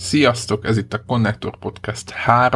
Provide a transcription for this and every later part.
Sziasztok, ez itt a Connector Podcast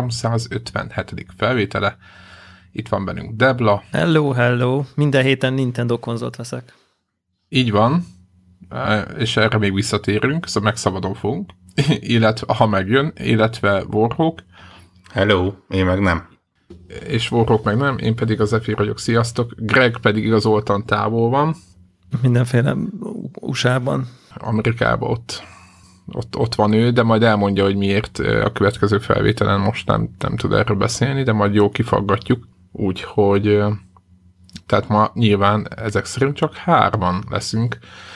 357. felvétele. Itt van bennünk Debla. Hello. Minden héten Nintendo konzolt veszek. Így van, és erre még visszatérünk, szóval megszabadon fogunk. Illetve, ha megjön, illetve Warhawk. Hello, én meg nem. És Warhawk meg nem, én pedig az Zephyr vagyok, sziasztok. Greg pedig igazoltan távol van. Mindenféle USA-ban. Amerikában ott van ő, de majd elmondja, hogy miért a következő felvételen most nem tud erről beszélni, de majd jó kifaggatjuk. Úgyhogy tehát ma nyilván ezek szerint csak 3 leszünk,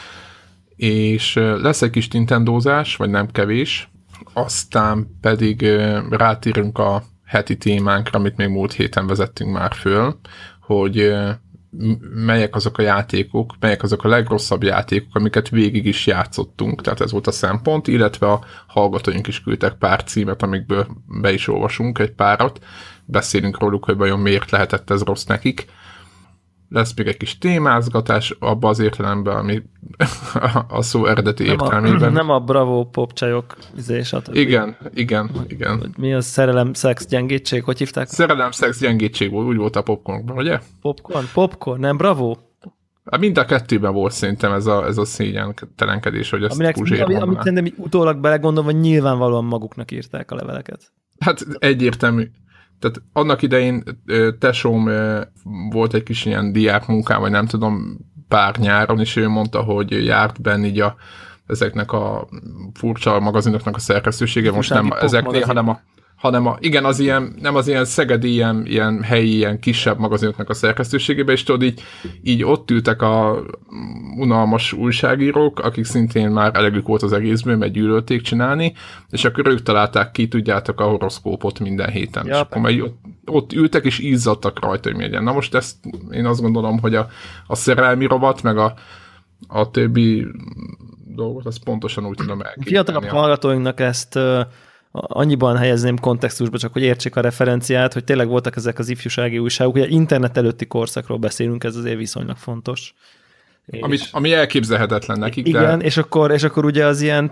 és lesz egy kis Nintendózás, vagy nem kevés, aztán pedig rátérünk a heti témánkra, amit még múlt héten vezettünk már föl, hogy melyek azok a játékok, melyek azok a legrosszabb játékok, amiket végig is játszottunk, tehát ez volt a szempont, illetve a hallgatóink is küldtek pár címet, amikből be is olvasunk egy párat, beszélünk róluk, hogy vajon miért lehetett ez rossz nekik. Lesz még egy kis témázgatás abban az értelemben, ami a szó eredeti értelmében. Nem a Bravo popcsajok stb. Igen. Mi az szerelem, szex, gyengétség? Hogy hívták? Szerelem, szex, gyengétség volt, úgy volt a popcornban, ugye? Popcorn, nem Bravo? Mind a kettőben volt szerintem ez a szégyentelenkedés, hogy ezt Puzsér mondaná. Amit szerintem utólag belegondolva, nyilvánvalóan maguknak írták a leveleket. Hát egyértelmű. Tehát annak idején tesóm volt egy kis ilyen diákmunkám, vagy nem tudom, pár nyáron, és ő mondta, hogy járt benne így ezeknek a furcsa magazinoknak a szerkesztősége, most nem ezeknél, hanem az ilyen, nem az ilyen szegedi, ilyen helyi, ilyen kisebb magazinoknak a szerkesztőségébe, és tudod, így ott ültek a unalmas újságírók, akik szintén már elegük volt az egészből, mert gyűlölték csinálni, és akkor ők találták ki, tudjátok, a horoszkópot minden héten. Ja, és akkor ott ültek, és izzadtak rajta, hogy mi legyen. Na most ezt én azt gondolom, hogy a szerelmi rovat, meg a többi dolgot, azt pontosan úgy tudom elképzelni. Fiatalabb hallgatóinknak ezt annyiban helyezném kontextusba, csak hogy értsék a referenciát, hogy tényleg voltak ezek az ifjúsági újságok, ugye internet előtti korszakról beszélünk, ez azért viszonylag fontos. Ami elképzelhetetlen nekik. Igen, de... és akkor ugye az ilyen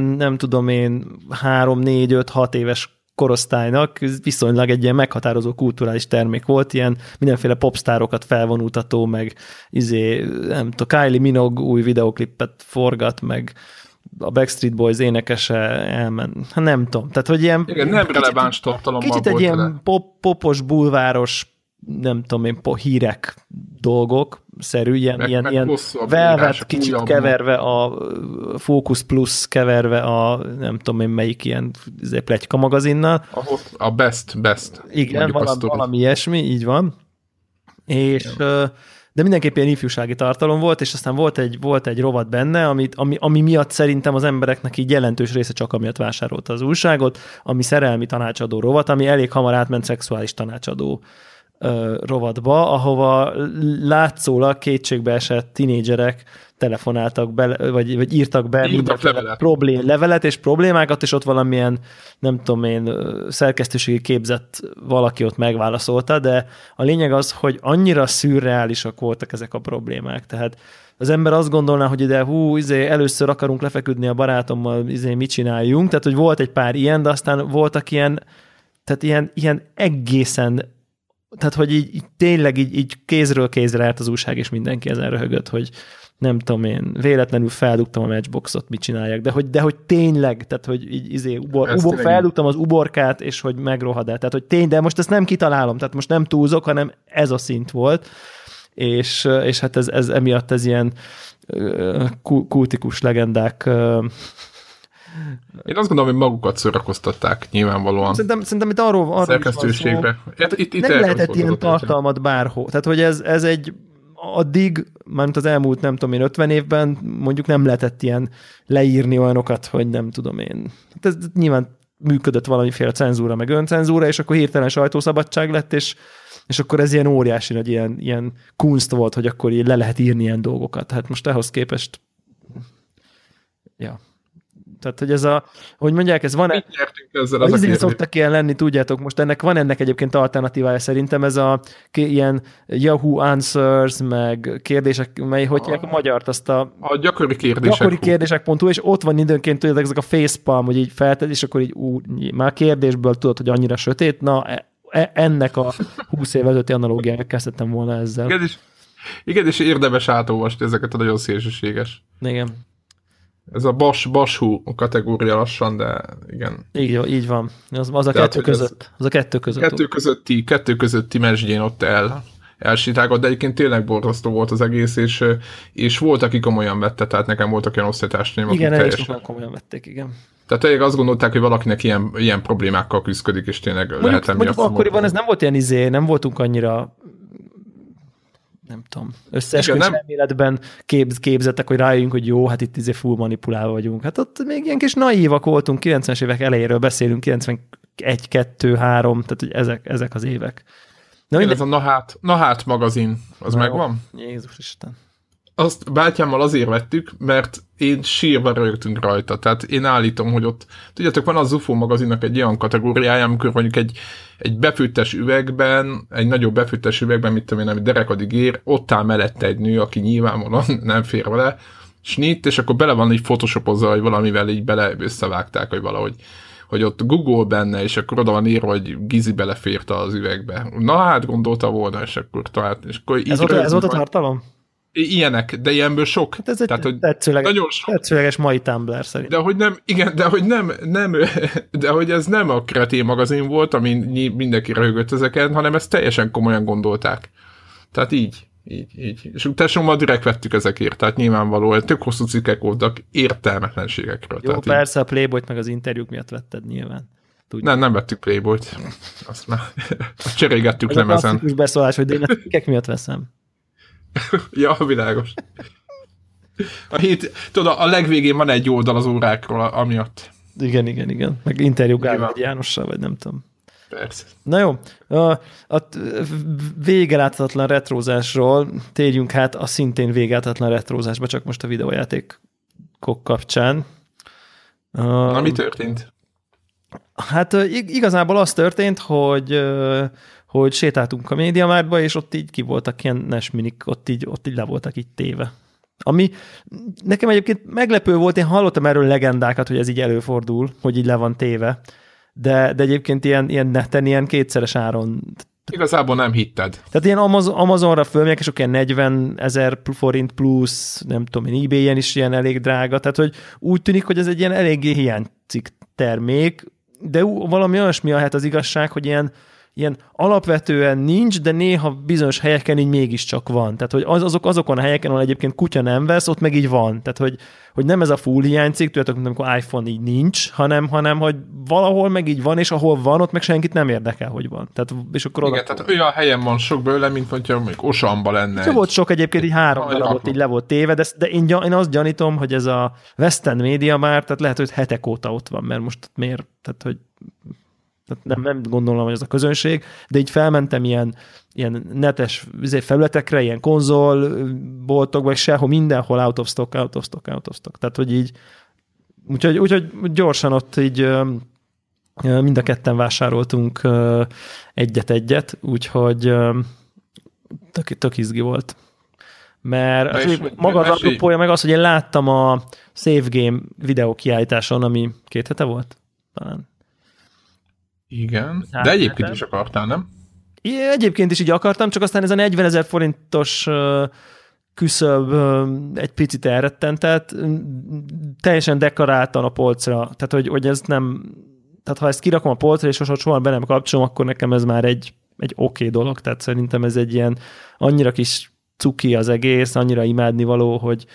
3, 4, 5, 6 éves korosztálynak viszonylag egy ilyen meghatározó kulturális termék volt, ilyen mindenféle popstárokat felvonultató, meg nem tudom, Kylie Minogue új videoklipet forgat, meg a Backstreet Boys énekese elment. Nem tudom. Tehát, hogy ilyen... Igen, nem releváns tartalommal kicsit egy ilyen popos, bulváros, nem tudom én, hírek dolgok szerű, ilyen Velvet kicsit keverve a Focus Plus keverve a nem tudom én melyik ilyen pletyka magazinnal. A Best. Igen, valami ilyesmi, így van. És... de mindenképp ilyen ifjúsági tartalom volt, és aztán volt egy rovat benne, ami miatt szerintem az embereknek így jelentős része csak amiatt vásárolta az újságot, ami szerelmi tanácsadó rovat, ami elég hamar átment szexuális tanácsadó rovatba, ahova látszólag kétségbe esett tinédzserek telefonáltak be, vagy írtak be mindenféle levelet és problémákat, és ott valamilyen, nem tudom én, szerkesztőségi képzett valaki ott megválaszolta, de a lényeg az, hogy annyira szürreálisak voltak ezek a problémák. Tehát az ember azt gondolná, hogy ide először akarunk lefeküdni a barátommal, mit csináljunk, tehát hogy volt egy pár ilyen, de aztán voltak ilyen egészen, tehát hogy így tényleg így kézről kézre állt az újság, és mindenki ezen röhögött, hogy nem tudom én, véletlenül feldugtam a Matchboxot, mit csinálják, de hogy tényleg, tehát hogy így feldugtam az uborkát, és hogy megrohad el, tehát hogy tényleg, de most ezt nem kitalálom, tehát most nem túlzok, hanem ez a szint volt, és hát ez emiatt ez ilyen kultikus legendák. Én azt gondolom, hogy magukat szórakoztatták nyilvánvalóan. Szerintem itt arról szerkesztőségbe. Itt nem lehetett ilyen tartalmat bárhol. Tehát, hogy ez egy addig, mármint az elmúlt, nem tudom én, 50 évben mondjuk nem lehetett ilyen leírni olyanokat, hogy nem tudom én. Ez nyilván működött valamiféle cenzúra, meg öncenzúra, és akkor hirtelen sajtószabadság lett, és akkor ez ilyen óriási nagy ilyen kunst volt, hogy akkor így le lehet írni ilyen dolgokat. Hát most ehhez képest Tehát, hogy ez hogy mondják, ez van... Mit nyertünk ezzel az a kérdés? Szoktak ilyen lenni, tudjátok, most ennek egyébként alternatívája szerintem, ez ilyen Yahoo Answers, meg kérdések, mely, hogy a magyart, azt a gyakori kérdések. Gyakori kérdések.hu, és ott van időnként, tudjátok, ezek a facepalm, hogy így felted, és akkor így már kérdésből tudod, hogy annyira sötét, na ennek a 20 év előtti analógiának kezdtem volna ezzel. Igen, és érdemes átolvasni ezeket a nagyon szélsőséges. Igen. Ez a bashú kategória lassan, de igen. Így van. Az a kettő között. Az a kettő között. Kettő közötti mesdjén ott elsitágott, de egyébként tényleg borzasztó volt az egész, és volt, aki komolyan vette, tehát nekem voltak olyan osztálytársaim, akik teljesen komolyan vették, igen. Tehát tényleg azt gondolták, hogy valakinek ilyen problémákkal küzdik, és tényleg lehet emiatt. Akkoriban ez nem volt ilyen nem voltunk annyira nem tudom, összeesküvés elméletben képzettek, hogy rájöjjünk, hogy jó, hát itt full manipulálva vagyunk. Hát ott még ilyen kis naívak voltunk, 90-es évek elejéről beszélünk, 91, 2, 3, tehát hogy ezek az évek. Ez a Nahát magazin, az megvan? Jézus Isten. Azt bátyámmal azért vettük, mert én sírva rögtünk rajta. Tehát én állítom, hogy ott, tudjátok, van az UFO magazinnak egy olyan kategóriája, amikor mondjuk egy befőttes üvegben, egy nagyobb befőttes üvegben, mit tudom én, ami derekadig ér, ott áll mellette egy nő, aki nyilvánvalóan nem fér vele, snitt, és akkor bele van így photoshopozva, hogy valamivel így bele összevágták, hogy valahogy, hogy ott Google benne, és akkor oda van írva, hogy Gizi beleférte az üvegbe. Na hát gondolta volna, és akkor talált. És akkor ez volt a tartalom? Ilyenek, de ilyenből sok. Hát ez egy tetszőleges mai Tumblr szerint. De hogy nem, igen, de hogy ez nem a Kretén magazin volt, amin mindenki röhögött ezeken, hanem ezt teljesen komolyan gondolták. Tehát így. És tesómmal direkt vettük ezekért, tehát nyilvánvalóan tök hosszú cikkek voltak értelmetlenségekről. Jó, persze a Playboyt meg az interjúk miatt vetted nyilván. Nem vettük Playboyt. Azt már cserégettük lemezen. Ez a klasszikus beszólás, hogy de én a cikkek miatt veszem. Ja, világos. A legvégén van egy oldal az órákról, amiatt. Igen. Meg interjú Gábor Jánossal, vagy nem tudom. Persze. Na jó, a végeláthatatlan retrózásról térjünk hát a szintén végeláthatatlan retrózásba, csak most a videójátékok kapcsán. Na, mi történt? Hát igazából az történt, hogy sétáltunk a MediaMarktba, és ott így ki voltak ilyen NES minik, ott így le voltak így téve. Ami nekem egyébként meglepő volt, én hallottam erről legendákat, hogy ez így előfordul, hogy így le van téve, de egyébként ilyen neten ilyen kétszeres áron. Igazából nem hitted. Tehát ilyen Amazonra fölmegyek, és olyan 40 000 forint plusz, nem tudom én, eBay-en is ilyen elég drága, tehát hogy úgy tűnik, hogy ez egy ilyen eléggé hiányzik termék, de valami olyasmi hát az igazság, hogy ilyen alapvetően nincs, de néha bizonyos helyeken így mégiscsak van. Tehát, hogy azokon a helyeken, ahol egyébként kutya nem vesz, ott meg így van. Tehát, hogy nem ez a full hiánycikk, tudjátok, mint amikor iPhone így nincs, hanem hogy valahol meg így van, és ahol van, ott meg senkit nem érdekel, hogy van. Tehát, és akkor igen, tehát olyan helyen van sok belőle, mint hogyha mondjuk Osamba lenne. Volt sok egyébként, így 3 darabot így le volt téve, de én azt gyanítom, hogy ez a West End MediaMarkt, tehát lehet, hogy hetek óta ott van, mert most miért, tehát, hogy nem gondolom, hogy ez a közönség, de így felmentem ilyen netes felületekre, ilyen konzolboltokba, és sehol, mindenhol out of stock. Tehát, hogy így, úgyhogy gyorsan ott így mind a ketten vásároltunk egyet, úgyhogy tök izgi volt. Mert maga az apropója meg az, hogy én láttam a Save Game videókiállításon, ami 2 hete volt? Talán. Igen, de egyébként is akartál, nem? Egyébként is így akartam, csak aztán ez a 40 000 forintos küszöb egy picit elrettentett, teljesen deklaráltan a polcra, tehát hogy ez nem, tehát ha ezt kirakom a polcra, és soha be nem kapcsolom, akkor nekem ez már egy oké dolog, tehát szerintem ez egy ilyen annyira kis cuki az egész, annyira imádnivaló, hogy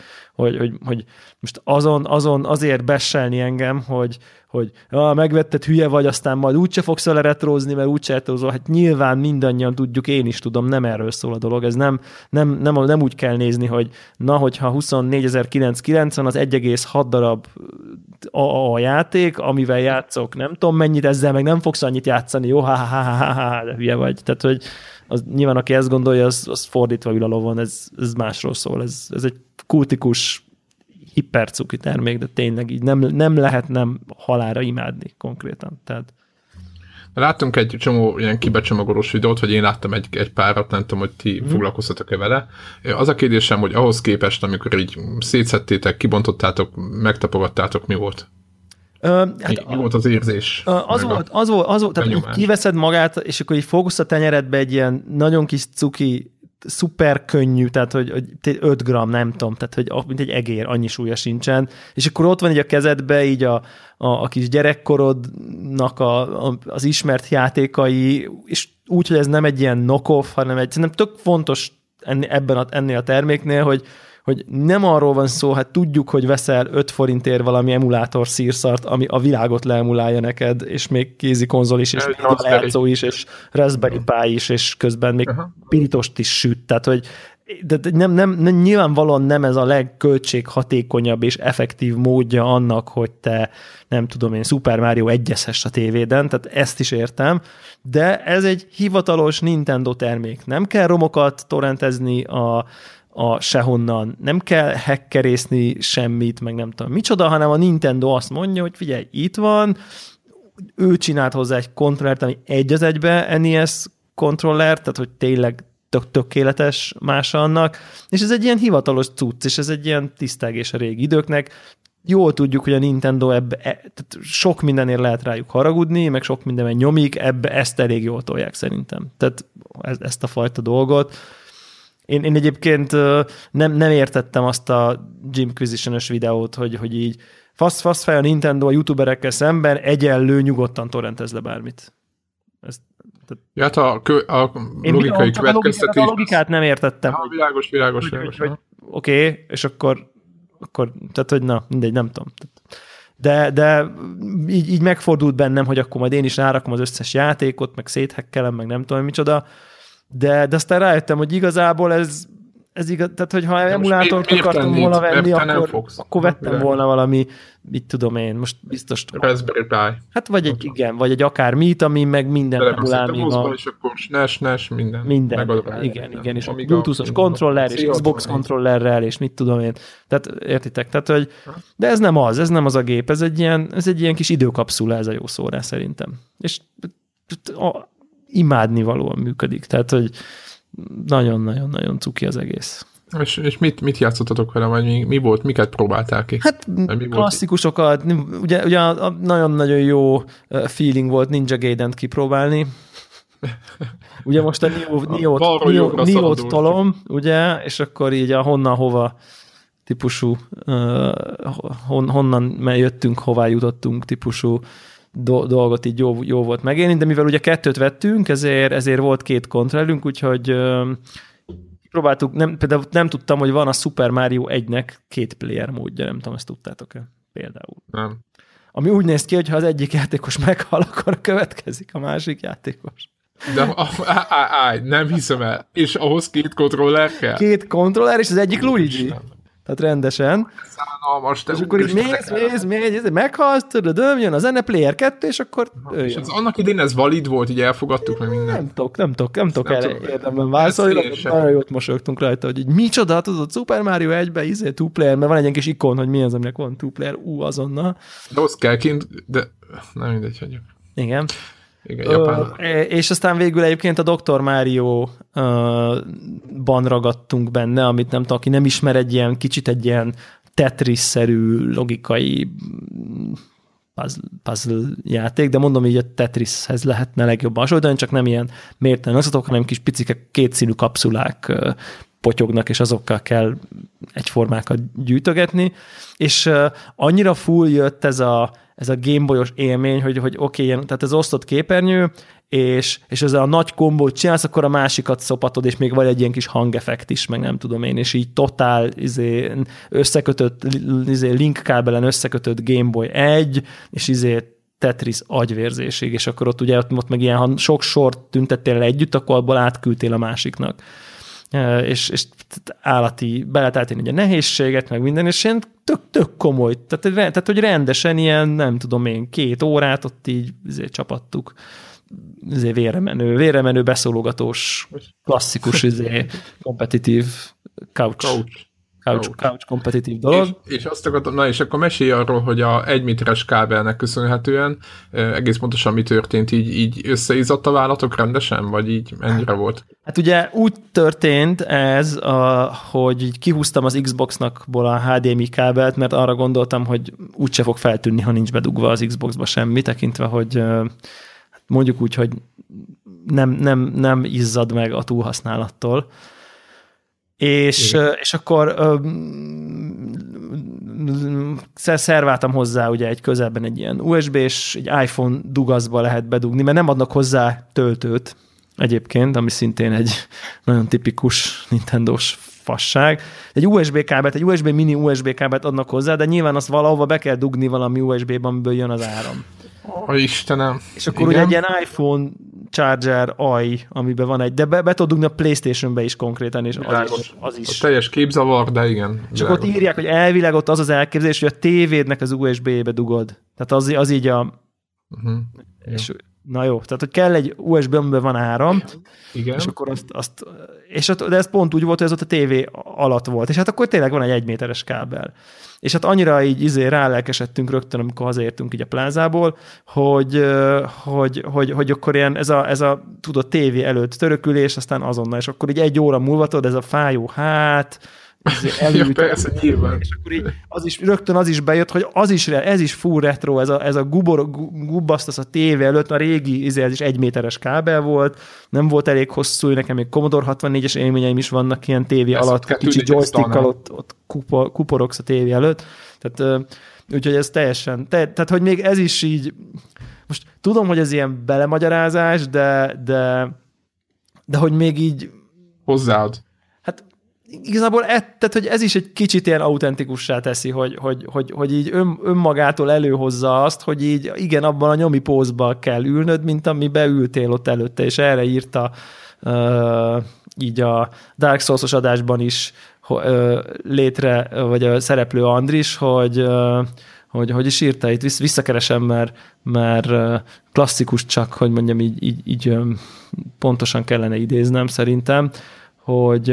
most azon azért besselni engem, hogy megvetted, hülye vagy, aztán majd úgyse fogsz vele retrózni, mert úgyse retrózol. Hát nyilván mindannyian tudjuk, én is tudom, nem erről szól a dolog. Ez nem úgy kell nézni, hogy hogyha 24.990 az 1,6 darab a játék, amivel játszok, nem tudom mennyit, ezzel meg nem fogsz annyit játszani, jó, de hülye vagy. Tehát, hogy az, nyilván aki ezt gondolja, az fordítva ül a lovon, ez másról szól. Ez egy kultikus hipercuki termék, de tényleg így nem lehet nem halálra imádni konkrétan. Tehát láttunk egy csomó ilyen kibecsomagolós videót, vagy én láttam egy párat, nem tudom, hogy ti foglalkoztatok-e vele. Az a kérdésem, hogy ahhoz képest, amikor így szétszedtétek, kibontottátok, megtapogattátok, mi volt? Mi volt az érzés? Az volt, tehát így kiveszed magát, és akkor így fogsz a tenyeredbe egy ilyen nagyon kis cuki, szuper könnyű, tehát hogy 5 gram, nem tudom, tehát hogy mint egy egér, annyi súlya sincsen, és akkor ott van így a kezedbe így a kis gyerekkorodnak az ismert játékai, és úgy, hogy ez nem egy ilyen knock-off, hanem szerintem tök fontos ennél a terméknél, hogy nem arról van szó, hát tudjuk, hogy veszel 5 forintért valami emulátor szírszart, ami a világot leemulálja neked, és még kézi konzol is, és lejátszó is, és Raspberry Pi is, és közben még pirítost is süt. Tehát, hogy de nem, nyilvánvalóan nem ez a legköltséghatékonyabb és effektív módja annak, hogy te, nem tudom én, Super Mario 1-eszhess a tévéden, tehát ezt is értem, de ez egy hivatalos Nintendo termék. Nem kell romokat torrentezni a sehonnan, nem kell hackerészni semmit, meg nem tudom micsoda, hanem a Nintendo azt mondja, hogy figyelj, itt van, ő csinált hozzá egy kontrollert, ami egy az egybe NES kontroller, tehát hogy tényleg tökéletes mása annak, és ez egy ilyen hivatalos cucc, és ez egy ilyen tisztelgés a régi időknek. Jól tudjuk, hogy a Nintendo tehát sok mindenért lehet rájuk haragudni, meg sok mindenben nyomik, ezt elég jól tolják szerintem. Tehát ezt a fajta dolgot. Én egyébként nem értettem azt a Jimquisition-ös videót, hogy így fasz fej a Nintendo a youtuberekkel szemben egyenlő nyugodtan torrentez le bármit. Hát a logikai következtetés... A logikát nem értettem. Világos. Oké, és akkor tehát, hogy na, mindegy, nem tudom. De így megfordult bennem, hogy akkor majd én is rárakom az összes játékot, meg széthekkelem, meg nem tudom micsoda, de aztán rájöttem, hogy igazából ez igaz, tehát hogyha emulátort akartam volna venni, akkor vettem volna valami, mit tudom én, most biztos... Raspberry Pi. Hát vagy egy akármit, ami meg minden emulálni van. És akkor SNES, minden. Minden, igen, és Bluetooth-os kontroller, és Xbox kontrollerrel, és mit tudom én. Tehát értitek, tehát, hogy de ez nem az a gép, ez egy ilyen kis időkapszula, ez a jó szó rá szerintem. És imádnivalóan működik, tehát, hogy nagyon-nagyon-nagyon cuki az egész. És mit játszottatok vele, vagy mi volt, miket próbáltál ki? Hát klasszikusokat, ugye nagyon-nagyon jó feeling volt Ninja Gaiden-t kipróbálni. Ugye most a Nioh-t tolom, ugye, és akkor így a honnan-hova típusú, honnan jöttünk, hová jutottunk típusú dolgot így jó volt megélni, de mivel ugye 2 vettünk, ezért volt 2 kontrollünk, úgyhogy próbáltuk, például nem tudtam, hogy van a Super Mario 1-nek 2 player módja, nem tudom, ezt tudtátok-e például. Nem. Ami úgy néz ki, hogy ha az egyik játékos meghal, akkor következik a másik játékos. De nem hiszem el. És ahhoz 2 kontroller kell? 2 kontroller, és az egyik Luigi. Tehát rendesen. Szánalmas, és akkor így mész, meghalsz, jön a zene, player 2, és akkor és az annak idén ez valid volt, így elfogadtuk meg minden. Nem tudok erre érdemben válaszolni, nagyon jót mosolyogtunk rajta, hogy így micsoda, tudod, Super Mario 1-ben 2 player, mert van egy ilyen kis ikon, hogy mi az, aminek van 2 player, azonnal. De ott kell kint, de nem mindegy, hagyjuk. Igen, és aztán végül egyébként a Dr. Mario-ban ragadtunk benne, amit nem tudom, aki nem ismer, egy ilyen Tetris-szerű logikai puzzle játék, de mondom, így a Tetrishez lehetne legjobban hasonlítani, csak nem ilyen mértelen összetok, hanem kis picike kétszínű kapszulák potyognak, és azokkal kell egyformákat gyűjtögetni, és annyira full jött ez a Gameboy-os élmény, hogy oké, tehát ez osztott képernyő, és ezzel a nagy kombót csinálsz, akkor a másikat szopatod, és még van egy ilyen kis hangeffekt is, meg nem tudom én, és így totál összekötött, linkkábelen összekötött Gameboy 1, és Tetris agyvérzésig, és akkor ott ugye ott meg ilyen, ha sok sort tüntettél le együtt, akkor abból átküldtél a másiknak. És állati, beletáltén egy nehézséget, meg minden, és ilyen tök komoly, tehát hogy rendesen ilyen, nem tudom én, 2 órát ott így csapattuk. Vérremenő beszólogatós, klasszikus kompetitív couch couch kompetitív dolog. És azt akartam, na és akkor mesélj arról, hogy a 1 méteres kábelnek köszönhetően egész pontosan mi történt, így összeizadt a vállatok rendesen, vagy így ennyire volt? Hát ugye úgy történt ez, hogy így kihúztam az Xboxnakból a HDMI kábelt, mert arra gondoltam, hogy úgyse fog feltűnni, ha nincs bedugva az Xboxba semmi, tekintve, hogy mondjuk úgy, hogy nem izzad meg a túlhasználattól. És akkor szerváltam hozzá ugye egy közelben egy ilyen USB-s, egy iPhone dugaszba lehet bedugni, mert nem adnak hozzá töltőt egyébként, ami szintén egy nagyon tipikus Nintendo-s fasság. Egy USB kábelt, egy USB mini USB kábelt adnak hozzá, de nyilván azt valahova be kell dugni valami USB-ban, amiből jön az áram. Istenem. És akkor ugye egy ilyen iPhone charger aj, amiben van egy, de be tudod dugni a PlayStation-be is konkrétan, és az is. A teljes képzavar, de igen. És akkor ott írják, hogy elvileg ott az elképzelés, hogy a tévédnek az USB-be dugod. Tehát az így a... És, na jó, tehát hogy kell egy USB, amiben van áram, igen. És akkor de ez pont úgy volt, hogy ez ott a tévé alatt volt, és hát akkor tényleg van egy 1 méteres kábel. És hát annyira így rálelkesedtünk rögtön, amikor hazaértünk így a plázából, hogy akkor ilyen ez a tudod, tévé előtt törökülés, aztán azonnal, és akkor így 1 óra múlva tudod, ez a fájó ja, persze, nyilván. És akkor így rögtön az is bejött, hogy ez is full retro, ez a gubbasztasz a tévé előtt, a régi, ez is 1 méteres kábel volt, nem volt elég hosszú, nekem még Commodore 64-es élményeim is vannak ilyen tévé alatt, kicsi joystickkal ott kuporogsz a tévé előtt, tehát úgyhogy ez teljesen, tehát hogy még ez is így, most tudom, hogy ez ilyen belemagyarázás, de hogy még így hozzáad. Igazából tehát, hogy ez is egy kicsit ilyen autentikussá teszi, hogy így önmagától előhozza azt, hogy így igen, abban a nyomi pózba kell ülnöd, mint amiben ültél ott előtte, és erre írta így a Dark Souls-os adásban is létre, vagy a szereplő Andris, hogy is írta, itt visszakeresem, mert klasszikus, csak hogy mondjam, így pontosan kellene idéznem szerintem, hogy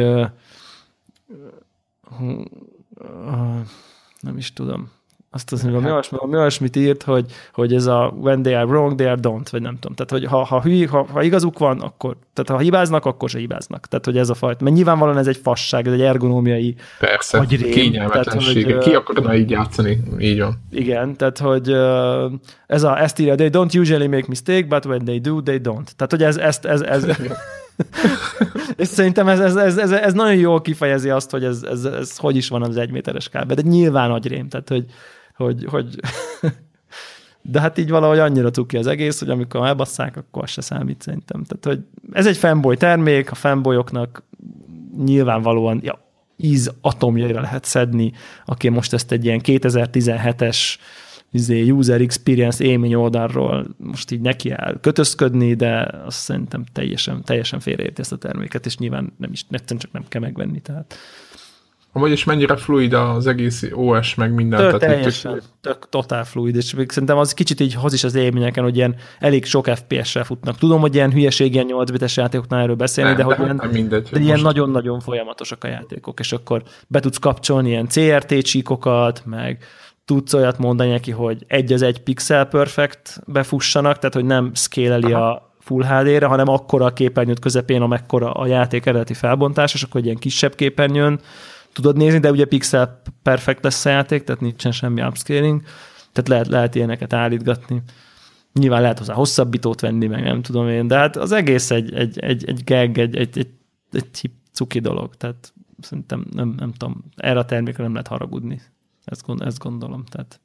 nem is tudom. Azt az, hogy olyasmit írt, hogy ez a when they are wrong, they are don't, vagy nem tudom. Tehát, hogy ha igazuk van, akkor, tehát ha hibáznak, akkor se hibáznak. Tehát, hogy ez a fajta. Mert nyilvánvalóan ez egy fasság, ez egy ergonómiai persze, kényelmetlensége. Ki akarna így játszani? Így van. Igen, tehát, hogy ezt írja, they don't usually make mistake, but when they do, they don't. Tehát, hogy ez és szerintem ez nagyon jól kifejezi azt, hogy ez hogy is van az 1 méteres kábel, de nyilván agyrém, tehát hogy de hát így valahogy annyira cuki az egész, hogy amikor elbasszák, akkor az se számít szerintem. Tehát, hogy ez egy fanboy termék, a fanboyoknak nyilvánvalóan íz atomjaira lehet szedni, aki most ezt egy ilyen 2017-es user experience élmény oldalról most így neki áll kötözködni, de azt szerintem teljesen félreérti ezt a terméket, és nyilván egyszerűen csak nem kell megvenni. Tehát. Amúgy is mennyire fluid az egész OS, meg minden. Teljesen, totál fluid, és szerintem az kicsit így hoz is az élményeken, hogy ilyen elég sok FPS-sel futnak. Tudom, hogy ilyen hülyeség, ilyen 8 bites játékoknál erről beszélni, de hogy ilyen nagyon-nagyon folyamatosak a játékok, és akkor be tudsz kapcsolni ilyen CRT csíkokat, meg tudsz olyat mondani neki, hogy 1:1 pixel perfect befussanak, tehát hogy nem scale-eli a Full HD-re, hanem akkora a képernyőt közepén, amekkora a játék eredeti felbontás, és akkor egy ilyen kisebb képernyőn tudod nézni, de ugye pixel perfect lesz a játék, tehát nincsen semmi upscaling, tehát lehet ilyeneket állítgatni. Nyilván lehet hozzá hosszabbítót venni, meg nem tudom én, de hát az egész egy gag, egy cuki dolog, tehát szerintem nem tudom, erre a termékre nem lehet haragudni. Ezt gondolom. Tehát.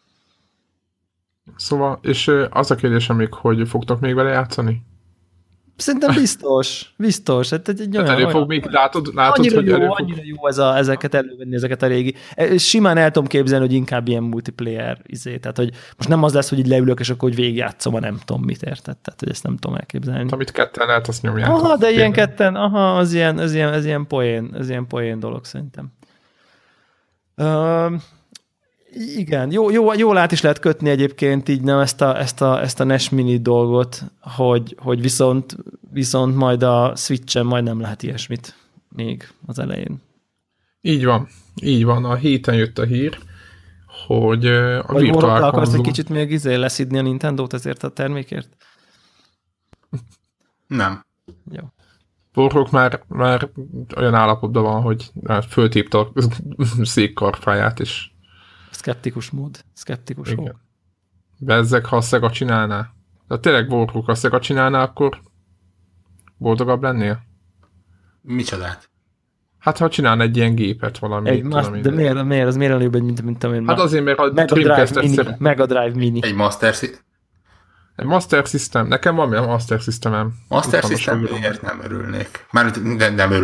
Szóval, és az a kérdésem még, hogy fogtok még vele játszani? Szerintem biztos. Hát fog még, látod, annyira hogy annyira jó ezeket elővenni, ezeket a régi. Simán el tudom képzelni, hogy inkább ilyen multiplayer tehát hogy most nem az lesz, hogy így leülök, és akkor hogy végigjátszom, nem tudom mit érted. Tehát, hogy ezt nem tudom elképzelni. Amit ketten lehet, azt nyomjátok. Aha, de ilyen ketten, ez ilyen poén dolog szerintem. Igen, jól át is lehet kötni egyébként így nem ezt a NES Mini dolgot, hogy viszont majd a Switch-en majd nem lehet ilyesmit még az elején. Így van. A héten jött a hír, hogy a vagy Virtual Console... akarsz Console... egy kicsit még leszidni a Nintendót ezért a termékért? Nem. Jó. Warhawk már olyan állapotban van, hogy föltépte a székkarfáját, és... Szkeptikus mód. Szkeptikus mód. Bezzeg, ha a Sega csinálná. De tényleg Warhawk a Sega csinálná, akkor boldogabb lennél? Micsodát? Hát, ha csinálna egy ilyen gépet valami. De miért? Az miért előbb, mint amilyen... Hát azért, mert a Dreamcast Mega Drive Mini. Egy Master System. Nekem van a Master Systemem. Master Systemért nem örülnék. Mármint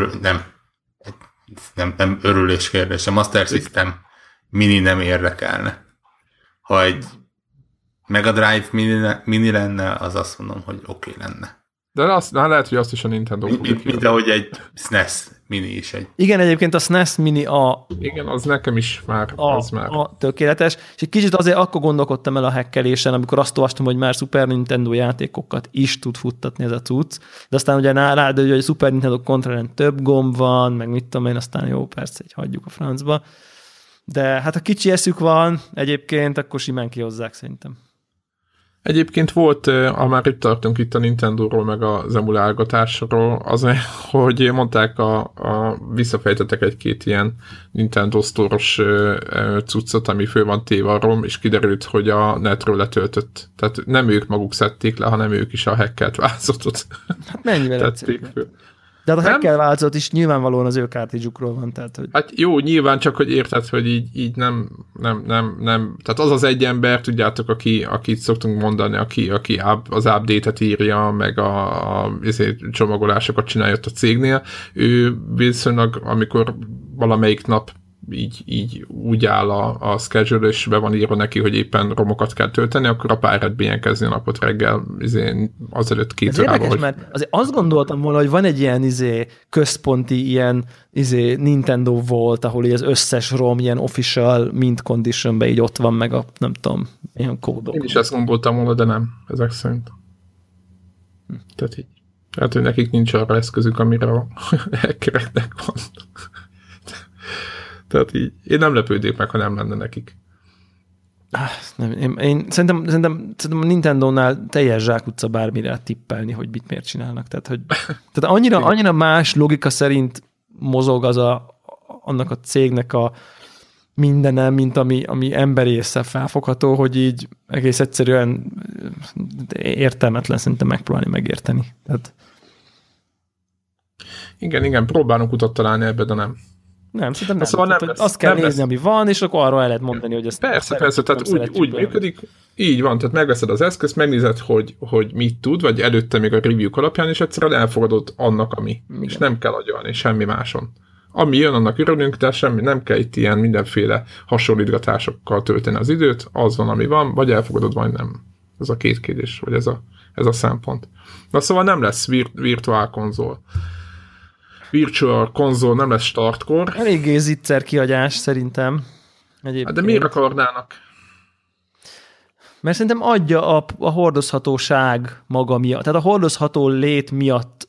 nem örülés kérdés. A Master System Mini nem érdekelne. Ha egy Mega Drive Mini lenne, az azt mondom, hogy oké lenne. De lehet, hogy azt is a Nintendo mint ahogy egy SNES Mini is egy. Igen, egyébként a SNES Mini Igen, az nekem is már. A tökéletes. És egy kicsit azért akkor gondolkodtam el a hackelésen, amikor azt olvastam, hogy már Super Nintendo játékokat is tud futtatni ez a cucc. De aztán ugye rád, hogy a Super Nintendo kontrolleren több gomb van, meg mit tudom én, aztán jó, persze, hogy hagyjuk a francba. De hát ha kicsi eszük van egyébként, akkor simán kihozzák szerintem. Egyébként volt, ha már itt tartunk itt a Nintendo-ról, meg az emulálgatásról, az, hogy mondták, visszafejtettek egy-két ilyen Nintendo Store-os cuccot, ami föl van téve a ROM, és kiderült, hogy a netről letöltött. Tehát nem ők maguk szedték le, hanem ők is a hackelt változatot. Hát mennyivel tették föl. De a hackelt változat is nyilvánvalóan az ő kártyájukról van. Tehát, hogy... Hát jó, nyilván csak, hogy érted, hogy így nem. Tehát az egy ember, tudjátok, akit szoktunk mondani, aki az update-et írja, meg a csomagolásokat csinálja a cégnél, ő viszonylag, amikor valamelyik nap így úgy áll a schedule, és be van írva neki, hogy éppen romokat kell tölteni, akkor a Pirate-ben kezdni a napot reggel azelőtt 2 órával. Érdekes, mert azért azt gondoltam volna, hogy van egy ilyen központi ilyen Nintendo volt, ahol az összes ROM ilyen official mint conditionben így ott van, meg a nem tudom, ilyen kódok. Én is ezt gondoltam volna, de nem, ezek szerint. Tehát így. Hát, hogy nekik nincs arra eszközük, amire a hackereknek van. Tehát így, én nem lepődnék meg, ha nem lenne nekik. Én szerintem a Nintendo-nál teljes zsákutca bármire tippelni, hogy miért csinálnak. Tehát annyira más logika szerint mozog annak a cégnek a mindene, mint ami emberi észre felfogható, hogy így egész egyszerűen értelmetlen szerintem megpróbálni megérteni. Tehát... Igen, próbálunk utat találni ebbe, de nem. Nem, szerintem nem. Szóval nem lesz, azt kell nézni, ami van, és akkor arra el lehet mondani, hogy ezt Persze, tehát úgy működik. Így van, tehát megveszed az eszközt, megnézed, hogy mit tud, vagy előtte még a review alapján, és egyszerűen elfogadod annak, ami. Igen. És nem kell agyalni, semmi máson. Ami jön, annak örülünk, de semmi, nem kell itt ilyen mindenféle hasonlítgatásokkal tölteni az időt, az van, ami van, vagy elfogadod, vagy nem. Ez a két kérdés, vagy ez a szempont. Na szóval nem lesz virtuál konzol. Virtual Console nem lesz startkor. Eléggé zicser kihagyás szerintem. Hát de miért akarnának? Mert szerintem adja a hordozhatóság maga miatt. Tehát a hordozható lét miatt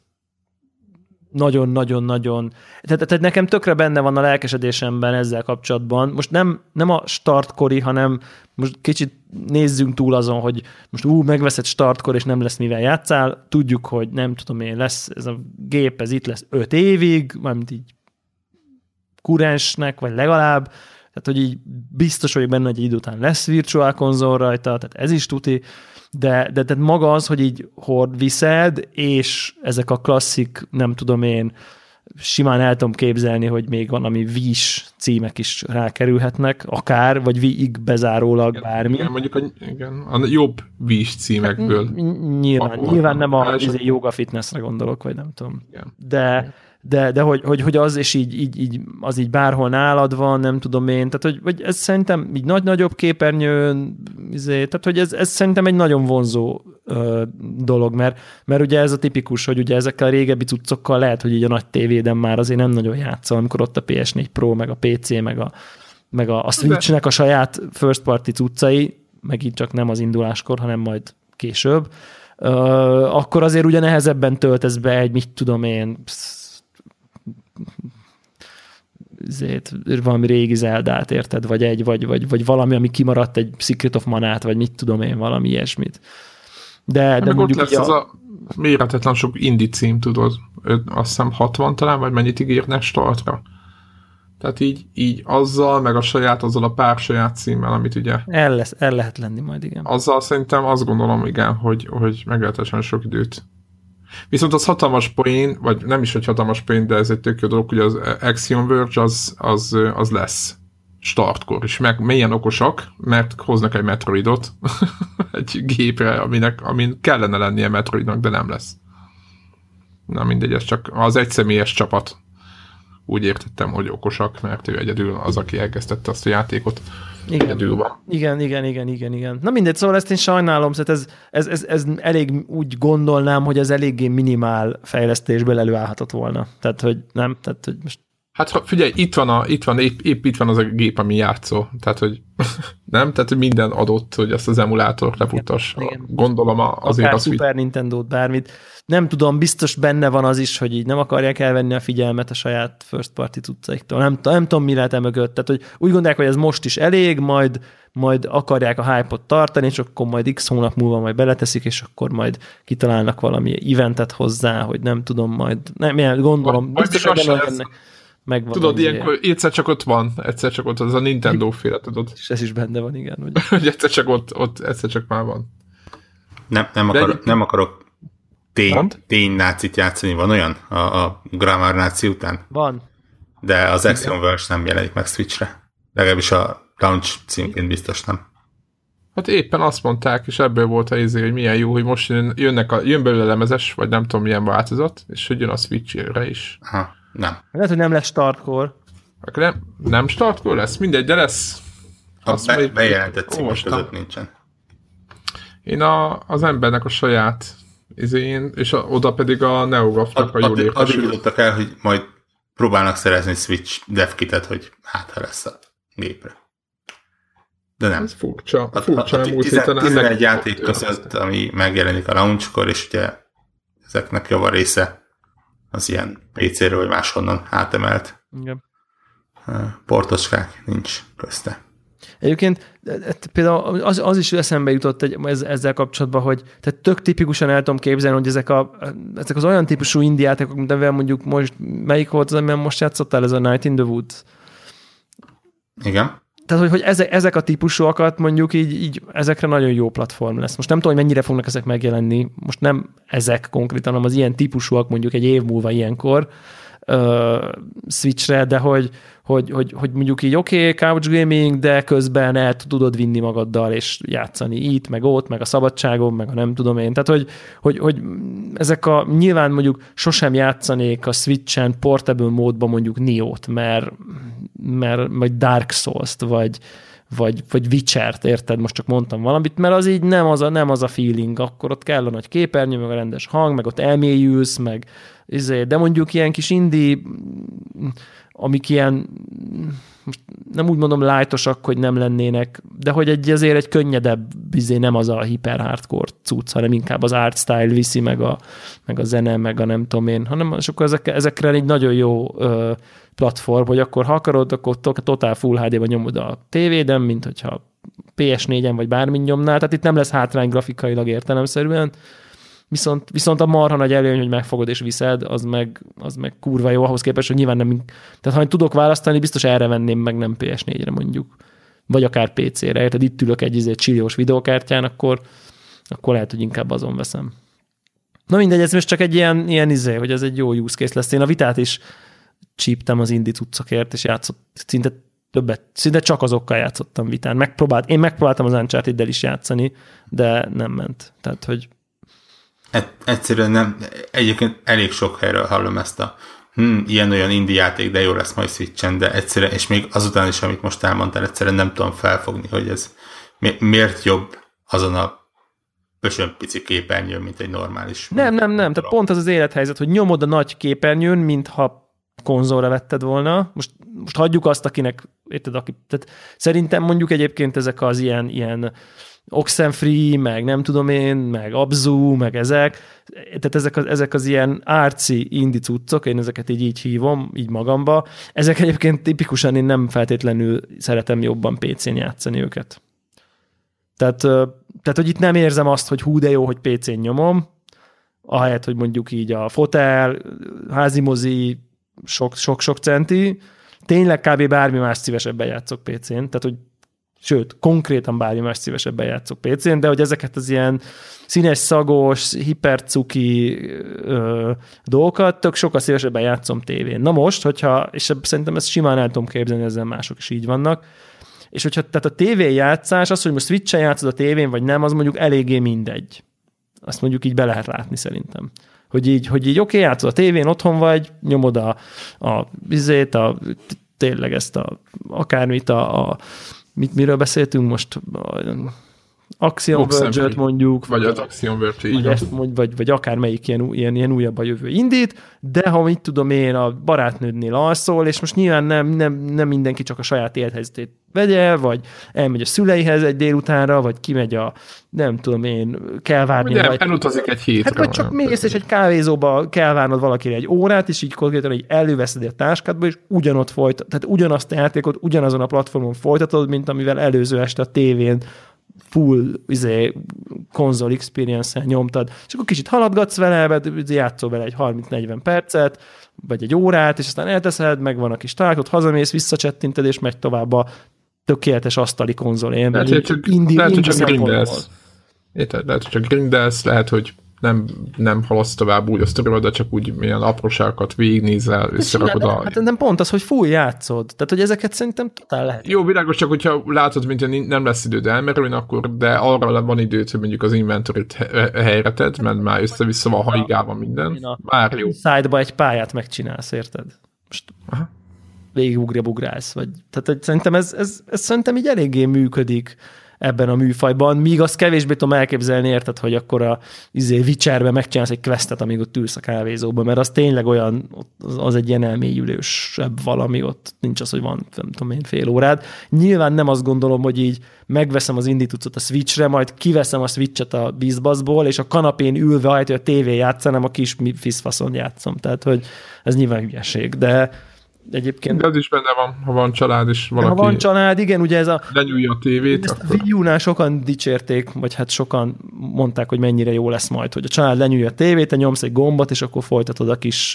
nagyon-nagyon-nagyon. Tehát nekem tökre benne van a lelkesedésemben ezzel kapcsolatban. Most nem a startkori, hanem most kicsit nézzünk túl azon, hogy most megveszed startkor, és nem lesz mivel játszál. Tudjuk, hogy nem tudom én, lesz ez a gép, ez itt lesz 5 évig, mármint így kurensnek, vagy legalább. Tehát, hogy így biztos vagyok benne, hogy egy idő után lesz virtual konzol rajta, tehát ez is tuti. De maga az, hogy így viszed, és ezek a klasszik, nem tudom én, simán el tudom képzelni, hogy még van, ami Wii-s címek is rákerülhetnek, akár, vagy Wii-ig bezárólag bármi. Igen, mondjuk a jobb Wii-s címekből. Nyilván nem a yoga fitnessre gondolok, vagy nem tudom. Igen. De hogy az, és így az így bárhol nálad van, nem tudom én, tehát hogy ez szerintem így nagyobb képernyőn, tehát hogy ez szerintem egy nagyon vonzó dolog, mert ugye ez a tipikus, hogy ugye ezekkel a régebbi cuccokkal lehet, hogy így a nagy tévéden már azért nem nagyon játszol, amikor ott a PS4 Pro, meg a PC, meg a Switchnek a saját first party cuccai, meg így csak nem az induláskor, hanem majd később, akkor azért ugye nehezebben töltesz be egy, mit tudom én, valami régi Zeldát, érted? Vagy valami, ami kimaradt, egy Secret of Manát, vagy mit tudom én, valami ilyesmit. De mondjuk ott lesz az a méretetlen sok indie cím, tudod. Azt hiszem 60 talán, vagy mennyit ígérnek startra. Tehát így azzal, meg azzal a pár saját címmel, amit ugye... El lehet lenni majd, igen. Azzal szerintem azt gondolom, igen, hogy meglehetősen sok időt. Viszont az hatalmas poén, vagy nem is, hogy hatalmas poén, de ez egy tök jó dolog, hogy az Axiom Verge az lesz startkor, és milyen okosak, mert hoznak egy Metroidot egy gépre, amin kellene lennie Metroidnak, de nem lesz. Na mindegy, ez csak az egyszemélyes csapat. Úgy értettem, hogy okosak, mert ő egyedül az, aki elkezdette azt a játékot. Egyedül van. Igen. Na mindegy, szóval ezt én sajnálom, szóval ez elég úgy gondolnám, hogy ez eléggé minimál fejlesztésből előállhatott volna. Tehát, hogy nem, tehát, hogy most... Hát figyelj, itt van az a gép, ami játszol. Tehát, hogy nem? Tehát, hogy minden adott, hogy ezt az emulátort lefuttass. Gondolom azért akár Super Nintendo-t, bármit. Nem tudom, biztos benne van az is, hogy így nem akarják elvenni a figyelmet a saját first party cuccaiktól. Nem tudom, mi lehet mögött. Tehát, hogy úgy gondolják, hogy ez most is elég, majd akarják a hype-ot tartani, és akkor majd x hónap múlva majd beleteszik, és akkor majd kitalálnak valami eventet hozzá, hogy nem tudom, majd nem, gondolom. Biztos, hogy benne ennek megvan. Tudod, ilyenkor egyszer csak ott van, az a Nintendo-féle, tudod. És ez is benne van, igen. Hogy egyszer csak ott egyszer csak már van. Nem akarok tény nácit játszani, van olyan a Grammar náci után? Van. De az Axiom Verge nem jelenik meg Switchre. Legalábbis a launch címként biztos nem. Hát éppen azt mondták, és ebből volt a izé, hogy milyen jó, hogy most jön belőle lemezes, vagy nem tudom milyen változat, és hogy jön a Switchre is. Aha, nem. Lehet, hogy nem lesz startkor. Akkor nem startkor lesz? Mindegy, de lesz. Bejelentett címos között nincsen. Én az embernek a saját izén, és oda pedig a NeoGAF-nak a jól értesült. Addig jutottak el, hogy majd próbálnak szerezni Switch devkitet, hogy hát ha lesz a gépre. De nem. Ez furcsa. A 11 játék között, ami megjelenik a launchkor, és ugye ezeknek java része az ilyen PC-ről vagy máshonnan átemelt. Igen. Portoskák nincs közte. Egyébként például az is eszembe jutott ezzel kapcsolatban, hogy tehát tök tipikusan el tudom képzelni, hogy ezek az olyan típusú indie játékok, mint amivel mondjuk most, melyik volt az, amivel most játszottál, ez a Night in the Woods? Igen. Tehát, hogy ezek a típusúakat mondjuk így ezekre nagyon jó platform lesz. Most nem tudom, hogy mennyire fognak ezek megjelenni, most nem ezek konkrétan, hanem az ilyen típusúak mondjuk egy év múlva ilyenkor Switchre, de hogy mondjuk így couch gaming, de közben el tudod vinni magaddal, és játszani itt, meg ott, meg a szabadságon, meg a nem tudom én. Tehát, hogy ezek nyilván mondjuk sosem játszanék a Switchen portable módban mondjuk Nioh-t, mert vagy Dark Souls-t, vagy Witcher-t, érted? Most csak mondtam valamit, mert az így nem az a feeling, akkor ott kell a nagy képernyő, meg a rendes hang, meg ott elmélyülsz, meg de mondjuk ilyen kis indie, amik ilyen, most nem úgy mondom lightosak, hogy nem lennének, de hogy azért egy könnyedebb, nem az a hiper hardcore cucc, hanem inkább az art style viszi, meg a zene, meg a nem tudom én, hanem és akkor ezekre egy nagyon jó platform, hogy akkor ha akarod, akkor totál full HD-ban nyomod a tévéden, mint hogyha PS4-en vagy bármin nyomnál, tehát itt nem lesz hátrány grafikailag értelemszerűen, viszont a marha nagy előny, hogy megfogod és viszed, az meg kurva jó ahhoz képest, hogy nyilván nem... Tehát ha tudok választani, biztos erre venném meg, nem PS4-re mondjuk. Vagy akár PC-re. Érted, itt ülök egy csilliós videókártyán, akkor lehet, hogy inkább azon veszem. Na mindegy, ez most csak egy ilyen hogy ez egy jó use case lesz. Én a vitát is csíptem az indie cuccokért, és szinte csak azokkal játszottam vitán. Én megpróbáltam az Uncharted-del is játszani, de nem ment. Tehát, hogy egyszerűen nem. Egyébként elég sok helyről hallom ezt a ilyen-olyan indie játék, de jó lesz majd Switchen, de egyszerűen, és még azután is, amit most elmondtál, egyszerűen nem tudom felfogni, hogy ez miért jobb azon a pösön pici képernyőn, mint egy normális. Nem. Tehát pont az élethelyzet, hogy nyomod a nagy képernyőn, mintha konzolra vetted volna. Most hagyjuk azt, akinek, érted, tehát szerintem mondjuk egyébként ezek az ilyen Oxenfree, meg nem tudom én, meg Abzu, meg ezek. Tehát ezek az ilyen arci indie cuccok, én ezeket így hívom, így magamba. Ezek egyébként tipikusan én nem feltétlenül szeretem jobban PC-n játszani őket. Tehát, hogy itt nem érzem azt, hogy hú de jó, hogy PC-n nyomom, ahelyett, hogy mondjuk így a fotel, házimozi, sok centi, tényleg kb. Bármi más szívesebben játszok PC-n, tehát hogy sőt, konkrétan bármi más szívesebben játszok PC-n, de hogy ezeket az ilyen színes, szagos, hipercuki dolgokat tök sokkal szívesebben játszom tévén. Na most, és szerintem ezt simán el tudom képzelni, ezzel mások is így vannak, és hogyha tehát a tévén játszás, az, hogy most Switch-en játszod a tévén, vagy nem, az mondjuk eléggé mindegy. Azt mondjuk így be lehet látni szerintem. Hogy így oké, játszod a tévén, otthon vagy, nyomod tényleg ezt akármit, miről beszéltünk most? Axiom Verge-t mondjuk. Vagy az Axiom Verge, vagy akármelyik ilyen újabb jövő indít, de ha mit tudom én, a barátnődnél alszol, és most nyilván nem mindenki csak a saját élethelyzetét vegye, vagy elmegy a szüleihez egy délutánra, vagy kimegy nem tudom én, kell várni. Ugye elutazik egy hétre. Hát vagy csak mész, és egy kávézóba kell várnod valakire egy órát, és így konkrétan így előveszed a táskádba, és ugyanott folytatod, tehát ugyanazt a játékot ugyanazon a platformon folytatod, mint amivel előző este a tévén full konzol experience-en nyomtad, és akkor kicsit haladgatsz vele, játszol vele egy 30-40 percet, vagy egy órát, és aztán elteszed, megvan a kis találkod, hazamész, visszacsattinted, és megy tovább a tökéletes asztali konzol élmény. Lehet, hogy csak grindelsz. Érted? Lehet, hogy csak grindelsz, lehet, hogy nem haladsz tovább úgy a sztoriba, de csak úgy milyen apróságokat végignézel, összerakod a... Hát nem pont az, hogy full játszod. Tehát, hogy ezeket szerintem totál lehet. Jó, világos, csak hogyha látod, mint nem lesz időd elmerülni, akkor de arra van időd, hogy mondjuk az inventory-t helyre tedd, mert már össze-vissza van haigálva minden. Már jó. Side-ba egy pályát megcsinálsz, érted? Most végigugrálsz, vagy... Tehát, hogy szerintem ez szerintem így eléggé működik ebben a műfajban, míg azt kevésbé tudom elképzelni, érted, hogy akkor a Witcherbe megcsinálsz egy questet, amíg ott ülsz a kávézóban, mert az tényleg olyan, az egy ilyen elmélyülősebb valami, ott nincs az, hogy van, nem tudom én, fél órád. Nyilván nem azt gondolom, hogy így megveszem az indítucot a Switchre, majd kiveszem a Switchet a BizBuzzból, és a kanapén ülve, ahelyett, hogy a tévé játszanám, a kis fiszfaszon játszom. Tehát, hogy ez nyilván hülyeség, de egyébként... De az is benne van, ha van család is valaki... Ha van család, igen, ugye ez a... lenyúlja a tévét, akkor... A Wii U-nál sokan dicsérték, vagy hát sokan mondták, hogy mennyire jó lesz majd, hogy a család lenyúlja a tévét, te nyomsz egy gombot, és akkor folytatod a kis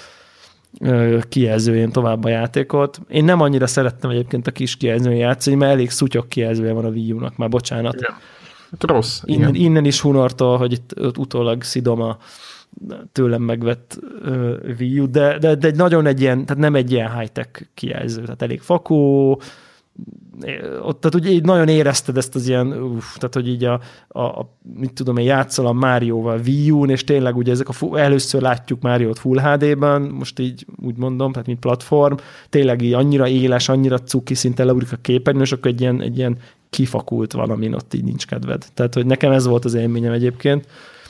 kijelzőjén tovább a játékot. Én nem annyira szerettem egyébként a kis kijelzőjén játszani, mert elég szutyok kijelzője van a Wii U-nak, már bocsánat. Igen. Hát rossz. Innen is Hunortól, hogy itt utólag szidom a tőlem megvett Wii U, de egy nagyon tehát nem egy ilyen high-tech kijelző, tehát elég fakó, tehát ugye így nagyon érezted ezt az ilyen, tehát hogy így mit tudom én, játszol a Mario-val Wii U-n, és tényleg ugye ezek először látjuk Mario-t Full HD-ben, most így úgy mondom, tehát mint platform, tényleg így annyira éles, annyira cuki, szinte leugrik a képernyőn, és akkor egy ilyen kifakult valamin ott így nincs kedved. Tehát, hogy nekem ez volt az élményem egyébként.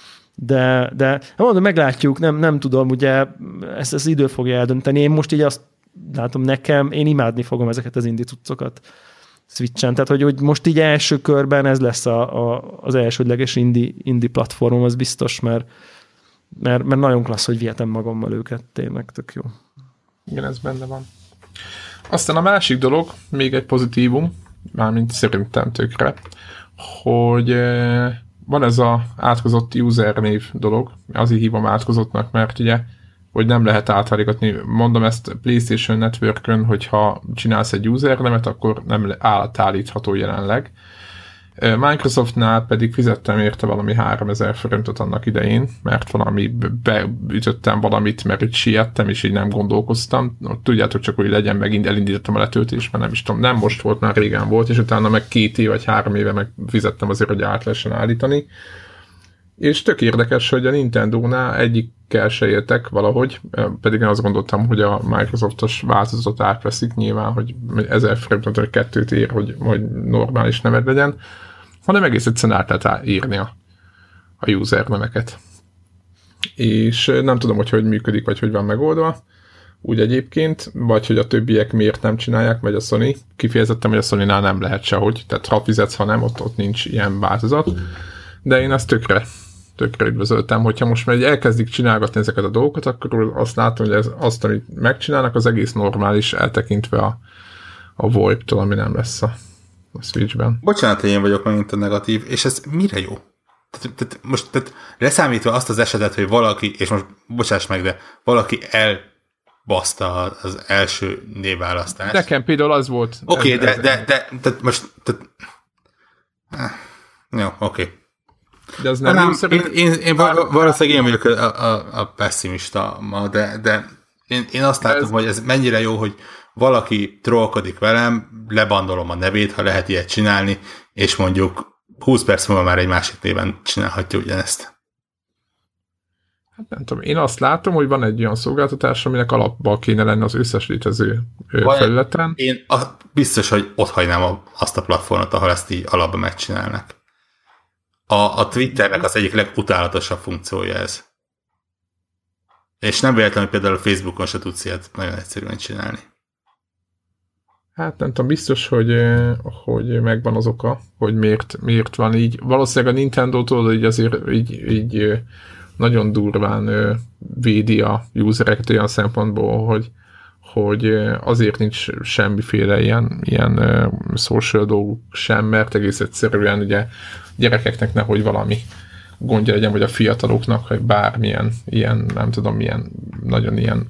De mondom, meglátjuk, nem tudom, ugye ezt az idő fogja eldönteni. Én most így azt látom nekem, én imádni fogom ezeket az indie cuccokat Switchen. Tehát, hogy most így első körben ez lesz az elsődleges indie platformom, az biztos, mert nagyon klassz, hogy vihetem magammal őket, tényleg tök jó. Igen, ez benne van. Aztán a másik dolog, még egy pozitívum, mármint szerintem tökre, hogy van ez az átkozott usernév dolog, azért hívom átkozottnak, mert ugye, hogy nem lehet átválogatni. Mondom ezt PlayStation Networkön, hogyha csinálsz egy usernevet, akkor nem átállítható jelenleg. Microsoftnál pedig fizettem érte valami 3000 forintot annak idején, mert valami beütöttem valamit, mert így siettem, és így nem gondolkoztam. Tudjátok csak, hogy legyen, megint elindítottam a letöltést, mert nem is tudom, nem most volt, már régen volt, és utána meg 2 év vagy 3 éve meg fizettem azért, hogy át lehessen állítani. És tök érdekes, hogy a Nintendo-nál egyikkel se éltek valahogy, pedig én azt gondoltam, hogy a Microsoftos változatot átveszik nyilván, hogy 1000 forintot vagy 2 ér, hogy normális neved legyen, hanem egész egyszerűen át lehet írni a user neveket. És nem tudom, hogy működik, vagy hogy van megoldva. úgy egyébként, vagy hogy a többiek miért nem csinálják, vagy a Sony. Kifejezettem, hogy a Sonynál nem lehet sehogy, tehát ha fizetsz, ha nem, ott nincs ilyen változat. De én ezt tökre üdvözöltem, hogyha most már elkezdik csinálgatni ezeket a dolgokat, akkor azt látom, hogy azt, amit megcsinálnak, az egész normális, eltekintve a VoIP-től, ami nem lesz a Switchben. Bocsánat, hogy én vagyok megint a negatív, és ez mire jó? Tehát leszámítva azt az esetet, hogy valaki, és most bocsáss meg, de valaki elbaszta az első névválasztást. Nekem például az volt. Oké, de most... Jó, oké. De az nem én valószínűleg én vagyok a pessimista ma, de én azt látom, hogy ez mennyire jó, hogy valaki trollkodik velem, lebandolom a nevét, ha lehet ilyet csinálni, és mondjuk 20 perc múlva már egy másik néven csinálhatja ugyanezt. Hát nem tudom, én azt látom, hogy van egy olyan szolgáltatás, aminek alapban kéne lenni az összes létező felületen. Én biztos, hogy ott hagynám azt a platformot, ahol ezt így alapban megcsinálnak. A Twitternek az egyik legutálatosabb funkciója ez. És nem véletlenül, hogy például a Facebookon se tudsz ilyet nagyon egyszerűen csinálni. Hát nem tudom, biztos, hogy megvan az oka, hogy miért van így. Valószínűleg a Nintendo-tól így azért így nagyon durván védi a usereket olyan szempontból, hogy azért nincs semmiféle ilyen social dolguk sem, mert egész egyszerűen ugye gyerekeknek nehogy valami gondja legyen, vagy a fiataloknak, vagy bármilyen ilyen, nem tudom, milyen, nagyon ilyen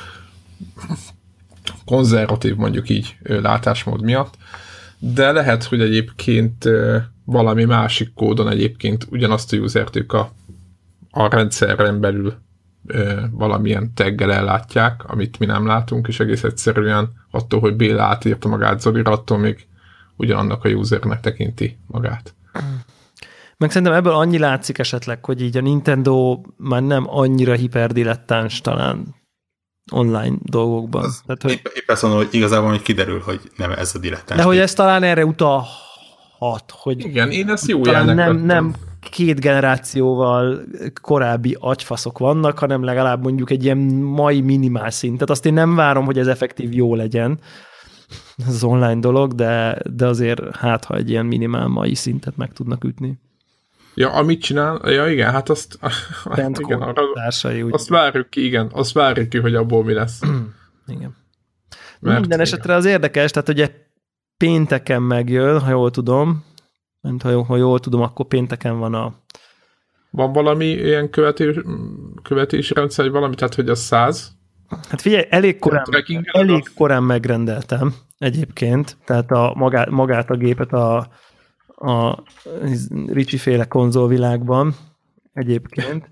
konzervatív mondjuk így látásmód miatt, de lehet, hogy egyébként valami másik kódon egyébként ugyanazt a usert ők a rendszeren belül valamilyen taggel ellátják, amit mi nem látunk, és egész egyszerűen attól, hogy Béla átírta magát Zolira, attól még ugyanannak a usernek tekinti magát. Meg szerintem ebből annyi látszik esetleg, hogy így a Nintendo már nem annyira hiperdilettáns talán online dolgokban. Tehát, hogy épp azt mondom, hogy igazából hogy kiderül, hogy nem ez a dilettáns. De hogy ez talán erre utalhat, hogy igen, én ezt jó nem 2 generációval korábbi agyfaszok vannak, hanem legalább mondjuk egy ilyen mai minimál szintet. Azt én nem várom, hogy ez effektív jó legyen, ez az online dolog, de azért hát, ha egy ilyen minimál mai szintet meg tudnak ütni. Ja, amit csinál, ja igen, hát azt igen, azt várjuk ki, igen, azt várjuk ki, hogy abból mi lesz. Igen. Mert minden esetre az érdekes, tehát ugye pénteken megjön, ha jól tudom, mert ha jól tudom, akkor pénteken van a... Van valami ilyen követési rendszer, vagy valami, tehát hogy az 100? Hát figyelj, elég korán megrendeltem egyébként, tehát magát a gépet a Ricsi-féle konzolvilágban egyébként.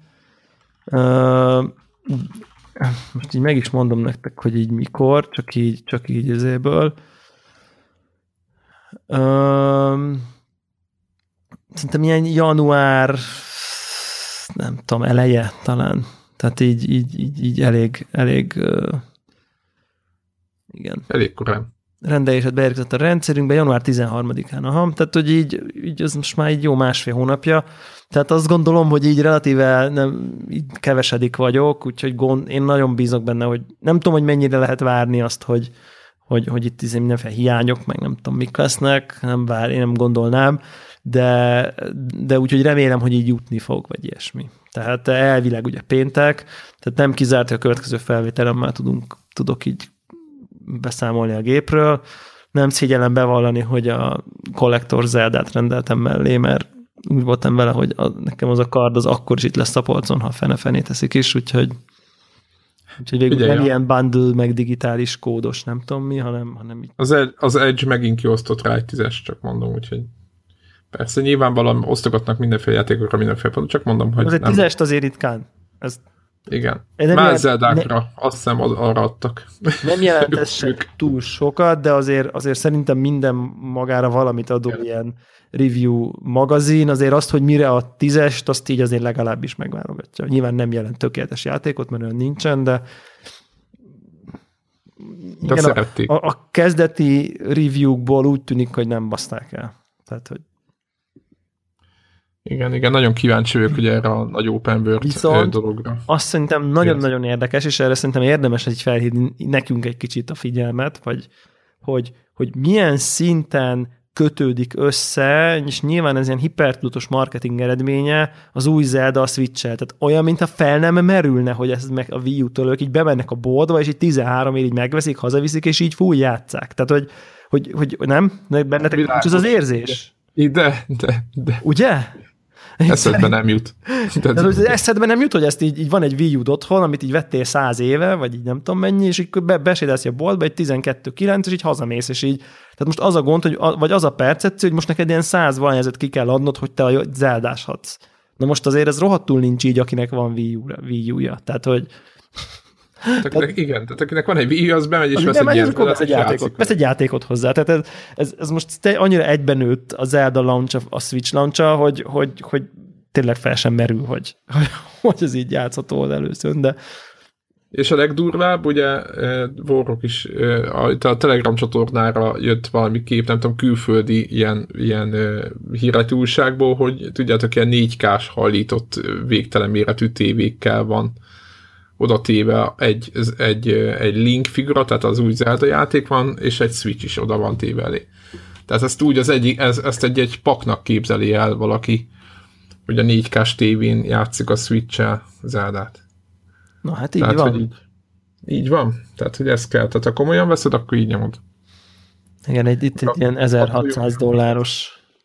Most így meg is mondom nektek, hogy így mikor, csak így ezéből. Szerintem ilyen január, nem tudom, eleje talán. Tehát így elég igen. Elég korán. Rendeléset beérkezett a rendszerünkbe január 13-án. Aha, tehát, hogy így az most már így jó 1,5 hónapja. Tehát azt gondolom, hogy így relatíve így kevesedik vagyok, úgyhogy én nagyon bízok benne, hogy nem tudom, hogy mennyire lehet várni azt, hogy itt mindenféle hiányok, meg nem tudom, mik lesznek, én nem gondolnám, de úgyhogy remélem, hogy így jutni fog, vagy ilyesmi. Tehát elvileg ugye péntek, tehát nem kizárt, hogy a következő felvételen már tudok így beszámolni a gépről. Nem szégyellem bevallani, hogy a Collector Zeldát rendeltem mellé, mert úgy voltam vele, hogy nekem az a kard az akkor is itt lesz a polcon, ha fene-fené teszik is, úgyhogy végül nem ilyen bundle, meg digitális kódos, nem tudom mi, hanem így. Az Edge megint kiosztott rá egy 10-es, csak mondom, úgyhogy persze nyilvánvalóan osztogatnak mindenféle játékokra, mindenféle pontot, csak mondom, hogy az egy 10-est azért ritkán. Igen. Már Zeldákra, azt hiszem arra adtak. Nem jelent ez se túl sokat, de azért szerintem minden magára valamit adó ilyen review magazin, azért azt, hogy mire a 10-est, azt így azért legalábbis megválogatja. Nyilván nem jelent tökéletes játékot, mert olyan nincsen, de igen, szerették. A kezdeti review-kból úgy tűnik, hogy nem baszták el. Tehát, hogy Igen, nagyon kíváncsi vagyok ugye erre a nagy open world dologra. Azt szerintem nagyon-nagyon érdekes, és erre szerintem érdemes egy felhívni nekünk egy kicsit a figyelmet, hogy milyen szinten kötődik össze, és nyilván ez ilyen hipertudatos marketing eredménye az új Zelda a Switch-el. Tehát olyan, mintha fel nem merülne, hogy ez meg a Wii U-tól ők így bemennek a boltba, és így 13 év így megveszik, hazaviszik, és így fúj játsszák. Tehát, hogy nem? Bennetek nincs az érzés? De. Ugye? Eszedbe nem jut. Tehát eszedbe nem jut, hogy ezt így van egy Wii U otthon, amit így vettél 100 éve, vagy így nem tudom mennyi, és így besédelsz a boltba egy 12.9, és így hazamész, és így. Tehát most az a gond, vagy az a percepció, hogy most neked ilyen 100 valanyezet ki kell adnod, hogy te a zeldáshatsz. Na most azért ez rohadtul nincs így, akinek van Wii U-ja. Tehát, hogy igen, tehát akinek van egy Wii, az bemegy és vesz egy ilyen játékot. Vesz egy játékot hozzá. Tehát ez most annyira egybenőtt a Zelda launch, a Switch launch-a, hogy tényleg fel sem merül, hogy ez így játszható először, de... És a legdurvább, ugye Warrock is a Telegram csatornára jött valami kép, nem tudom, külföldi ilyen hírleti újságból, hogy tudjátok, ilyen 4K-s hajlított végtelen méretű tévékkel van oda téve egy Link figura, tehát az új Zelda játék van, és egy Switch is oda van téve elé. Tehát ezt úgy ezt egy paknak képzeli el valaki, hogy a 4K-s tévén játszik a Switch-el Zeldát. Na hát így tehát, van. Így van. Tehát, hogy ezt kell. Tehát ha komolyan veszed, akkor így nyomod. Igen, itt ilyen $1600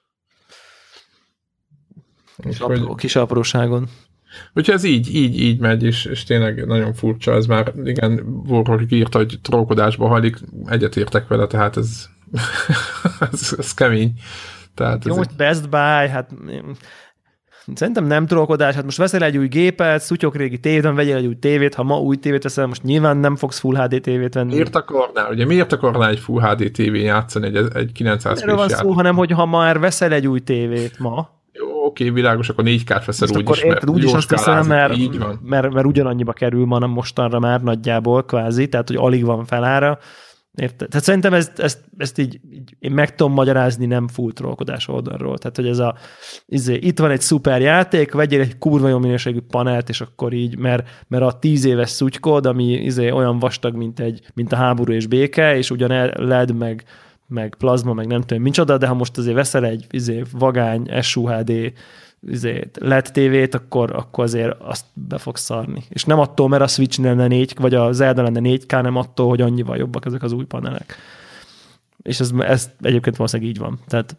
kis apróságon. Úgyhogy ez így megy, és tényleg nagyon furcsa. Ez már, igen, Warhol írta, hogy trollkodásba hajlik, egyetértek vele, tehát ez kemény. Tehát jó, most Best Buy, hát szerintem nem trollkodás, hát most veszel egy új gépet, szutyok régi tévében, vegyél egy új tévét, ha ma új tévét veszel, most nyilván nem fogsz Full HD tévét venni. Miért akarnál egy Full HD tévén játszani egy 900 p-s van szó, hanem hogy ha már veszel egy új tévét ma, jó, oké, világos, akkor 4K-t veszel úgyis, mert úgyis azt hiszem, mert ugyanannyiba kerül ma mostanra már nagyjából kvázi, tehát hogy alig van felára. Érted? Tehát szerintem ezt így én meg tudom magyarázni nem full trollkodás oldalról. Tehát, hogy ez itt van egy szuper játék, vegyél egy kurva jó minőségű panelt, és akkor így, mert a 10 éves szutykod, ami olyan vastag, mint a háború és béke, és ugyan LED, meg plazma, meg nem tudom micsoda, de ha most azért veszel egy vagány SUHD LED tévét, akkor azért azt be fogsz szarni. És nem attól, mert a Switch lenne 4, vagy a Zelda lenne 4K, nem attól, hogy annyival jobbak ezek az új panelek. És ez egyébként valószínűleg így van. Tehát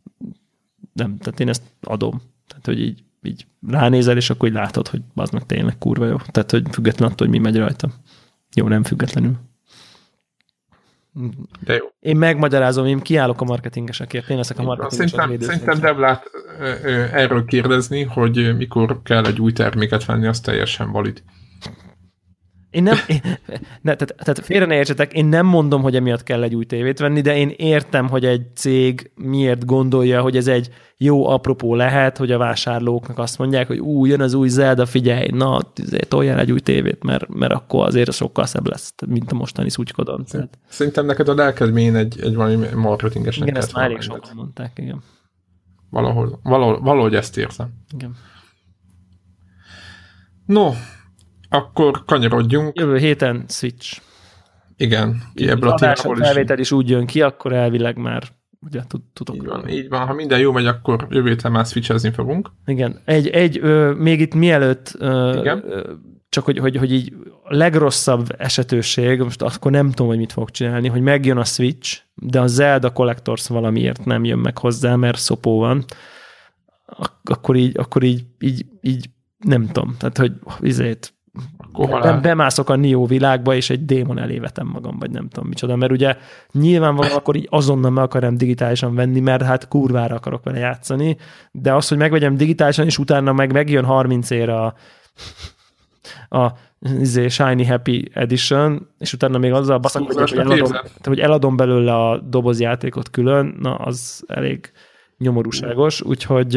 én ezt adom. Tehát, hogy így ránézel, és akkor így látod, hogy az meg tényleg kurva jó. Tehát, hogy független attól, hogy mi megy rajta. Jó, nem függetlenül. De jó. Én megmagyarázom, én kiállok a marketingesekért, én leszek a marketingesek védőszék. Szerintem Devlát erről kérdezni, hogy mikor kell egy új terméket venni, az teljesen valid. Tehát félre ne értsetek, én nem mondom, hogy emiatt kell egy új tévét venni, de én értem, hogy egy cég miért gondolja, hogy ez egy jó apropó lehet, hogy a vásárlóknak azt mondják, hogy jön az új Zelda, figyelj, na, toljál egy új tévét, mert akkor azért sokkal szebb lesz, mint a mostani szutykodon. Szerintem neked a lelkedmény egy valami marketingesnek. Igen, ezt már elég sokan mondták, igen. Valahogy ezt érzem. Igen. No, akkor kanyarodjunk. Jövő héten Switch. Igen. Ebből a témából is. Felvétel is úgy jön ki, akkor elvileg már ugye tudok. Így van. Ha minden jó megy, akkor jövő héten már switchezni fogunk. Igen. Még itt mielőtt csak hogy így a legrosszabb esetőség, most akkor nem tudom, hogy mit fog csinálni, hogy megjön a Switch, de a Zelda Collectors valamiért nem jön meg hozzá, mert szopó van. Akkor így nem tudom. Tehát, hogy bemászok a Neo világba, és egy démon elé vetem magam, vagy nem tudom micsoda, mert ugye nyilvánvalóan akkor így azonnal meg akarom digitálisan venni, mert hát kurvára akarok vele játszani, de az, hogy megvegyem digitálisan, és utána megjön 30 ér a Shiny Happy Edition, és utána még azzal baszakodjak, hogy eladom belőle a dobozjátékot külön, na az elég nyomorúságos, úgyhogy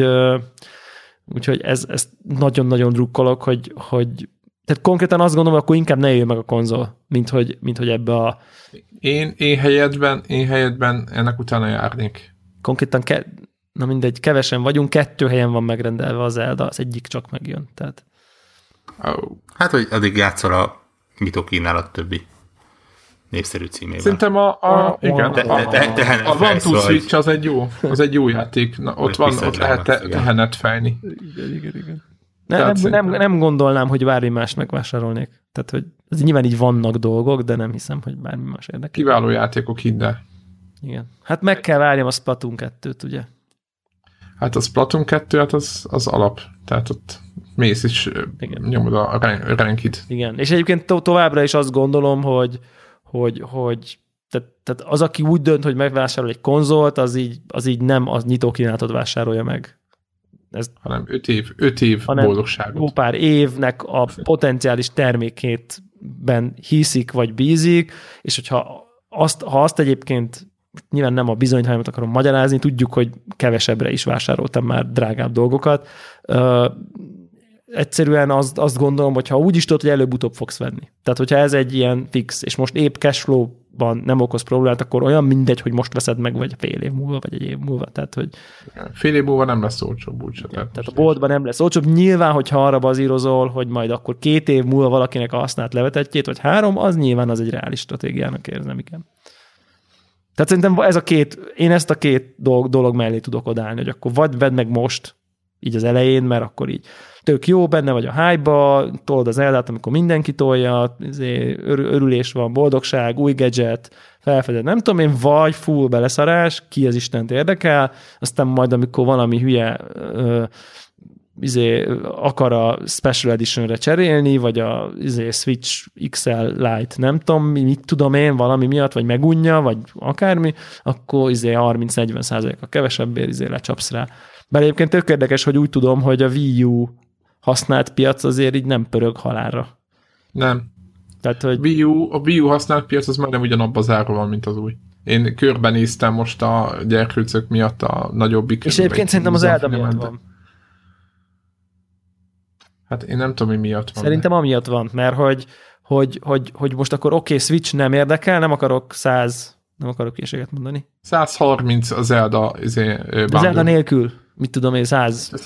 ez nagyon-nagyon drukkolok, hogy tehát konkrétan azt gondolom, akkor inkább ne jöjjön meg a konzol, mint hogy ebbe a... Én helyetben ennek utána járnék. Konkrétan Na mindegy, kevesen vagyunk, 2 helyen van megrendelve az Zelda, az egyik csak megjön. Tehát... Hát, hogy addig játszol a mitokínálat többi népszerű címével. Szerintem igen, a One to Switch az egy jó játék. Na, ott lehet tehenet fejni. Igen. Nem gondolnám, hogy bármi mást megvásárolnék. Tehát, hogy ez nyilván így vannak dolgok, de nem hiszem, hogy bármi más érdekel. Kiváló játékok, hidd el. Igen. Hát meg kell várjam a Splatoon 2-t, ugye? Hát a Splatoon 2, hát az alap. Tehát ott mész is, nyomod a rankit. Igen, és egyébként továbbra is azt gondolom, hogy tehát az, aki úgy dönt, hogy megvásárol egy konzolt, az így nem az nyitókínálatot vásárolja meg. Hanem 5 év boldogságot. Jó pár évnek a potenciális termékétben hiszik, vagy bízik, és hogyha azt egyébként nyilván nem a bizonytalanat akarom magyarázni, tudjuk, hogy kevesebbre is vásároltam már drágább dolgokat. Egyszerűen azt gondolom, hogy ha úgy is tudod, hogy előbb-utóbb fogsz venni. Tehát, hogyha ez egy ilyen fix, és most épp cashflow-ban nem okoz problémát, akkor olyan mindegy, hogy most veszed meg, vagy fél év múlva, vagy egy év múlva. Tehát, hogy... Fél év múlva nem lesz olcsóbb úgyse. Tehát a boltban nem lesz olcsóbb. Nyilván, hogyha arra bazírozol, hogy majd akkor 2 év múlva valakinek a használt levetettjét, vagy 3, az nyilván az egy reális stratégiának érzem, igen. Tehát szerintem én ezt a 2 dolog mellé tudok odállni, hogy akkor vagy vedd meg most, így az elején, mert akkor így tök jó, benne vagy a hype-ba, tolod az Eldát, amikor mindenki tolja, örülés van, boldogság, új gadget, felfeded, nem tudom én, vagy full beleszarás, ki az Istent érdekel, aztán majd, amikor valami hülye akar a Special Edition-re cserélni, vagy a Switch XL Lite, nem tudom, mit tudom én, valami miatt, vagy megunja, vagy akármi, akkor 30-40%-a kevesebbért lecsapsz rá. Bár egyébként tök érdekes, hogy úgy tudom, hogy a Wii U használt piac azért így nem pörög halálra. Nem. Tehát, hogy... A Wii U használt piac az már nem ugyanabba zárva van, mint az új. Én körbenéztem most a gyerkőcök miatt a nagyobbik. És egyébként szerintem az Zelda miatt van. Hát én nem tudom, mi miatt van. Szerintem amiatt van, mert hogy most akkor oké, Switch nem érdekel, nem akarok készséget mondani. 130 a Zelda a Zelda nélkül, mit tudom én,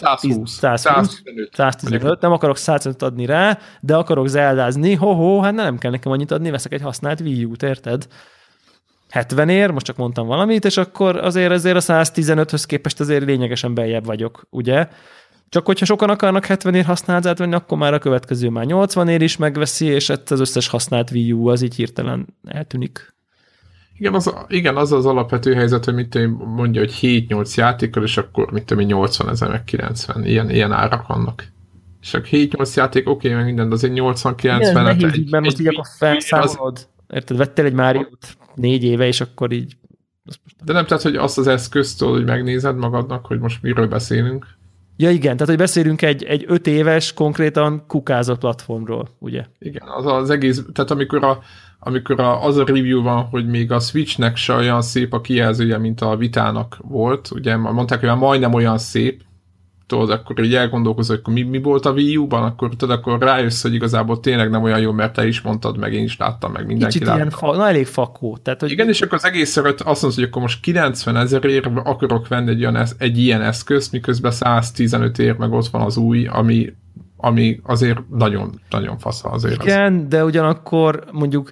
115, nem akarok 105 adni rá, de akarok zeldázni, hát nem kell nekem annyit adni, veszek egy használt Wii U-t, érted? 70-ér, most csak mondtam valamit, és akkor azért a 115-höz képest azért lényegesen beljebb vagyok, ugye? Csak hogyha sokan akarnak 70-ér használt venni, akkor már a következő már 80-ér is megveszi, és az összes használt Wii U az így hirtelen eltűnik. Igen, az az alapvető helyzet, hogy mondja, hogy 7-8 játékkal, és akkor 80 000 meg 90. Ilyen árak vannak. És akkor 7-8 játék, oké, meg minden, de azért 80-90. Mert most így akkor felszámolod. Érted, vettél egy Máriót 4 éve, és akkor így... De nem tehát, hogy azt az eszközt, hogy megnézed magadnak, hogy most miről beszélünk. Ja igen, tehát hogy beszélünk egy 5 éves konkrétan kukázott platformról, ugye? Igen, az egész, tehát amikor az a review van, hogy még a Switchnek se olyan szép a kijelzője, mint a Vitának volt, ugye mondták, hogy majdnem olyan szép, tudod, akkor így elgondolkozol, hogy mi volt a Wii U-ban, akkor rájössz, hogy igazából tényleg nem olyan jó, mert te is mondtad, meg én is láttam, meg mindenki látta. Kicsit ilyen elég fakó. Tehát, hogy... Igen, és akkor az egész azt mondod, hogy akkor most 90 000-ért akarok venni egy ilyen eszközt, miközben 115 ér meg ott van az új, ami azért nagyon, nagyon fasz azért. Igen, az. De ugyanakkor mondjuk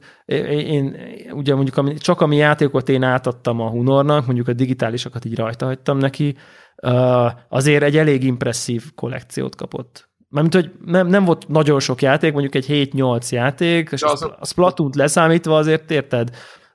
csak ami játékot én átadtam a Hunornak, mondjuk a digitálisakat így rajta hagytam neki, azért egy elég impresszív kollekciót kapott. Mármint, hogy nem volt nagyon sok játék, mondjuk egy 7-8 játék, és a Splatoon-t leszámítva azért érted?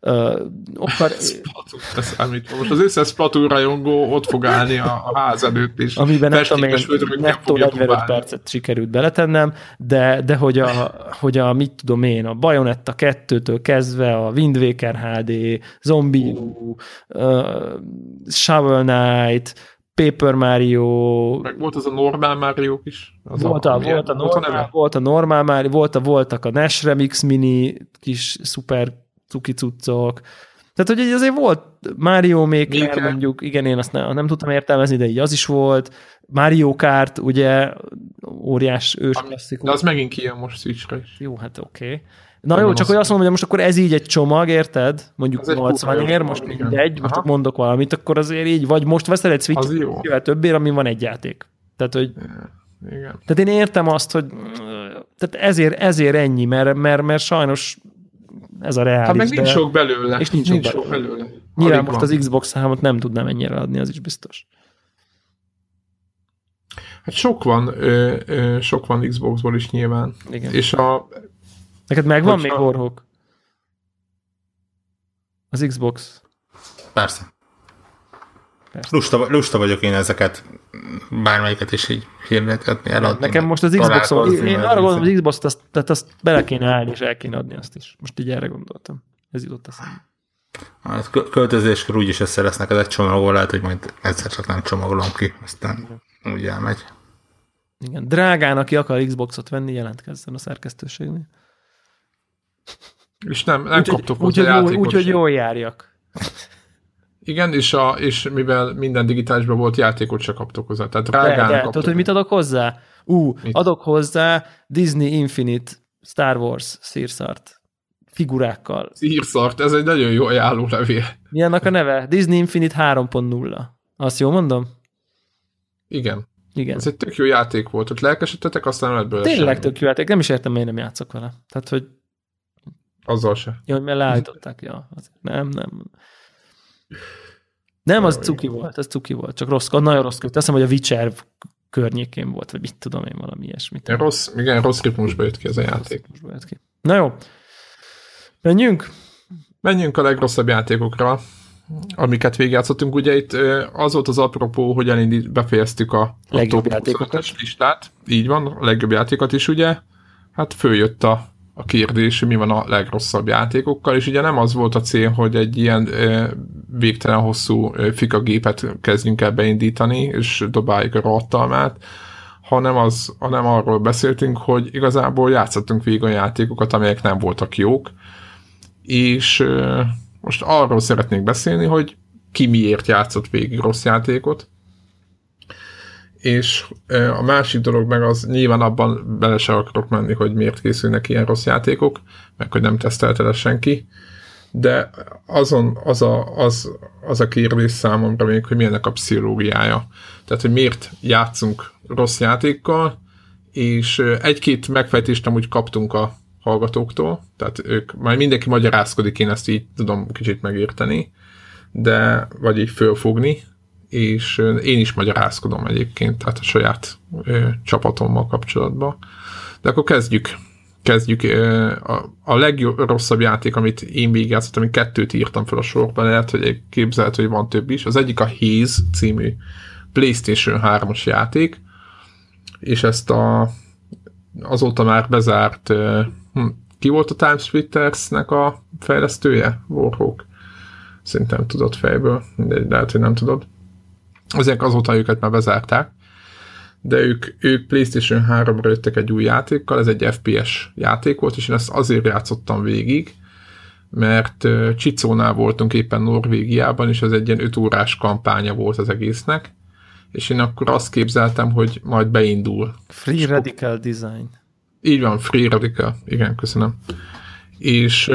Most az összes Splatoon rajongó ott fog állni a ház előtt, és amiben nettó 45 percet sikerült beletennem, de hogy a mit tudom én, a Bayonetta 2-től kezdve a Wind Waker HD, Zombie U, Shovel Knight, Paper Mario... Meg volt az a normál Mario is? Volt a normál Mario, voltak a NES Remix Mini kis szuper cuki cuccok. Tehát, hogy azért volt Mario Maker, mondjuk, igen, én azt nem tudtam értelmezni, de így az is volt. Mario Kart, ugye, óriás ős klasszikus. De az megint kijön most Switchre is. Jó, hát oké. Na jó, csak hogy azt mondom, hogy most akkor ez így egy csomag, érted? Mondjuk 80 ér, most mindegy, most csak mondok valamit, akkor azért így, vagy most veszel egy Switch-vel többért, amin van egy játék. Tehát, hogy... Igen. Tehát én értem azt, hogy tehát ezért ennyi, mert sajnos ez a reális. Hát meg nincs sok belőle. És nincs sok belőle. Nyilván most az Xbox számot nem tudnám ennyire adni, az is biztos. Hát sok van Xboxból is nyilván. Igen. És neked megvan még Warhawk? Az Xbox? Persze. Lusta vagyok én ezeket, bármelyiket is így hirdetgetni, eladni. Nekem most az Xboxon, én arra gondolom, hogy az Xbox-t azt bele kéne állni, és el kéne adni azt is. Most így erre gondoltam. Ez jutott eszembe. Hát költözéskor úgyis össze lesz neked egy csomagol, lehet, hogy majd egyszer csak nem csomagolom ki, aztán úgy elmegy. Igen, drágán, aki akar Xboxot venni, jelentkezzen a szerkesztőségnél. És nem kaptok hozzá játékot. Úgyhogy jól járjak. Igen, és mivel minden digitálisban volt, játékot se kaptok hozzá. Tehát drágán kaptok. Tudod, hogy mit adok hozzá? Adok hozzá Disney Infinite Star Wars szírszart. Figurákkal. Szírszart, ez egy nagyon jó ajánlólevél. Mi annak a neve? Disney Infinite 3.0. Azt jól mondom? Igen. Ez egy tök jó játék volt. Ott lelkesedtetek, aztán lett belőle. Tényleg tök jó játék. Nem is értem, miért nem játszok vele. Tehát, hogy... Azzal se. Jó, mert leállították. Ja, nem. Nem, az cuki volt. Csak nagyon rossz köt. Azt hiszem, hogy a Witcher környékén volt, vagy mit tudom én, valami ilyesmit. Rossz ritmusba jött ki ez a játék. Na jó. Menjünk a legrosszabb játékokra, amiket végigjátszottunk. Ugye itt az volt az apropó, hogy befejeztük a legjobb játékokat listát. Így van, a legjobb játékot is, ugye. Hát följött a kérdés, hogy mi van a legrosszabb játékokkal, és ugye nem az volt a cél, hogy egy ilyen végtelen hosszú fikagépet kezdjünk el beindítani, és dobáljuk a rottalmát, hanem arról beszéltünk, hogy igazából játszottunk végig a játékokat, amelyek nem voltak jók, és most arról szeretnék beszélni, hogy ki miért játszott végig rossz játékot, és a másik dolog meg az, nyilván abban bele se akarok menni, hogy miért készülnek ilyen rossz játékok, meg hogy nem tesztelte le senki, de az a kérdés számomra még, hogy milyennek a pszichológiája. Tehát, hogy miért játszunk rossz játékkal, és egy-két megfejtést amúgy kaptunk a hallgatóktól, tehát majd mindenki magyarázkodik, én ezt így tudom kicsit megérteni, vagy így fölfogni, és én is magyarázkodom egyébként, tehát a saját csapatommal kapcsolatban. De akkor kezdjük. A legrosszabb játék, amit én végigjátszottam, én 2 írtam fel a sorban, lehet, hogy képzelhető, hogy van több is. Az egyik a Haze című PlayStation 3-as játék, és ezt azóta már bezárt, ki volt a Timesplitters-nek a fejlesztője? Warhawk. Szerintem tudod fejből, de lehet, hogy nem tudod. Azért azóta őket már bezárták, de ők PlayStation 3-ra jöttek egy új játékkal, ez egy FPS játék volt, és én ezt azért játszottam végig, mert Csicónál voltunk éppen Norvégiában, és ez egy ilyen 5 órás kampánya volt az egésznek, és én akkor azt képzeltem, hogy majd beindul. Free Radical Design. Így van, Free Radical. Igen, köszönöm. És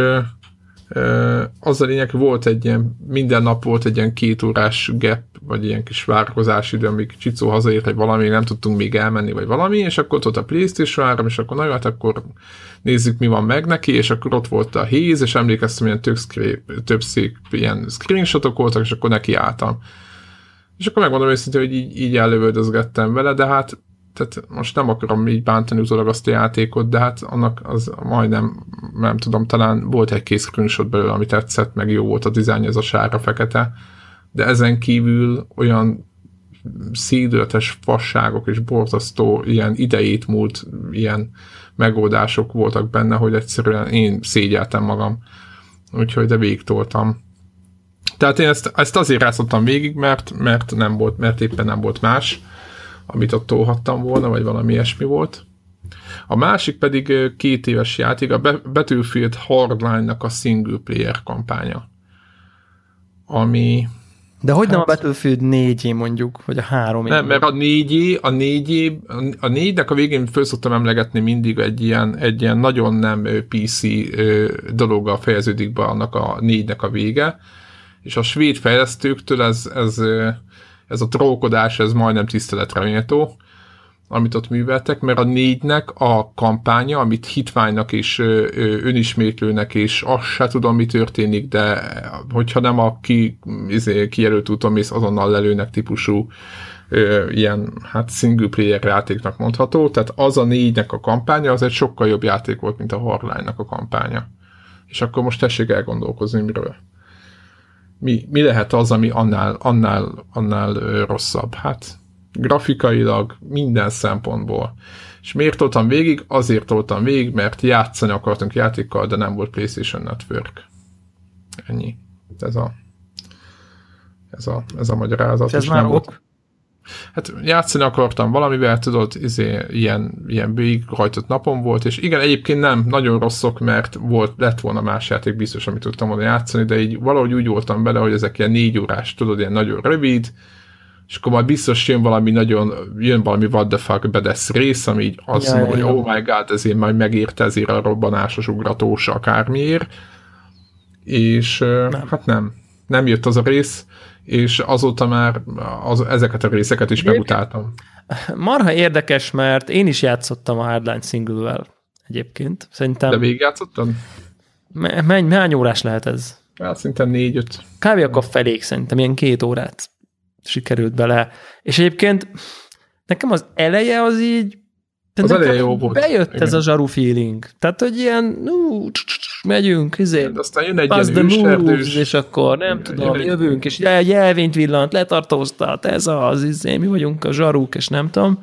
az a lényeg, volt egy ilyen, minden nap volt egy ilyen 2 órás gap, vagy ilyen kis várakozási idő, amíg Csicó hazaért, hogy valami, nem tudtunk még elmenni, vagy valami, és akkor ott a PlayStation 3, és akkor na jó, hát akkor nézzük, mi van meg neki, és akkor ott volt a Haze, és emlékeztem, ilyen több szép ilyen screenshotok voltak, és akkor neki álltam. És akkor megmondom őszintén, hogy így ellövöldözgettem vele, de hát tehát most nem akarom így bántani utólag azt a játékot, de hát annak az majdnem, nem tudom, talán volt egy kész screenshot belőle, ami tetszett, meg jó volt a dizájn, ez a sárga-fekete, de ezen kívül olyan szédületes fasságok és borzasztó ilyen idejét múlt ilyen megoldások voltak benne, hogy egyszerűen én szégyeltem magam. Úgyhogy de végigtoltam. Tehát én ezt azért játszottam végig, mert éppen nem volt más, amit ott tolhattam volna, vagy valami ilyesmi volt. A másik pedig 2 éves játék, a Battlefield Hardline-nak a single player kampánya. Ami... De hogy nem a Battlefield 4 mondjuk, vagy a 3 Nem, mert a 4-nek a végén föl szoktam emlegetni mindig egy ilyen nagyon nem PC dologgal fejeződik be annak a 4-nek a vége, és a svéd fejlesztőktől ez a trollkodás, ez majdnem tiszteletre méltó, amit ott műveltek, mert a 4-nek a kampánya, amit hitványnak és önismétlőnek, és azt se tudom, mi történik, de hogyha nem a kijelölt úton mész, azonnal lelőnek típusú ilyen single player játéknak mondható, tehát az a 4-nek a kampánya, az egy sokkal jobb játék volt, mint a Hardline-nak a kampánya. És akkor most tessék elgondolkozni, miről. Mi lehet az, ami annál rosszabb? Hát grafikailag, minden szempontból. És miért toltam végig? Azért toltam végig, mert játszani akartunk játékkal, de nem volt PlayStation Network. Ennyi. Ez a magyarázat. És ez már ok? Hát játszani akartam valamivel, tudod, ilyen végighajtott napom volt, és igen, egyébként nem, nagyon rosszok, mert lett volna más játék biztos, amit tudtam volna játszani, de így valahogy úgy voltam bele, hogy ezek ilyen 4 órás, tudod, ilyen nagyon rövid, és akkor majd biztos jön valami what the fuck bedesz rész, ami így azt mondom, hogy oh my god, ezért majd megérte ezért a robbanásos, ugratós akármiért, és hát nem jött az a rész, és azóta már ezeket a részeket is megutáltam. Marha érdekes, mert én is játszottam a Hardline single-vel egyébként. Szerintem... De végigjátszottad? Hány órás lehet ez? Hát szerintem 4-5. Kb. Akkor felék szerintem, ilyen 2 órát sikerült bele. És egyébként nekem az eleje az így az eleje jó volt. Bejött igen. Ez a zsaru feeling. Tehát, hogy ilyen megyünk, aztán jön egy ilyen őserdős, és akkor nem tudom, jövünk, és jelvényt villant, letartóztat, ez az, mi vagyunk a zsaruk, és nem tudom.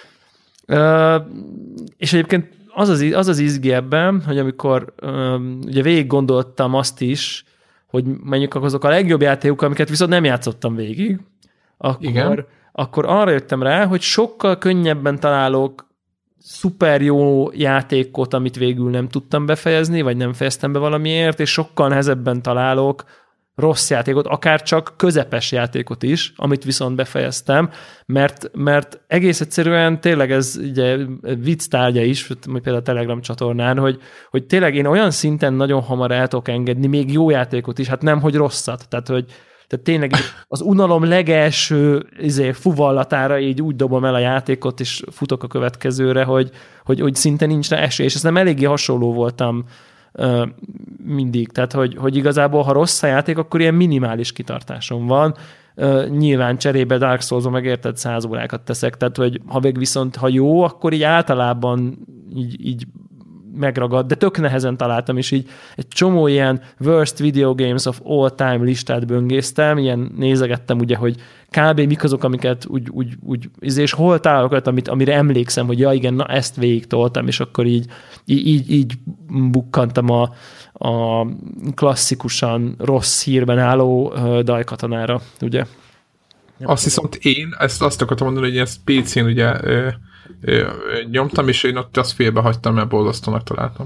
És egyébként az az izgi ebben, hogy amikor ugye végig gondoltam azt is, hogy mondjuk azok a legjobb játékok, amiket viszont nem játszottam végig, akkor arra jöttem rá, hogy sokkal könnyebben találok szuper jó játékot, amit végül nem tudtam befejezni, vagy nem fejeztem be valamiért, és sokkal nehezebben találok rossz játékot, akár csak közepes játékot is, amit viszont befejeztem, mert egész egyszerűen tényleg ez ugye vicc tárgya is, például a Telegram csatornán, hogy tényleg én olyan szinten nagyon hamar el tudok engedni még jó játékot is, hát nem, hogy rosszat. Tehát tényleg az unalom legelső fuvallatára így úgy dobom el a játékot, és futok a következőre, hogy szinte nincs rá esély, és ezt nem eléggé hasonló voltam mindig. Tehát, hogy igazából, ha rossz a játék, akkor ilyen minimális kitartásom van. Nyilván cserébe Dark Souls-on megérted 100 órákat teszek, tehát, hogy ha jó, akkor így általában így megragad, de tök nehezen találtam, és így egy csomó ilyen worst video games of all time listát böngésztem, ilyen nézegettem ugye, hogy kb. Mik azok, amiket úgy és hol találok olyat, amire emlékszem, hogy ja igen, na ezt végig toltam, és akkor így bukkantam a klasszikusan rossz hírben álló Daikatanára, ugye? Azt viszont én, azt akartam mondani, hogy ezt PC-n ugye nyomtam, és én ott azt félbehagytam, mert borzasztónak találtam.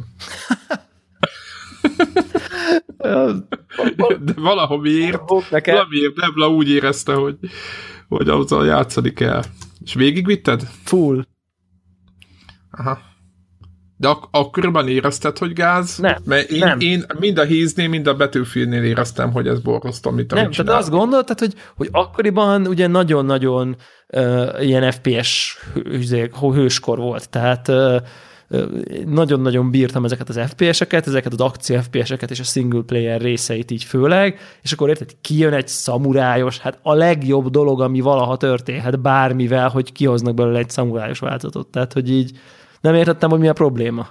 De valamiért Debla úgy érezte, hogy azzal játszani kell. És végigvitted? Full. Aha. De akkoriban érezted, hogy gáz? Nem. Mert én mind a Híznél, mind a Battlefieldnél éreztem, hogy ez borzasztó, amit nem, tehát azt gondoltad, hogy akkoriban ugye nagyon-nagyon ilyen FPS hőskor volt, tehát nagyon-nagyon bírtam ezeket az FPS-eket, ezeket az akció FPS-eket és a single player részeit így főleg, és akkor érted, kijön egy szamurájos, hát a legjobb dolog, ami valaha történhet bármivel, hogy kihoznak belőle egy szamurájos változatot, tehát hogy így nem értettem, hogy mi a probléma.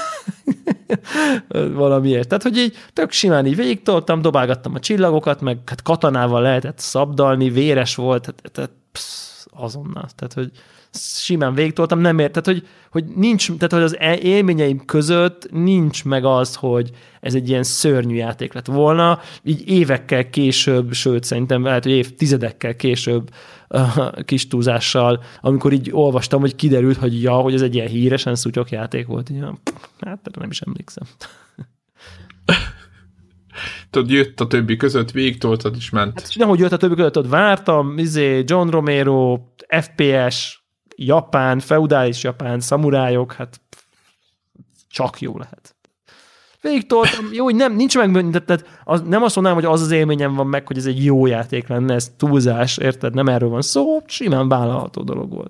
Valamiért. Tehát, hogy így tök simán így végigtoltam, dobálgattam a csillagokat, meg hát katanával lehetett szabdalni, véres volt, azonnal. Tehát, hogy simán végigtoltam, nem ért. Tehát, hogy nincs, tehát, hogy az élményeim között nincs meg az, hogy ez egy ilyen szörnyű játék lett volna, így évekkel később, sőt, szerintem lehet, hogy évtizedekkel később kis túlzással, amikor így olvastam, hogy kiderült, hogy ez egy ilyen híresen szutyok játék volt. Ja, hát nem is emlékszem. tudod, jött a többi között, végigtoltad is ment. Hát, nehogy jött a többi között, ott vártam, John Romero, FPS, Japán, feudális Japán, szamurájok, hát csak jó lehet. Végigtoltam, jó, hogy nincs meg, tehát nem azt mondanám, hogy az élményem van meg, hogy ez egy jó játék lenne, ez túlzás, érted? Nem erről van szó, simán vállalható dolog volt.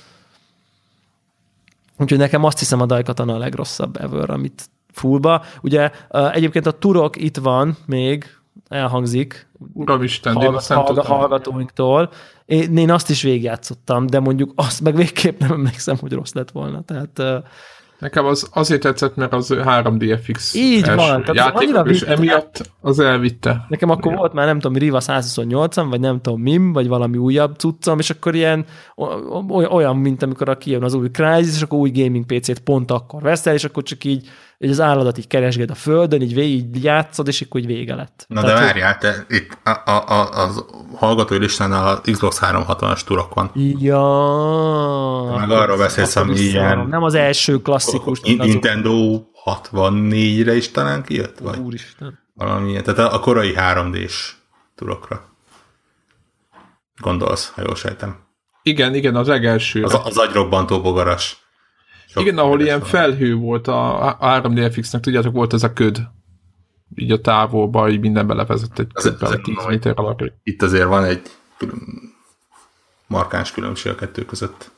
Úgyhogy nekem azt hiszem a Daikatana a legrosszabb ever, amit fullba. Ugye egyébként a Turok itt van még, elhangzik. Uramisten, hallgatóinktól. Én azt is végigjátszottam, de mondjuk azt meg végképp nem emlékszem, hogy rossz lett volna. Tehát... Nekem azért tetszett, mert az 3DFX így van, játék, és emiatt az elvitte. Nekem akkor volt már nem tudom, Riva 128-am, vagy nem tudom MIM, vagy valami újabb cuccam, és akkor ilyen olyan, mint amikor kijön az új Crysis, és akkor új gaming PC-t pont akkor veszel, és akkor csak így az álladat így keresgéd a földön, így végig játszod, és akkor így vége lett. Na tehát, de várjál, te itt az hallgatói listán a Xbox 360-as Turok van. Ja. Meg arról beszélsz, ami ilyen... Nem az első klasszikus. Nintendo 64-re is talán kijött? Vagy? Úristen. Valami ilyen. Tehát a korai 3D-s Turokra. Gondolsz, ha jól sejtem. Igen, az legelső. Az agyrobbantó bogaras. Igen, ahol ilyen felhő volt a 3DFX-nek, tudjátok, volt ez a köd. Így a távolba, így minden belevezett egy 10 méter alatt. Itt azért van egy markáns különbség a kettő között.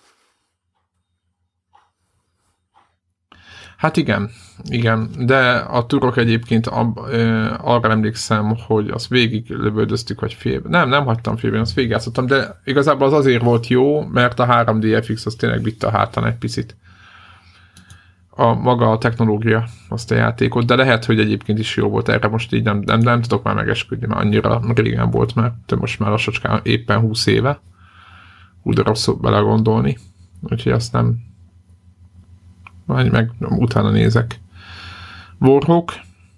Hát igen, de a Turok egyébként arra emlékszem, hogy azt végig lövöldöztük, vagy félben. Nem hagytam félben, azt végigjátszottam, de igazából az azért volt jó, mert a 3DFX az tényleg vitte a hátán egy picit. Maga a technológia, azt a játékot, de lehet, hogy egyébként is jó volt erre, most így nem tudok már megesküdni, mert annyira régen volt már, de most már lassacskán éppen 20 éve. Úgy de rosszul belegondolni. Úgyhogy azt nem meg utána nézek. Warhawk?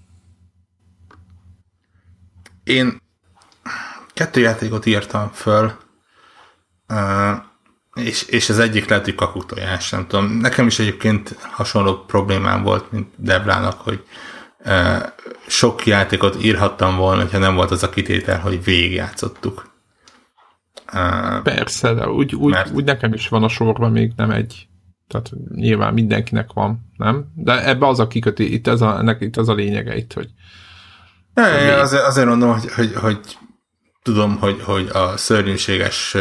Én 2 játékot írtam föl, és az egyik lehet, hogy kakuktojás, nem tudom. Nekem is egyébként hasonló problémám volt, mint Deblának, hogy sok játékot írhattam volna, ha nem volt az a kitétel, hogy végigjátszottuk. Persze, de úgy nekem is van a sorban még nem egy. Tehát nyilván mindenkinek van, nem? De ebbe az a kiköti, ennek itt az a lényege itt, hogy... Azért mondom, hogy tudom, hogy a szörnyűséges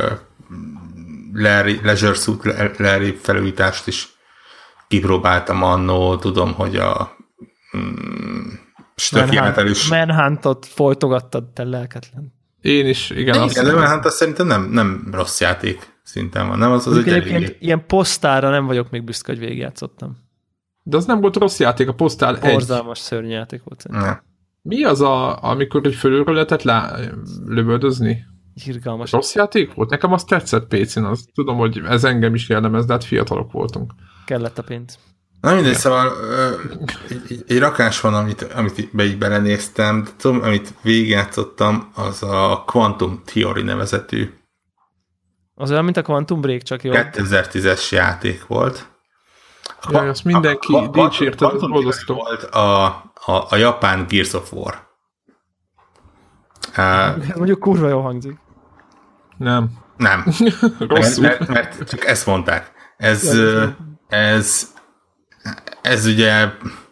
Leisure Suit Larry felújítást is kipróbáltam annó, tudom, hogy a Stöki által is... Manhuntot folytogattad, te lelketlen. Én is, igen. Igen, de Manhunt azt szerintem nem rossz játék szinten van, nem? Az egyébként ilyen posztálra nem vagyok még büszke, hogy végigjátszottam. De az nem volt rossz játék, a posztál borzalmas szörny játék volt szerintem. Mi az amikor egy fölülről lehetett lövöldözni? Irgalmas. Rossz játék volt? Nekem azt tetszett PC-n, azt tudom, hogy ez engem is jellemez, de hát fiatalok voltunk. Kellett a pénz. Na mindegy, szóval egy rakás van, amit így belenéztem, de tudom, amit végigjátszottam, az a Quantum Theory nevezetű. Az olyan, mint a Quantum Break, csak jó. 2010-es játék volt. Jaj, azt mindenki dicsérte, az borzasztó. Volt a japán Gears of War. Ez mondjuk kurva jól hangzik. Nem. Rosszul. Mert csak ezt mondták. Ez ugye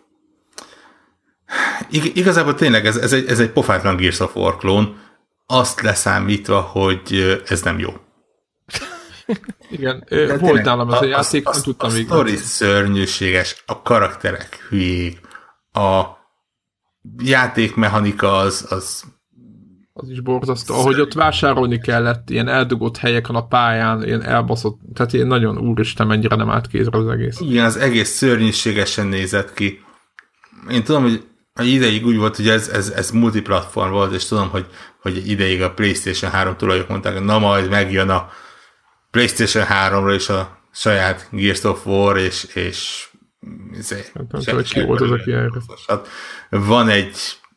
igazából tényleg ez egy pofátlan Gears of War klón, azt leszámítva, hogy ez nem jó. Igen, volt nálam ez a játék, nem tudtam végig. A sztori szörnyűséges, a karakterek hülyék, a játékmechanika az is borzasztó. Ahogy ott vásárolni kellett, ilyen eldugott helyeken a pályán, ilyen elbaszott, tehát ilyen nagyon úristen, mennyire nem állt kézre az egész. Igen, az egész szörnyűségesen nézett ki. Én tudom, hogy ideig úgy volt, hogy ez multiplatform volt, és tudom, hogy egy ideig a PlayStation 3 tulajok mondták, hogy na majd megjön a PlayStation 3-ra is a saját Gears of War, és ki volt az, aki van egy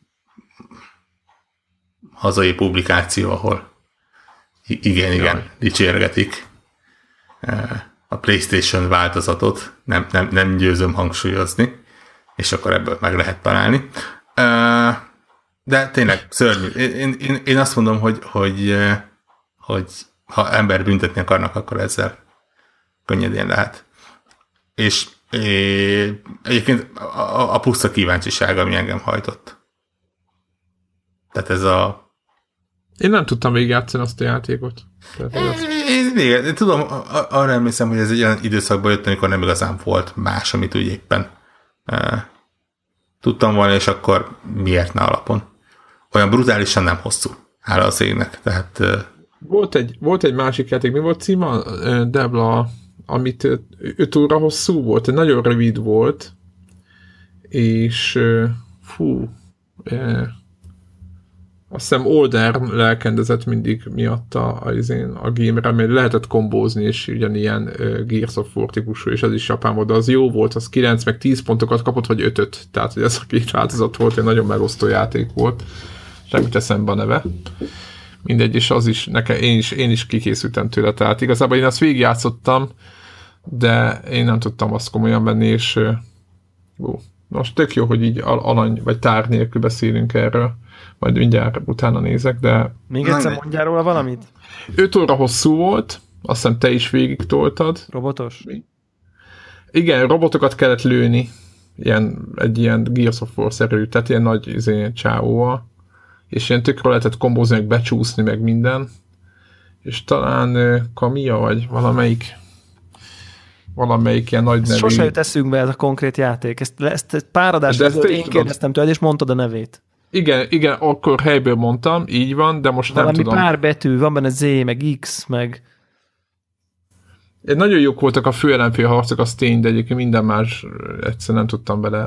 hazai publikáció, ahol igen, dicsérgetik a PlayStation változatot, nem győzöm hangsúlyozni, és akkor ebből meg lehet találni. De tényleg szörnyű. Én azt mondom, hogy ha ember büntetni akarnak, akkor ezzel könnyedén lehet. És egyébként a puszta kíváncsiság, ami engem hajtott. Tehát ez a... Én nem tudtam végigjátszani azt a játékot. Én tudom, arra emlékszem, hogy ez egy olyan időszakban jött, amikor nem igazán volt más, amit úgy éppen tudtam volna, és akkor miért ne alapon. Olyan brutálisan nem hosszú. Hála az égnek. Tehát... Volt egy másik játék, mi volt címa? Debla, amit 5 óra hosszú volt, nagyon rövid volt, és azt hiszem Older lelkendezett mindig miatt a gamerre, mert lehetett kombózni, és ugyanilyen Gears of War típusú, és az is japán volt, de az jó volt, az 9 meg 10 pontokat kapott, vagy 5-öt, tehát hogy ez a két változat volt, egy nagyon megosztó játék volt, semmit eszembe a neve. Mindegy, és az is, én is kikészültem tőle, tehát igazából én azt végigjátszottam, de én nem tudtam azt komolyan venni, és most tök jó, hogy így alany vagy tár nélkül beszélünk erről, majd mindjárt utána nézek, de... Még egyszer mondjál róla valamit? 5 óra hosszú volt, azt hiszem te is végig toltad. Robotos? Igen, robotokat kellett lőni, egy ilyen Gears of War-szerű, tehát ilyen nagy csávóval, és ilyen tökről lehetett kombózni, meg becsúszni, meg minden, és talán Kamiya, vagy valamelyik ilyen nagy nevű. Sose jut eszünkbe ez a konkrét játék. Ezt pár adásra én kérdeztem tőled, és mondtad a nevét. Igen, akkor helyből mondtam, így van, de most valami nem tudom. Valami pár betű, van benne Z, meg X, meg... Nagyon jók voltak a főellenfél harcok, az tény, de egyébként minden más egyszer nem tudtam bele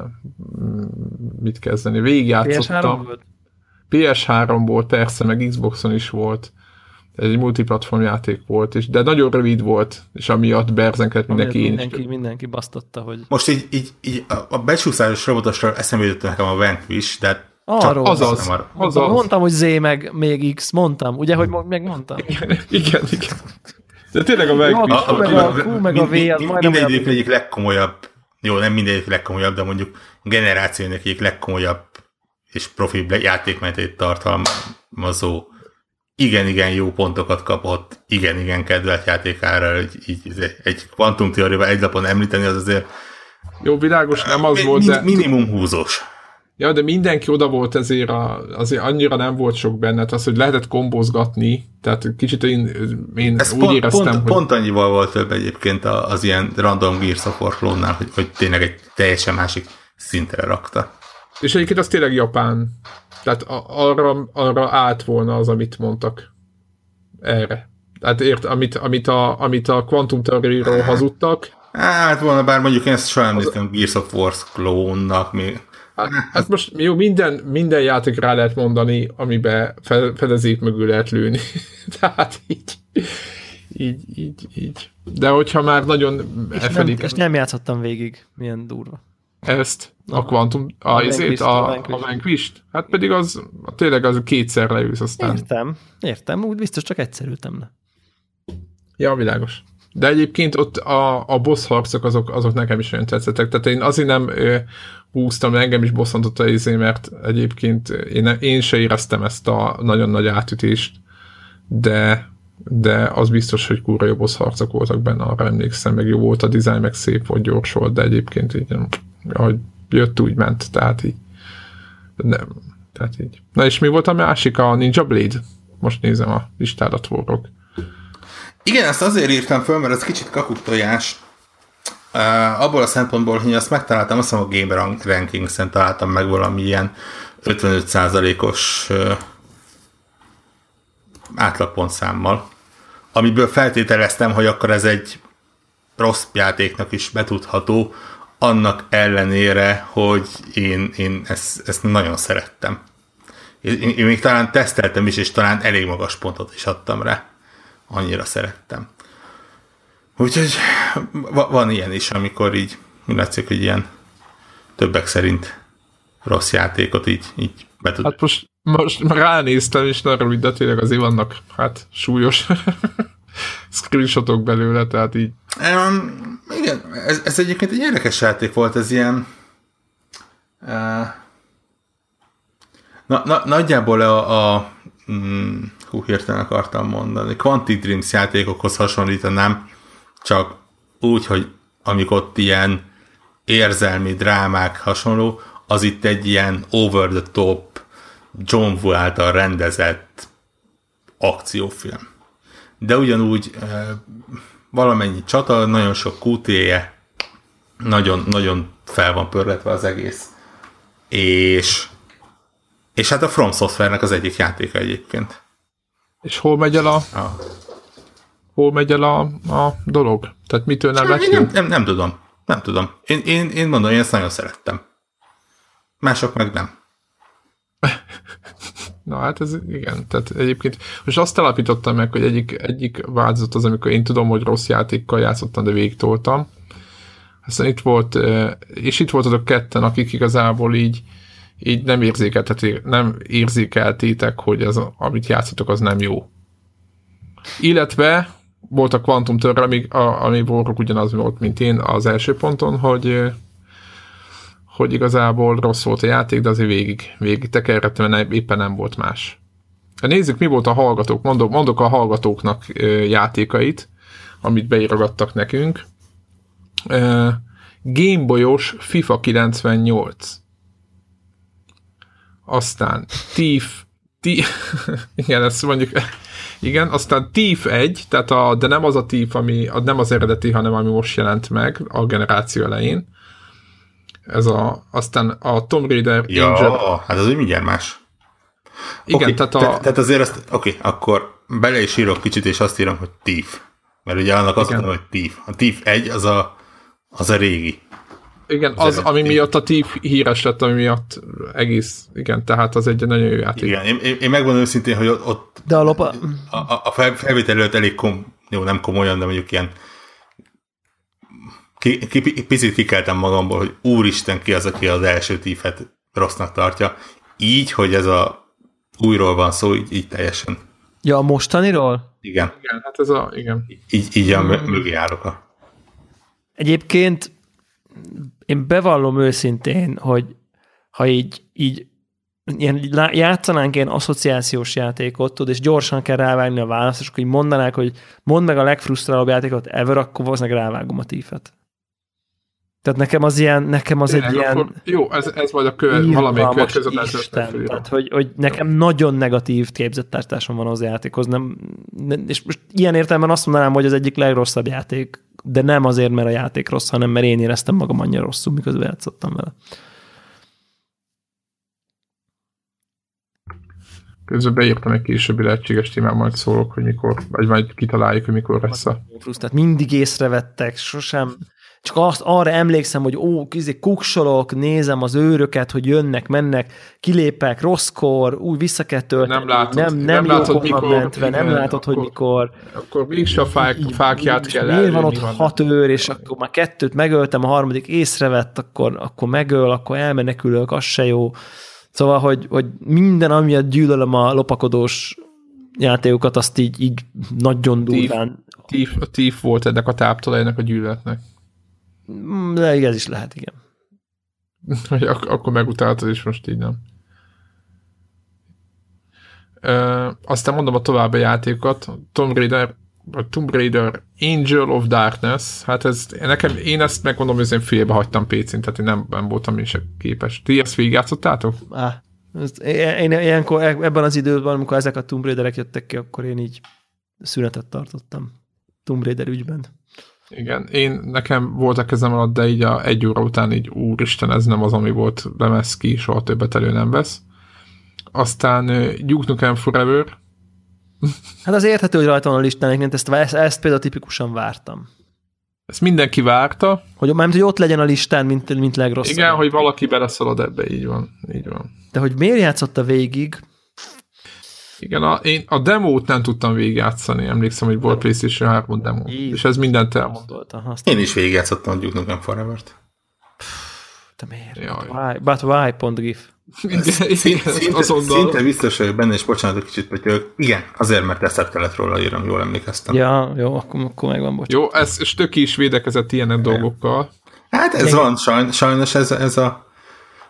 mit kezdeni. Végigjátszottam. PS3 volt? PS3 volt, persze, meg Xboxon is volt. Ez egy multiplatform játék volt, de nagyon rövid volt, és amiatt berzenkedett mindenki basztotta, hogy... Most így a becsúszásos robotosról eszembe jutott nekem a Vanquish, de azaz. Mondtam, hogy Z meg még X, mondtam, ugye, hogy megmondtam? Igen. De tényleg a Vanquish. A Q meg a V, az majdnem... Mindegyik egyik legkomolyabb, jó, nem mindegyik legkomolyabb, de mondjuk generációnak egyik legkomolyabb és profibb játékmenetét tartalmazó, igen jó pontokat kapott, igen kedvelt játékára, egy kvantumteóriával egy lapon említeni, az azért jó, világos, nem az volt, de... Minimum húzós. Ja, de mindenki oda volt azért annyira nem volt sok benne, az, hogy lehetett kombozgatni, tehát kicsit én úgy éreztem, hogy... Pont annyival volt több egyébként az ilyen random Gears of War klónnál, hogy tényleg egy teljesen másik szintre rakta. És egyébként az tényleg japán. Tehát arra állt volna az, amit mondtak. Erre. Tehát amit a Quantum Theory-ról hazudtak. Hát volna, bár mondjuk én ezt soha említem Gears of War klónnak még. Hát most jó, minden játék rá lehet mondani, amiben fedezék mögül lehet lőni. Tehát így. De hogyha már nagyon elfelé... És nem játszottam végig, milyen durva. Ezt, a Quantum, a Vanquish-t? Hát pedig az tényleg az kétszer leülsz aztán. Értem, úgy biztos csak egyszer ültem le. Ja, világos. De egyébként ott a boss harcok azok nekem is olyan tetszettek. Tehát én azért nem húztam, engem is bosszantott a mert egyébként én se éreztem ezt a nagyon nagy átütést, de az biztos, hogy kurva jó boss harcok voltak benne, arra emlékszem, meg jó volt a design, meg szép volt, gyors volt, de egyébként így, ahogy jött, úgy ment, tehát így. Nem, tehát így. Na és mi volt a másik? A Ninja Blade? Most nézem a listádat forrok. Igen, ezt azért írtam föl, mert ez kicsit kakuktojás. Abból a szempontból, hogy azt megtaláltam, azt hiszem a Game Rankings-en találtam meg valami ilyen 55%-os átlagpontszámmal, amiből feltételeztem, hogy akkor ez egy rossz játéknak is betudható, annak ellenére, hogy én ezt nagyon szerettem. Én még talán teszteltem is, és talán elég magas pontot is adtam rá. Annyira szerettem. Úgyhogy van ilyen is, amikor így látszik, hogy ilyen többek szerint rossz játékot így betud. Hát most ránéztem, és nagyon rövid, de tényleg azért vannak súlyos screenshotok belőle, tehát így. Igen, ez egyébként egy érdekes játék volt, ez ilyen Nagyjából hirtelen akartam mondani. Quantic Dreams játékokhoz hasonlítanám, csak úgy, hogy amikor ott ilyen érzelmi drámák hasonló, az itt egy ilyen over the top, John Woo által rendezett akciófilm. De ugyanúgy valamennyi csata, nagyon sok QTE, nagyon fel van pörletve az egész. És hát a From Software-nek az egyik játéka egyébként. És hol megy el a dolog? Tehát mitől nem lesz jó? Nem tudom. Én mondom, én ezt nagyon szerettem. Mások meg nem. Na hát ez igen, tehát egyébként most azt alapítottam meg, hogy egyik változat az, amikor én tudom, hogy rossz játékkal játszottam, de végigtoltam. Aztán itt volt, és itt voltatok ketten, akik igazából így nem érzékeltétek, hogy az, amit játszotok, az nem jó. Illetve volt a Quantum Törre, ami Warrock ugyanaz volt, mint én az első ponton, hogy igazából rossz volt a játék, de azért végig tekerrettem, mert éppen nem volt más. Nézzük, mi volt a hallgatók. Mondok a hallgatóknak játékait, amit beírogattak nekünk. Gameboyos FIFA 98. Aztán Thief igen, ezt mondjuk igen, aztán Thief 1, tehát de nem az a Thief, nem az eredeti, hanem ami most jelent meg a generáció elején. Aztán a Tomb Raider Angel. Hát az úgy mindjárt más. Igen, tehát azért azt, akkor bele is írok kicsit, és azt írom, hogy Thief. Mert ugye annak azt mondom, hogy Thief. A Thief 1 az a régi. Igen, az, ami miatt a Thief híres lett, ami miatt egész, igen, tehát az egy nagyon jó játék. Igen, én megmondom őszintén, hogy ott de a felvétel előtt elég jó, nem komolyan, de mondjuk ilyen picit kikeltem magamból, hogy úristen, ki az, aki az első Thiefet rossznak tartja. Így, hogy ez a újról van szó, így teljesen. Ja, a mostaniról? Igen. Igen, hát igen. Így a mögé állok. Egyébként én bevallom őszintén, hogy ha így ilyen játszanánk ilyen asszociációs játékot, tudod, és gyorsan kell rávágni a választ, és akkor így mondanák, hogy mondd meg a legfrusztrálóbb játékot ever, akkor valószínűleg rávágom a Thiefet. Tehát nekem az egy ilyen... Jó, ez majd valamelyik következő adásra. Tehát, hogy nekem nagyon negatív képzettártásom van az játékhoz. És most ilyen értelemben azt mondanám, hogy az egyik legrosszabb játék, de nem azért, mert a játék rossz, hanem mert én éreztem magam annyira rosszul, miközben játszottam vele. Közben beírtam egy későbbi lehetséges témát, majd szólok, hogy mikor, vagy majd kitaláljuk, hogy mikor lesz Tehát mindig észrevettek, sosem... Csak arra emlékszem, hogy kuksolok, nézem az őröket, hogy jönnek, mennek, kilépek, rosszkor, úgy vissza kell tölteni. Nem látod, mikor mentve, nem látod, hogy mikor. Akkor mégis a fákját kell elő. Miért van ott 6 őr, és akkor már 2 megöltem, a harmadik észrevett, akkor megöl, akkor elmenekülök, az se jó. Szóval, hogy minden, amiatt gyűlölöm a lopakodós játékokat, azt így nagyon durván. A Thief volt ennek a táptalajának a gyűlöletnek. De ez is lehet, igen. Akkor megutáltad, és most így nem. Aztán mondom a további játékokat. Tomb Raider Angel of Darkness. Hát én ezt megmondom, hogy én félbe hagytam PC-n, tehát én nem voltam én se képes. Ti ezt végigjátszottátok? Én ilyenkor, ebben az időben, amikor ezek a Tomb Raiderek jöttek ki, akkor én így szünetet tartottam Tomb Raider ügyben. Igen, nekem volt a kezem alatt, de így egy óra után így úristen, ez nem az, ami volt, lemez ki, soha többet elő nem vesz. Aztán Duke Nukem Forever. Hát az érthető, hogy rajta van a listán, ezt például tipikusan vártam. Ezt mindenki várta. Hogy ott legyen a listán, mint legrosszabb. Igen, hogy valaki beleszalad ebbe, így van. De hogy miért játszotta végig? Igen, én a demót nem tudtam végigjátszani. Emlékszem, hogy volt PlayStation 3 demo. És ez mindent elmondott. Én is végigjátszottam a Duke Nukem Forever-t. Te miért? But why.gif. Szinte biztos vagyok benne, és bocsánat, kicsit pötyölök. Igen, azért, mert eszet kellett róla írnom, jól emlékeztem. Ja, jó, akkor megvan, bocsánat. Jó, és Töki is védekezett ilyenek dolgokkal. Hát ez van, sajnos ez a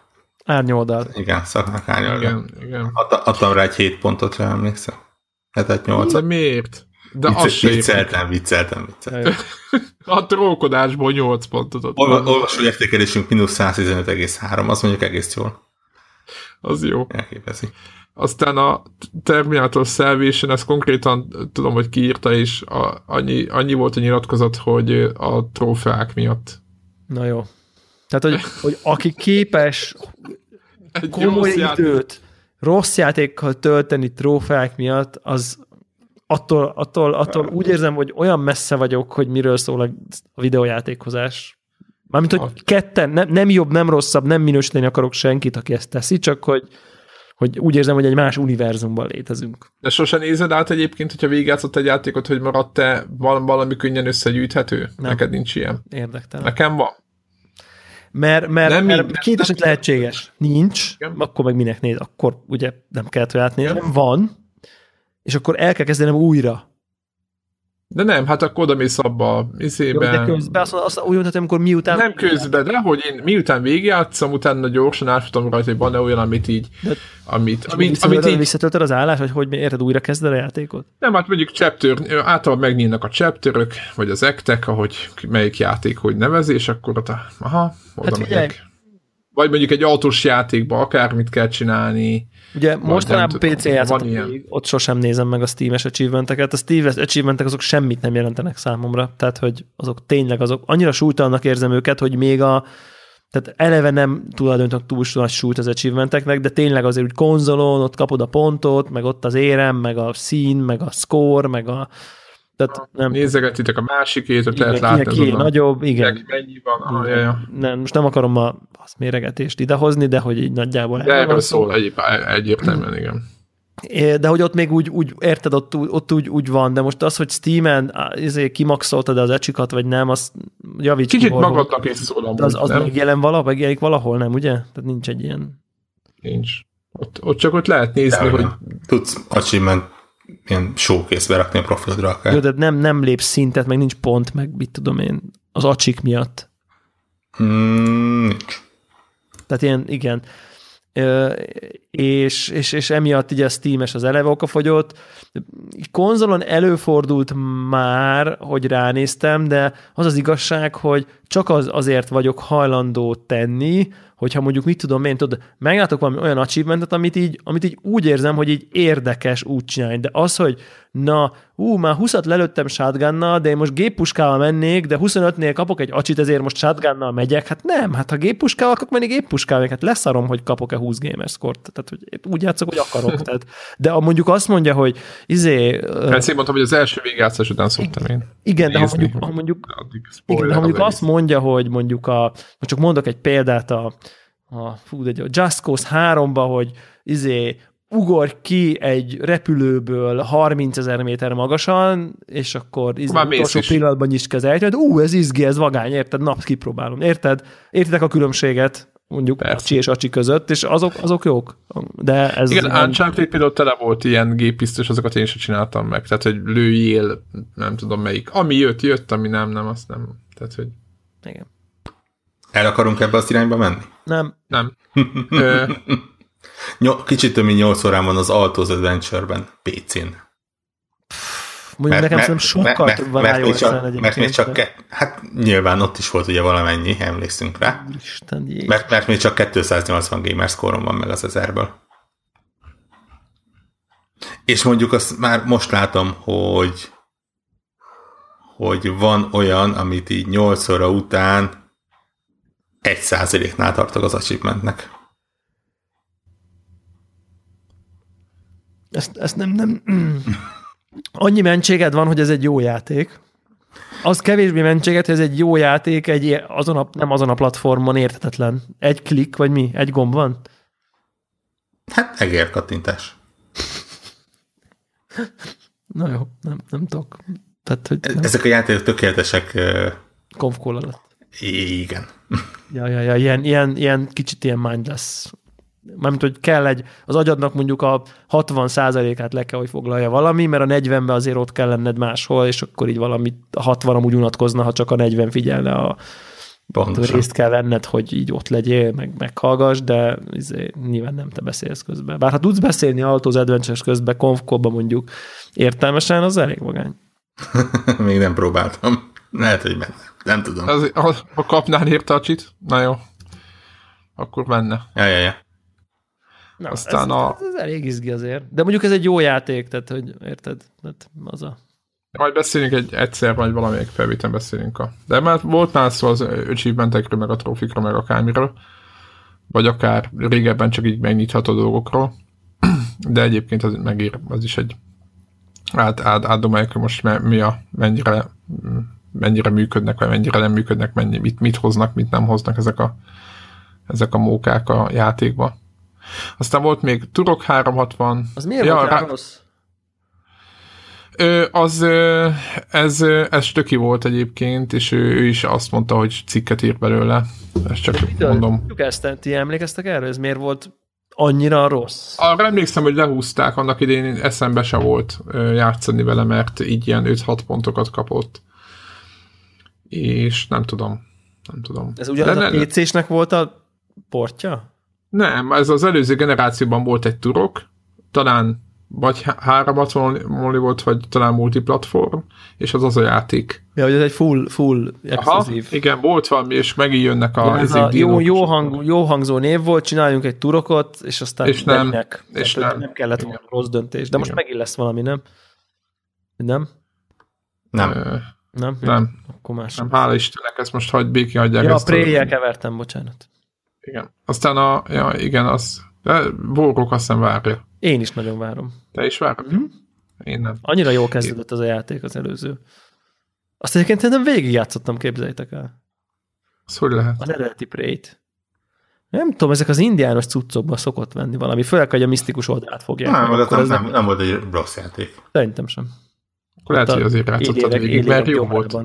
Árnyoldal. Igen, szaknak árnyoldal. Igen. Adtam rá egy 7 pontot, ha emlékszem. 7-8. De miért? De Vicceltem. A trókodásból 8 pontot adtam. Olvasó értékelésünk -115,3, az mondjuk egész jól. Az jó. Elképeszi. Aztán a Terminator Salvation, ezt konkrétan tudom, hogy kiírta, és annyi volt a nyilatkozat, hogy a trófeák miatt. Na jó. Tehát, hogy aki képes komoly időt rossz játékkal tölteni trófeák miatt, az attól úgy érzem, hogy olyan messze vagyok, hogy miről szól a videójátékozás. Mármint, hogy ketten, nem jobb, nem rosszabb, nem minősíteni akarok senkit, aki ezt teszi, csak hogy úgy érzem, hogy egy más univerzumban létezünk. De sosem nézed át egyébként, hogyha végigjátszott egy játékot, hogy maradt-e valami könnyen összegyűjthető? Nem. Neked nincs ilyen? Érdektelen. Nekem van. Mert két eset lehetséges. Nincs, akkor meg minek néz? Akkor ugye nem kellett, hogy átnéznem. Van, és akkor el kell kezdenem újra. De nem, hát akkor oda mész abba izében. Jó, de közben azt úgy mondhatom, amikor miután... Nem közben, de hogy én miután végigjátszom, utána gyorsan átfutom rajta, hogy van-e olyan, amit így... Visszatöltöd az állás, hogy érted, újra kezded a játékot? Nem, hát mondjuk általában megnyílnak a chapterök, vagy az actek, ahogy melyik játék hogy nevezi, és akkor oda megyek. Vagy mondjuk egy autós játékba akármit kell csinálni. Ugye mostanában PC játszottam, ott sosem nézem meg a Steam-es achievementeket. A Steam-es achievementek azok semmit nem jelentenek számomra. Tehát, hogy azok tényleg annyira súlytalannak érzem őket, hogy még tehát eleve nem tulajdonítanak túl nagy súlyt az achievementeknek, de tényleg azért úgy konzolon, ott kapod a pontot, meg ott az érem, meg a szín, meg a score, meg a... Tehát nem... Nézegetitek a másikét, ott lehet látni. Ki nagyobb, igen. Mennyi van? Nem, most nem akarom a méregetést idehozni, de hogy így nagyjából... De erről szól egyértelműen, igen. De hogy ott még úgy érted, ott úgy van, de most az, hogy Steam-en kimaxoltad az ecsikat, vagy nem, az javíts kicsit magadnak is szól amúgy, az megjelenik valahol, nem, ugye? Tehát nincs egy ilyen... Nincs. Ott csak ott lehet nézni, de hogy... Tudsz achievement ilyen showcase-be rakni a profilodra akár. Jó, de nem lépsz szintet, meg nincs pont, meg mit tudom én, az acsik miatt. Nincs. Tehát ilyen, igen. És emiatt ugye a Steam-es az eleve okafogyott. Konzolon előfordult már, hogy ránéztem, de az az igazság, hogy csak azért vagyok hajlandó tenni, hogyha mondjuk mit tudom én, meglátok valami olyan achievementet, amit így úgy érzem, hogy így érdekes úgy csinálni. De az, hogy már 20-at lelőttem shotgunnal, de én most géppuskával mennék, de 25-nél kapok egy acsit, ezért most shotgunnal megyek. Hát nem, hát ha géppuskával akarok menni géppuskával, hát leszarom, hogy kapok-e 20 gamerscore-t. Tehát, hogy úgy játszok, hogy akarok. Tehát, de mondjuk azt mondja, hogy Persze én mondtam, hogy az első végigjátszás után szoktam én. Igen, de ha mondjuk azt mondja, hogy mondjuk csak mondok egy példát a Just Cause 3-ba, hogy ugorj ki egy repülőből 30 000 méter magasan, és akkor utolsó pillanatban nyisd ki az ejtőt, ez izgi, ez vagány, érted? Kipróbálom, érted? Értitek a különbséget mondjuk acsi és acsi között, és azok jók. De ez igen, Uncharted például tele volt ilyen géppisztos, azokat én sem csináltam meg. Tehát, hogy lőjél, nem tudom melyik. Ami jött, ami nem, azt nem. Tehát, hogy... Igen. El akarunk ebbe az irányba menni? Nem. Kicsit több mint 8 órán van az Alto's Adventure-ben PC-n. Mondjuk nekem szerintem sokkal több van rá, mert még csak hát nyilván ott is volt ugye valamennyi, emlékszünk rá. Mert még csak 280 gamerscore-on van meg az 1000-ből. És mondjuk azt már most látom, hogy van olyan, amit így 8 óra után 1%-nál tartok az achievementnek. Ezt nem... Annyi mentséged van, hogy ez egy jó játék. Az kevésbé mentséged, hogy ez egy jó játék, nem azon a platformon érthetetlen. Egy klik, vagy mi? Egy gomb van? Hát egérkattintás. Na jó, nem tudok. Tehát, hogy nem. Ezek a játékok tökéletesek. Konf-kól alatt. Igen. Ja, ilyen kicsit ilyen mindless. Mármint, hogy kell az agyadnak mondjuk a 60%-át le kell, hogy foglalja valami, mert a 40-ben azért ott kell lenned máshol, és akkor így valami a 60 amúgy unatkozna, ha csak a 40 figyelne részt kell venned, hogy így ott legyél, meg meghallgass, de nyilván nem te beszélsz közben. Bár ha tudsz beszélni Autos Adventures közben, konfkóban mondjuk értelmesen, az elég vagány. Még nem próbáltam. Lehet, hogy benne. Nem tudom. Ha kapnál értelcsit, na jó, akkor benne. Ja. Na, aztán ez elég izgi azért. De mondjuk ez egy jó játék, tehát, hogy érted? Tehát az a... Majd beszélünk egyszer, vagy valamelyik felvétel beszélünk. De már volt már szó az achievementekről, meg a trófikról, meg akármiről. Vagy akár régebben csak így megnyitható dolgokról. De egyébként az megír, az is egy átdomáljuk, hogy most mennyire működnek, vagy mennyire nem működnek, mit hoznak, mit nem hoznak ezek a mókák a játékba. Aztán volt még Turok 360. Az miért volt rossz? Ez stöki volt egyébként, és ő is azt mondta, hogy cikket ír belőle. Ezt csak mondom. Ti emlékeztek erre? Ez miért volt annyira rossz? Arra emlékszem, hogy lehúzták, annak idején eszembe se volt játszani vele, mert így ilyen 5-6 pontokat kapott. És nem tudom. Ez ugyanaz a PC-snek volt a portja? Nem, ez az előző generációban volt egy Turok, talán vagy 360 volt, vagy talán multiplatform, és az a játék. Ja, hogy ez egy full exkluzív. Igen, volt valami, és megint jönnek a jó hangzó név volt, csináljunk egy Turokot, és aztán és nem kellett volna rossz döntés. De most megint lesz valami, nem? Nem? Nem. Akkor más. Nem, hála Istennek, ezt most békén hagyják. Ja, a Prey-jel kevertem, bocsánat. Igen. Aztán de Borgok azt hiszem várja. Én is nagyon várom. Te is várod? Mm-hmm. Én nem. Annyira jól kezdődött az a játék, az előző. Azt egyébként nem végigjátszottam, képzeljétek el. Az hogy lehet? Az eredeti Prey-t. Nem tudom, ezek az indiános cuccokban szokott venni valami, főleg, hogy a misztikus oldalát fogják. Nem volt egy rossz játék. Szerintem sem. Akkor lehet, hogy azért játszottad végig, mert jó volt.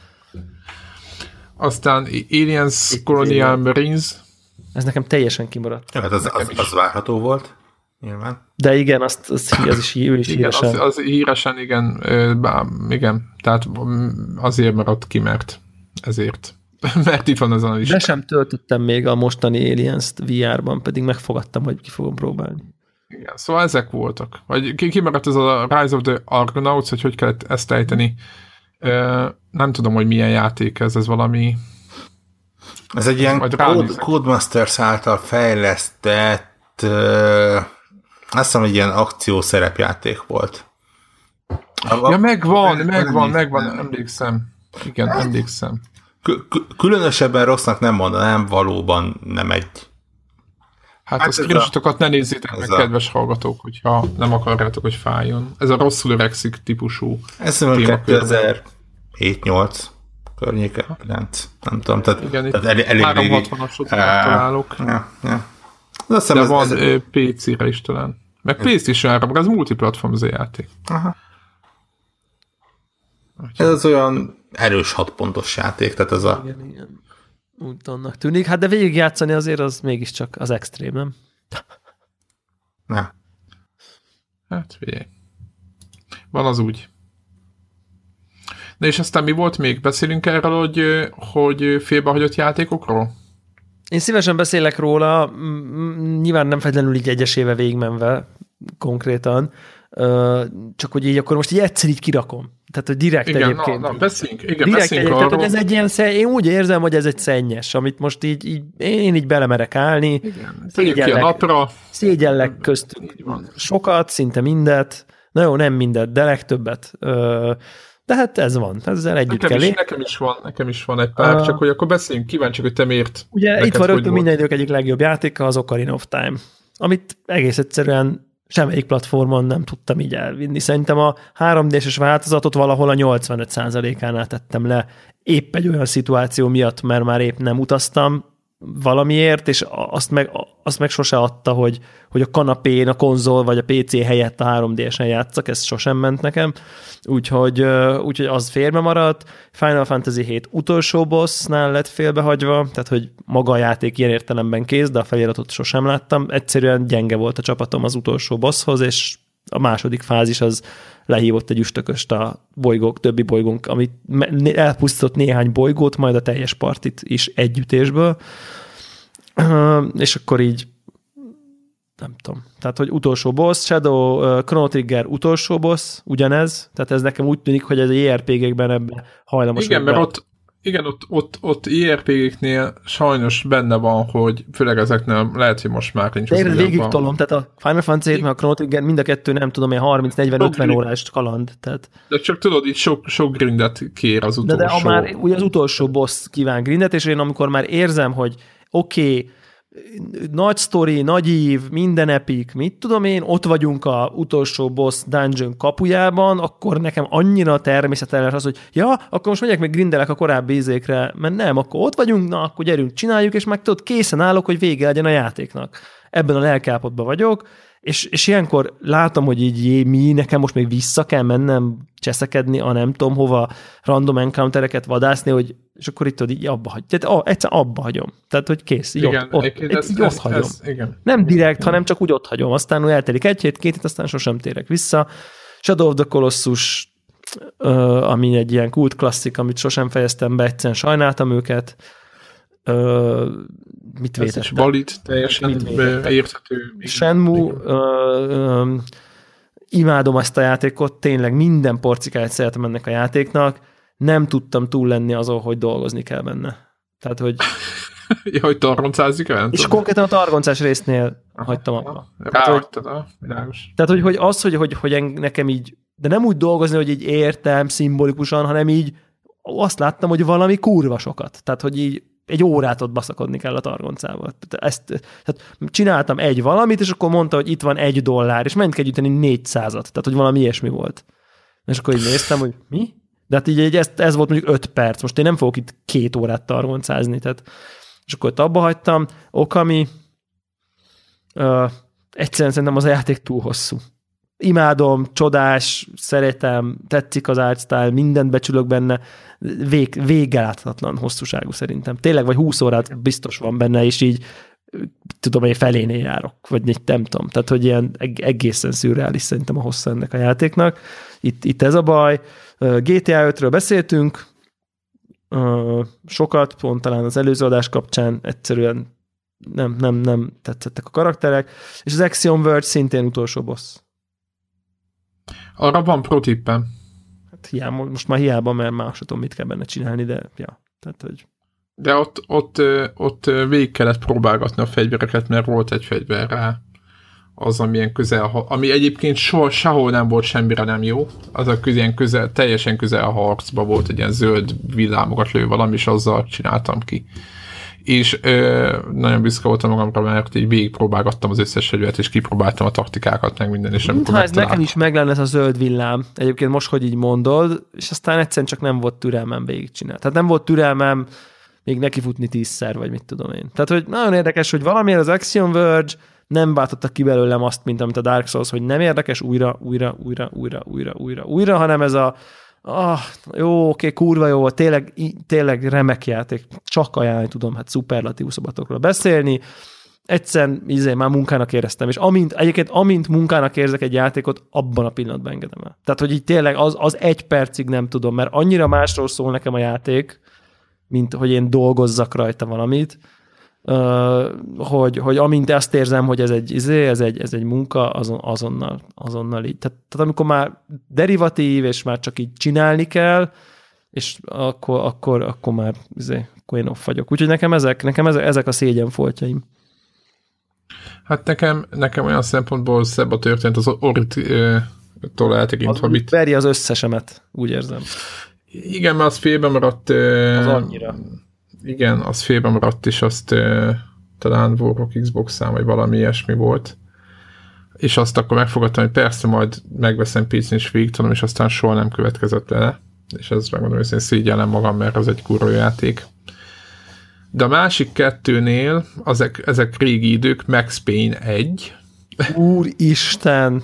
Aztán Aliens Colonial Marines. Ez nekem teljesen kimaradt. Ja, hát az várható volt, nyilván. De igen, ő is híresen. Az híresen, igen. Tehát azért maradt ki, mert ezért. Mert itt van az a listán. De sem töltöttem még a mostani Aliens-t VR-ban, pedig megfogadtam, hogy ki fogom próbálni. Igen, szóval ezek voltak. Vagy kimaradt ez a Rise of the Argonauts, hogy kellett ezt ejteni. Nem tudom, hogy milyen játék ez valami... Ez egy ilyen Codemasters által fejlesztett azt hiszem, egy ilyen akciószerepjáték volt. Megvan, emlékszem. Igen, emlékszem. Különösebben rossznak nem mondanám, valóban nem egy... Hát a screenshotokat ne nézzétek meg, kedves hallgatók, hogyha nem akarjátok, hogy fájjon. Ez a rosszul öregszik típusú. Ez 2007-8 környéke, 9, nem tudom. Tehát, igen, tehát elég 360-asot találok. Ja. De van PC-re is talán. Meg PlayStation 3-ra, ez multiplatform az a játék. Aha. Ez az olyan erős 6 pontos játék, tehát ez a... Igen. Úgy annak tűnik. Hát de végigjátszani azért az mégiscsak az extrém, nem? Nem. Hát figyelj. Van az úgy. Na és aztán mi volt még? Beszélünk erről, hogy félbehagyott játékokról? Én szívesen beszélek róla, nyilván nem feltétlenül így egyesével végigmenve konkrétan, csak hogy így akkor most így egyszer így kirakom. Tehát, hogy direkt igen, egyébként. Beszéljünk arról. Tehát, hogy ez egy ilyen én úgy érzem, hogy ez egy szennyes, amit most így én így belemerek állni. Igen, tegyük ki a napra. Szégyellek köztünk sokat, szinte mindet. Na jó, nem mindet, de legtöbbet. De hát ez van, ezzel együtt kell. Nekem is van egy pár, csak hogy akkor beszéljünk, kíváncsi, hogy te miért. Ugye itt van rögtön minden idők egyik legjobb játéka, az Ocarina of Time, amit egész egyszerűen semmelyik platformon nem tudtam így elvinni. Szerintem a 3D-s változatot valahol a 85%-ánál tettem le, épp egy olyan szituáció miatt, mert már épp nem utaztam valamiért, és azt meg sose adta, hogy a kanapén, a konzol vagy a PC helyett a 3D-sen játszak, ez sosem ment nekem, úgyhogy az félbe maradt. Final Fantasy 7 utolsó bossnál lett félbehagyva, tehát hogy maga a játék ilyen értelemben kész, de a feliratot sosem láttam. Egyszerűen gyenge volt a csapatom az utolsó bosshoz, és a második fázis az lehívott egy üstököst a többi bolygónk, amit elpusztított néhány bolygót, majd a teljes partit is együttésből, és akkor így nem tudom. Tehát, hogy utolsó boss, Shadow Chrono Trigger utolsó boss, ugyanez, tehát ez nekem úgy tűnik, hogy ez a JRPG-kben ebben hajlamos. Igen, mert ott IRPG-knél sajnos benne van, hogy főleg ezeknél lehet, hogy most már nincs. De végig tolom, tehát a Final Fantasy-t, meg a Chrono Trigger mind a kettő nem tudom, 30-40-50 órás kaland. Tehát. De csak tudod, itt sok grindet kér az utolsó. De már ugye az utolsó boss kíván grindet, és én amikor már érzem, hogy oké, nagy sztori, nagy ív, minden epic, mit tudom én, ott vagyunk a utolsó boss dungeon kapujában, akkor nekem annyira természetes az, hogy ja, akkor most megyek, meg grindelek a korábbi ízékre, mert nem, akkor ott vagyunk, na, akkor gyerünk, csináljuk, és meg tudod, készen állok, hogy vége legyen a játéknak. Ebben a lelkállapotban vagyok, és ilyenkor látom, hogy így nekem most még vissza kell mennem cseszekedni a nem tudom hova, random encountereket vadászni, hogy és akkor itt tudod, így abba hagy. Tehát egyszerűen abba hagyom. Tehát, hogy kész. Így igen, ott hagyom. Igen. Nem direkt, hanem csak úgy ott hagyom. Aztán úgy eltelik 1 hét, 2 hét, aztán sosem térek vissza. Shadow of the Colossus, ami egy ilyen kult klasszik, amit sosem fejeztem be, egyszerűen sajnáltam őket. Mit vétettem? Balit, teljesen érthető. Shenmue, imádom ezt a játékot, tényleg minden porcikáját szeretem ennek a játéknak, nem tudtam túl lenni azon, hogy dolgozni kell benne. Tehát, hogy... ja, hogy targoncázik el? És konkrétan a targoncás résznél hagytam abba. Tehát, hogy az, hogy nekem így, de nem úgy dolgozni, hogy így értem szimbolikusan, hanem így azt láttam, hogy valami kurva sokat. Tehát, hogy így egy órát ott baszakodni kell a targoncával. Tehát csináltam egy valamit, és akkor mondta, hogy itt van $1, és ment kell gyűjteni 400-at. Tehát, hogy valami ilyesmi volt. És akkor így néztem, hogy mi? De hát így ez volt mondjuk 5 perc. Most én nem fogok itt 2 órát targoncázni. Tehát, és akkor ott abba hagytam. Okami, egyszerűen szerintem az a játék túl hosszú. Imádom, csodás, szeretem, tetszik az art style, mindent becsülök benne, véggel láthatatlan hosszúságú szerintem. Tényleg, vagy 20 órát biztos van benne, és így tudom, hogy felénél járok, vagy nem tudom. Tehát, hogy ilyen egészen szürreális szerintem a hossza ennek a játéknak. Itt ez a baj. GTA 5-ről beszéltünk, sokat, pont talán az előző adás kapcsán egyszerűen nem tetszettek a karakterek, és az Axiom Verge szintén utolsó boss. Arra van pro tippem. Hát hiába, most már hiába, mert már azt tudom, mit kell benne csinálni, de ja, tehát, hogy... De ott végig kellett próbálgatni a fegyvereket, mert volt egy fegyver rá, az, ami egyébként sehol nem volt semmire nem jó, az a teljesen közel a harcba volt egy ilyen zöld villámokat lő valami, és azzal csináltam ki. És nagyon büszke voltam magamra, mert így végigpróbálgattam az összes fegyvert, és kipróbáltam a taktikákat, meg minden. Mintha ez nekem is meg lenne ez a zöld villám, egyébként most, hogy így mondod, és aztán egyszerűen csak nem volt türelmem végigcsinálni. Tehát nem volt türelmem még nekifutni 10-szer, vagy mit tudom én. Tehát, hogy nagyon érdekes, hogy valamiért az Axiom Verge nem váltottak ki belőlem azt, mint amit a Dark Souls, hogy nem érdekes újra, hanem ez a jó, oké, kurva jó, tényleg remek játék, csak ajánlani tudom, hát szuperlatív szabatokról beszélni. Egyszerűen már munkának éreztem, és amint munkának érzek egy játékot, abban a pillanatban engedem el. Tehát, hogy így tényleg az 1 percig nem tudom, mert annyira másról szól nekem a játék, mint hogy én dolgozzak rajta valamit, hogy amint azt érzem, hogy ez egy munka, azonnal így. Tehát amikor már derivatív, és már csak így csinálni kell, és akkor már akkor én off vagyok. Úgyhogy nekem ezek a szégyenfoltjaim. Hát nekem olyan szempontból szebb a történet az Ori-tól eltekintve. Az veri az összesemet, úgy érzem. Igen, mert az félbe maradt. Az annyira. Igen, az félbe maradt, és azt talán Warrock Xbox-án, vagy valami ilyesmi volt. És azt akkor megfogadtam, hogy persze majd megveszem PC-n és végigtanom, és aztán soha nem következett vele. És ez megmondom, hogy én szégyellem magam, mert az egy kurva játék. De a másik 2-nél, ezek régi idők, Max Payne 1. Úristen!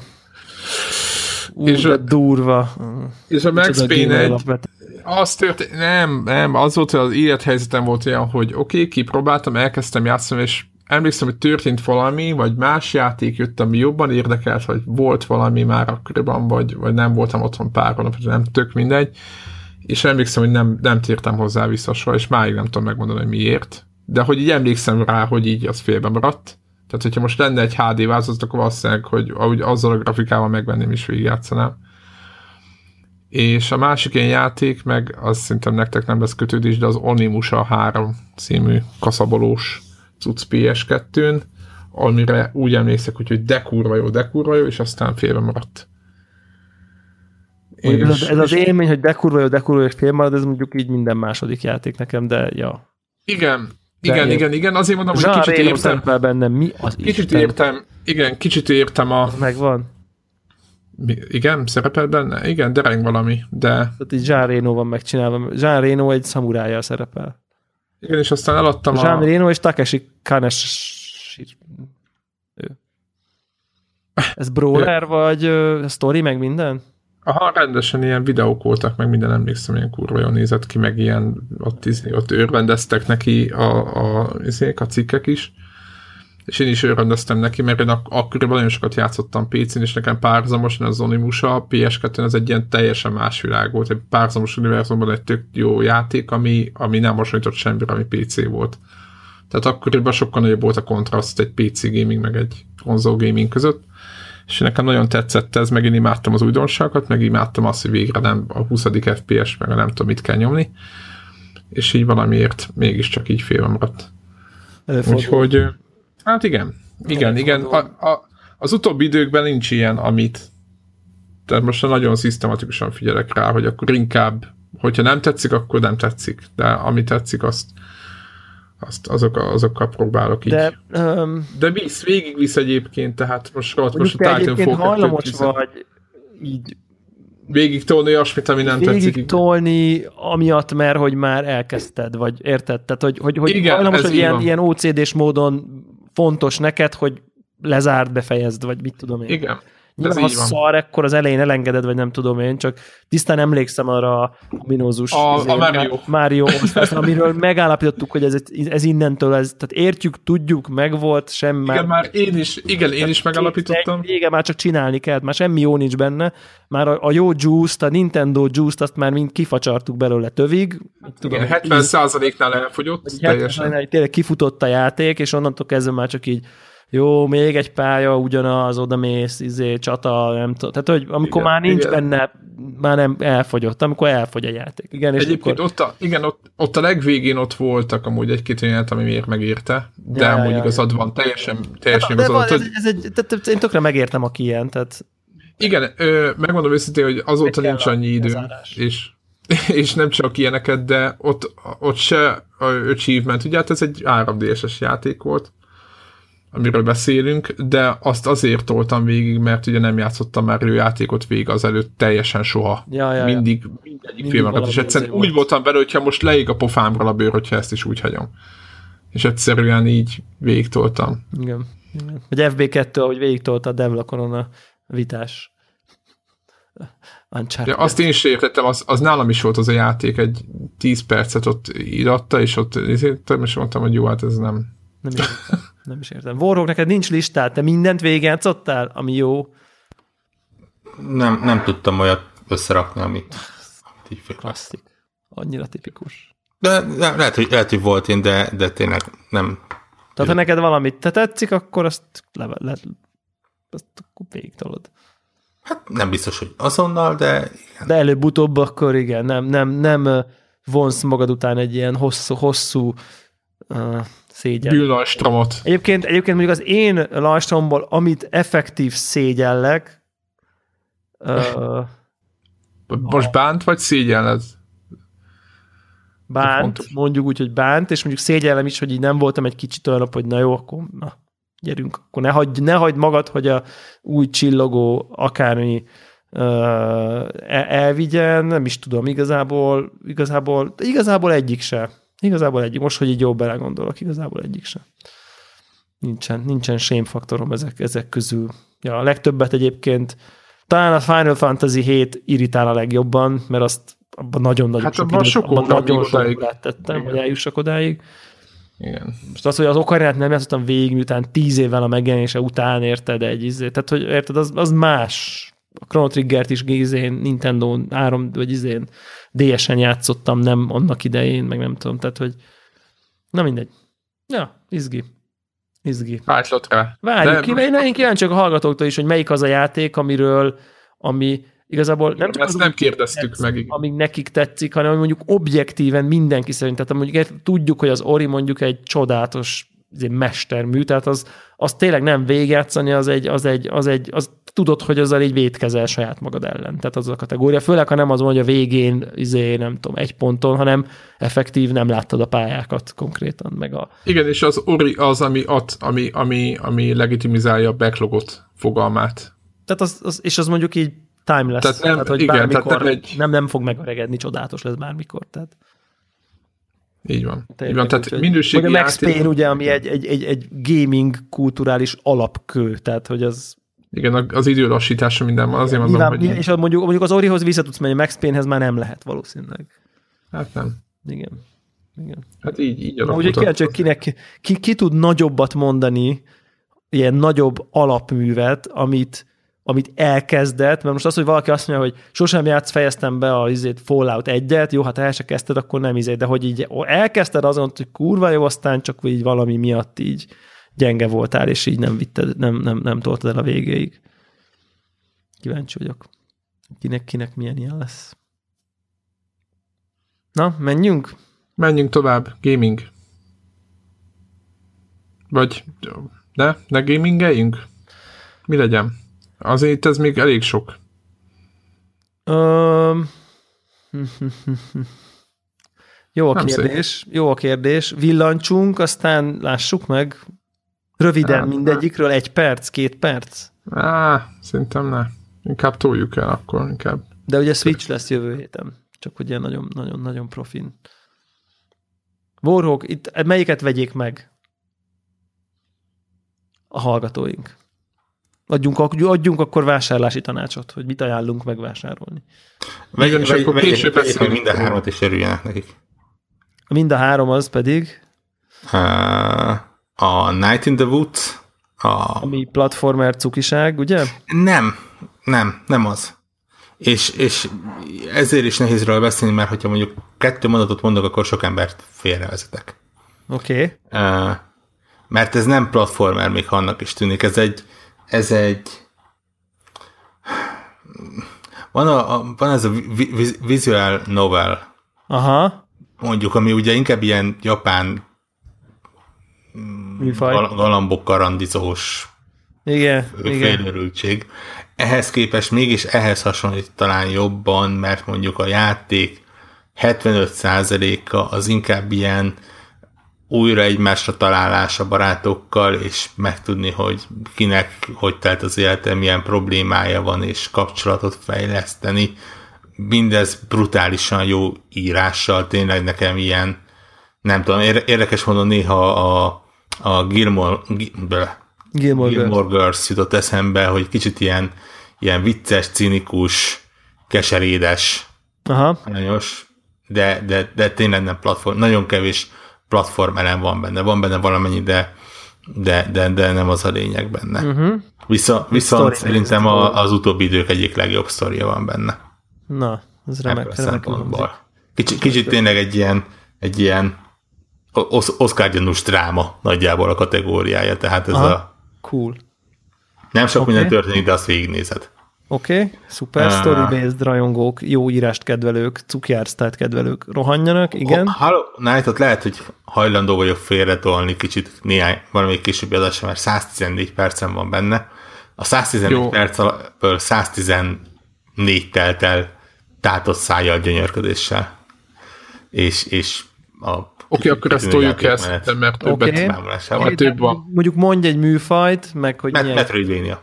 De durva. És a Max Payne 1 az történt, nem, az volt, hogy az élethelyzetem volt olyan, hogy oké, kipróbáltam, elkezdtem játszani, és emlékszem, hogy történt valami, vagy más játék jött, ami jobban érdekelt, vagy volt valami már akkoriban, vagy nem voltam otthon pár hónap, nem tök mindegy, és emlékszem, hogy nem tértem hozzá vissza soha, és máig nem tudom megmondani, hogy miért. De hogy így emlékszem rá, hogy így az félbe maradt. Tehát, hogyha most lenne egy HD változat, akkor valószínűleg, hogy ahogy azzal a grafikával megvenném és végigjátszanám. És a másik ilyen játék, meg az szerintem nektek nem lesz kötődés, de az Onimusha 3 című kaszabolós cucc PS2-n, amire úgy emlékszek, hogy de kurva jó, és aztán félbe maradt. Ez az élmény, hogy de kurva jó, és fél marad, ez mondjuk így minden második játék nekem, de ja. Igen, azért mondom, hogy kicsit értem. Bennem, mi az kicsit értem a... Az megvan. Igen, szerepel benne? Igen, dereng valami, de... Tehát így Jean Reno van megcsinálva. Jean Reno egy szamurájjal szerepel. Igen, és aztán eladtam Jean Reno és Takeshi Kaneshi. Ez brawler, vagy story, meg minden? Aha, rendesen ilyen videók voltak, meg minden, emlékszem, ilyen kurva jól nézett ki, meg ilyen, ott örvendeztek neki a cikkek is, és én is örvendeztem neki, mert én akkoriban nagyon sokat játszottam PC-n, és nekem párhuzamosan az Onimusha PS2-n ez egy ilyen teljesen más világ volt, egy párhuzamos univerzumban egy tök jó játék, ami nem hasonlított semmire, ami PC volt. Tehát akkoriban sokkal nagyobb volt a kontraszt egy PC gaming, meg egy konzol gaming között, és nekem nagyon tetszett ez, meg én imádtam az újdonságokat, meg imádtam azt, hogy végre nem a 20. FPS, meg a nem tudom, mit kell nyomni, és így valamiért mégiscsak így félve maradt. Úgyhogy, hát igen. Az utóbbi időkben nincs ilyen, tehát most nagyon szisztematikusan figyelek rá, hogy akkor inkább, hogyha nem tetszik, akkor nem tetszik, de ami tetszik, azokkal próbálok így. De végigvisz egyébként, tehát most a Titanfall hajlamos vagy így végig tolni olyasmit, ami nem tetszik. Végig tolni amiatt, mert hogy már elkezdted, vagy érted? Tehát, hogy igen, hajlamos, hogy ilyen OCD-s módon fontos neked, hogy lezárd, befejezd, vagy mit tudom én. Igen. Nyilván, ha szar, akkor az elején elengeded, vagy nem tudom én, csak tisztán emlékszem arra a ominózus Mario amiről megállapítottuk, hogy ez innentől, tehát értjük, tudjuk, megvolt, sem igen, már én is megállapítottam. Igen, már csak csinálni kell, már semmi jó nincs benne, már a jó juice-t, a Nintendo juice-t, azt már mind kifacsartuk belőle tövig. Igen, 70%-nál elfogyott. Tényleg kifutott a játék, és onnantól kezdve már csak így jó, még egy pálya, ugyanaz, odamész, csata, nem tudom. Tehát, hogy amikor igen, már nincs benne, már nem elfogyott, amikor elfogy a játék. Igen, és egyébként akkor... ott a legvégén ott voltak amúgy egy-két olyan, ami miért megérte, de amúgy igazad van, teljesen igazad. Én tökre megértem, aki ilyen, tehát... Igen, megmondom őszintén, hogy azóta nincs annyi idő, és nem csak ilyeneket, de ott se achievement, ugye hát ez egy 3DS-es játék volt, amiről beszélünk, de azt azért toltam végig, mert ugye nem játszottam már játékot végig azelőtt teljesen soha. Mindegyik filmeket, és egyszerűen úgy voltam vele, hogyha most leég a pofámról a bőr, hogyha ezt is úgy hagyom. És egyszerűen így végig toltam. Igen. Vagy FB2, ahogy végig tolta a Devlakon a vitás. Ja, azt én is értettem, az nálam is volt az a játék, egy 10 percet ott íratta, és ott értem, és mondtam, hogy jó, hát ez nem... Nem is értem. Warhawk, neked nincs listát, te mindent végigjátszottál, ami jó? Nem tudtam olyat összerakni, amit így fél. Klasszik. Annyira tipikus. De lehet, hogy volt én, de tényleg nem. Tehát ha neked valamit te tetszik, akkor azt akkor végigtolod. Hát nem biztos, hogy azonnal, de igen. De előbb-utóbb akkor igen, nem vonsz magad után egy ilyen hosszú szégyen. Bűnlajstromot. Egyébként mondjuk az én lajstromból, amit effektív szégyellek... Most bánt, vagy szégyelled? Bánt, mondjuk úgy, hogy bánt, és mondjuk szégyellem is, hogy így nem voltam egy kicsit olyan nap, hogy na jó, akkor gyerünk, akkor ne hagyd magad, hogy a új csillogó akármi elvigyen, nem is tudom, igazából egyik se. Igazából egyik. Most, hogy így jobb belegondolok, igazából egyik sem. Nincsen shame faktorom ezek közül. Ja, a legtöbbet egyébként talán a Final Fantasy 7 irritál a legjobban, mert azt abban nagyon-nagyon sok időt tettem, hogy eljussak odáig. Igen. Most az, hogy az Ocarinát nem játszottam végig, miután 10 évvel a megjelenése után, érted, tehát, hogy érted, az más. A Chrono Triggert is Nintendo 3, vagy DS-en játszottam, nem annak idején, meg nem tudom, tehát, hogy na mindegy. Ja, izgi. Vágylott rá. Várjuk ki, én kíváncsiak a hallgatóktól is, hogy melyik az a játék, ami igazából nem csak ezt nem kérdeztük meg. Ami nekik tetszik, hanem mondjuk objektíven mindenki szerint. Tehát mondjuk tudjuk, hogy az Ori mondjuk egy csodálatos mestermű, tehát az tényleg nem végigjátszani, az tudod, hogy azzal így vétkezel saját magad ellen. Tehát az a kategória. Főleg, ha nem az mondja, a végén, nem tudom, 1 ponton, hanem effektív nem láttad a pályákat konkrétan. Meg Igen, és az Ori az, ami legitimizálja a backlogot fogalmát. Tehát és az mondjuk így timeless. Tehát hogy igen, bármikor nem fog megöregedni, csodálatos lesz bármikor. Tehát így van. Tehát minőségi játék. Max Payne ugye, ami egy gaming kulturális alapkő, tehát hogy az... Igen, az időlassítása minden van, azért mondom, hogy... És mondjuk az Orihoz vissza tudsz menni, Max Paynehez már nem lehet valószínűleg. Hát nem. Igen. Hát így alakult. Úgyhogy kíváncsi, ki tud nagyobbat mondani, ilyen nagyobb alapművet, amit elkezdett, mert most az, hogy valaki azt mondja, hogy sosem fejeztem be a Fallout 1-et, jó, hát el se kezdted, akkor nem de hogy így elkezdted azon, hogy kurva jó, aztán csak így valami miatt így gyenge voltál, és így nem vitted, nem toltad el a végéig. Kíváncsi vagyok. Kinek milyen ilyen lesz. Na, menjünk? Menjünk tovább. Gaming. Vagy ne gamingeljünk? Mi legyen? Azért ez még elég sok. Jó a kérdés. Villancsunk, aztán lássuk meg. Röviden mindegyikről 1 perc, 2 perc? Szerintem ne. Inkább toljuk el akkor. Inkább. De ugye Switch lesz jövő héten. Csak ugye nagyon profin. Warhawk, itt melyiket vegyék meg? A hallgatóink. Adjunk akkor vásárlási tanácsot, hogy mit ajánlunk megvásárolni. Vegyék mind a 3-at, és örüljenek nekik. Mind a 3 az pedig? A Night in the Woods. Ami platformer cukiság, ugye? Nem az. És ezért is nehéz róla beszélni, mert hogyha mondjuk 2 mondatot mondok, akkor sok embert félrevezetek. Oké. Mert ez nem platformer, még annak is tűnik. Ez egy van ez a visual novel. Aha. Mondjuk, ami ugye inkább ilyen japán galambokkal randizós félőrültség. Ehhez képest mégis ehhez hasonlít talán jobban, mert mondjuk a játék 75%-a az inkább ilyen újra egymásra találás a barátokkal, és megtudni, hogy kinek hogy telt az élete, milyen problémája van, és kapcsolatot fejleszteni. Mindez brutálisan jó írással, tényleg nekem ilyen, nem tudom, érdekes mondom, néha a Gilmore Girls jutott eszembe, hogy kicsit ilyen vicces, cinikus, keserédes, aranyos, de tényleg nem platform, nagyon kevés platform elem van benne valamennyi, de nem az a lényeg benne. Viszont szerintem az utóbbi idők egyik legjobb sztoria van benne. Na, ez remek. Kicsit tényleg egy ilyen Oscar-gyanús dráma nagyjából a kategóriája, tehát ez cool. Nem sok minden történik, de azt végignézed. Oké, szuper, story-based rajongók, jó írást kedvelők, cukjársztát kedvelők rohanjanak, igen. Night-ot lehet, hogy hajlandó vagyok félretolni kicsit valamelyik későbbi adásra, mert 114 percen van benne. A 114 percből 114 telt el tátott szájjal, gyönyörködéssel. És Oké, akkor ezt toljuk el, mert többet több van. Mondjuk mondj egy műfajt, meg hogy milyen... Metroidvania.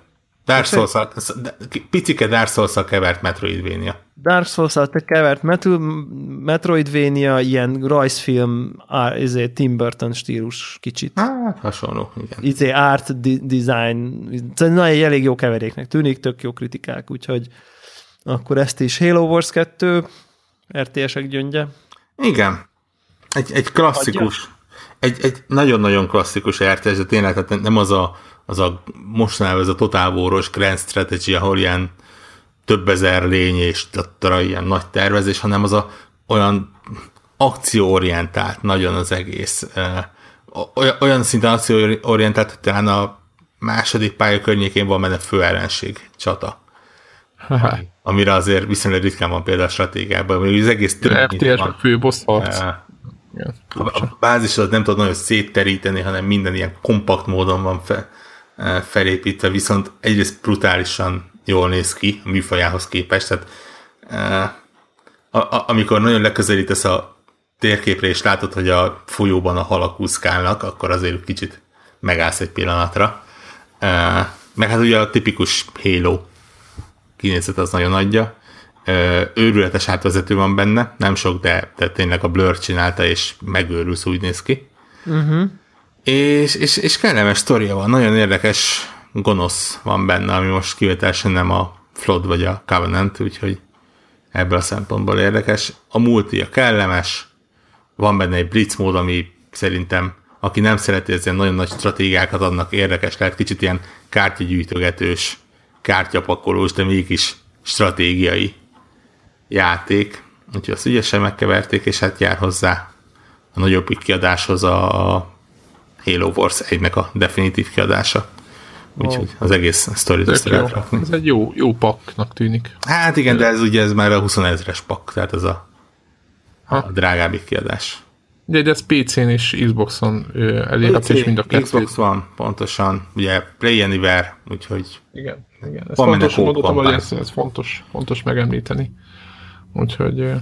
Picike Dark Souls-szal kevert Metroidvania. Dark Souls-szal kevert Metroidvania, ilyen rajzfilm, Tim Burton stílus kicsit. Hasonló, igen. Art design, egy elég jó keveréknek tűnik, tök jó kritikák, úgyhogy akkor ezt is. Halo Wars 2, RTS-ek gyöngye. Igen. Egy klasszikus. egy nagyon-nagyon klasszikus RTS, de tényleg tehát nem az a mostanában ez a Total War-os Grand Strategy, ahol ilyen több ezer lény és ilyen nagy tervezés, hanem az olyan akcióorientált nagyon az egész. Olyan szinten akcióorientált, hogy talán a második pálya környékén van benne főellenség csata. Amire azért viszonylag ritkán van például a stratégiában, hogy az egész FTS-ben főbossz harc. A bázis az nem tudod nagyon szétteríteni, hanem minden ilyen kompakt módon van felépítve, viszont egyrészt brutálisan jól néz ki a műfajához képest, tehát amikor nagyon leközelítesz a térképre, és látod, hogy a folyóban a halak úszkálnak, akkor azért kicsit megállsz egy pillanatra. Meg hát ugye a tipikus Halo kinézet az nagyon adja. Őrületes átvezető van benne, nem sok, de tényleg a Blur csinálta, és megőrülsz, úgy néz ki. És kellemes sztoria van, nagyon érdekes gonosz van benne, ami most kivételesen nem a Flood vagy a Covenant, úgyhogy ebből a szempontból érdekes. A multi a kellemes, van benne egy blitz mód, ami szerintem, aki nem szereti ezen nagyon nagy stratégiákat, annak érdekes lehet, kicsit ilyen kártyagyűjtögetős, kártyapakolós, de mégis stratégiai játék. Úgyhogy azt ügyesen megkeverték, és hát jár hozzá a nagyobb kiadáshoz a Halo Wars 1-nek a definitív kiadása. Úgyhogy az egész sztorit össze lehet rakni. Ez egy jó paknak tűnik. Hát igen, de ez már a 20 000-es pak, tehát ez a drágábbik kiadás. De ez PC-n és Xboxon elérhető, és mind a kettő. Xbox van, pontosan. Ugye Play Anywhere, úgyhogy igen. Ez fontos, mondottam, hogy ez fontos megemlíteni. Úgyhogy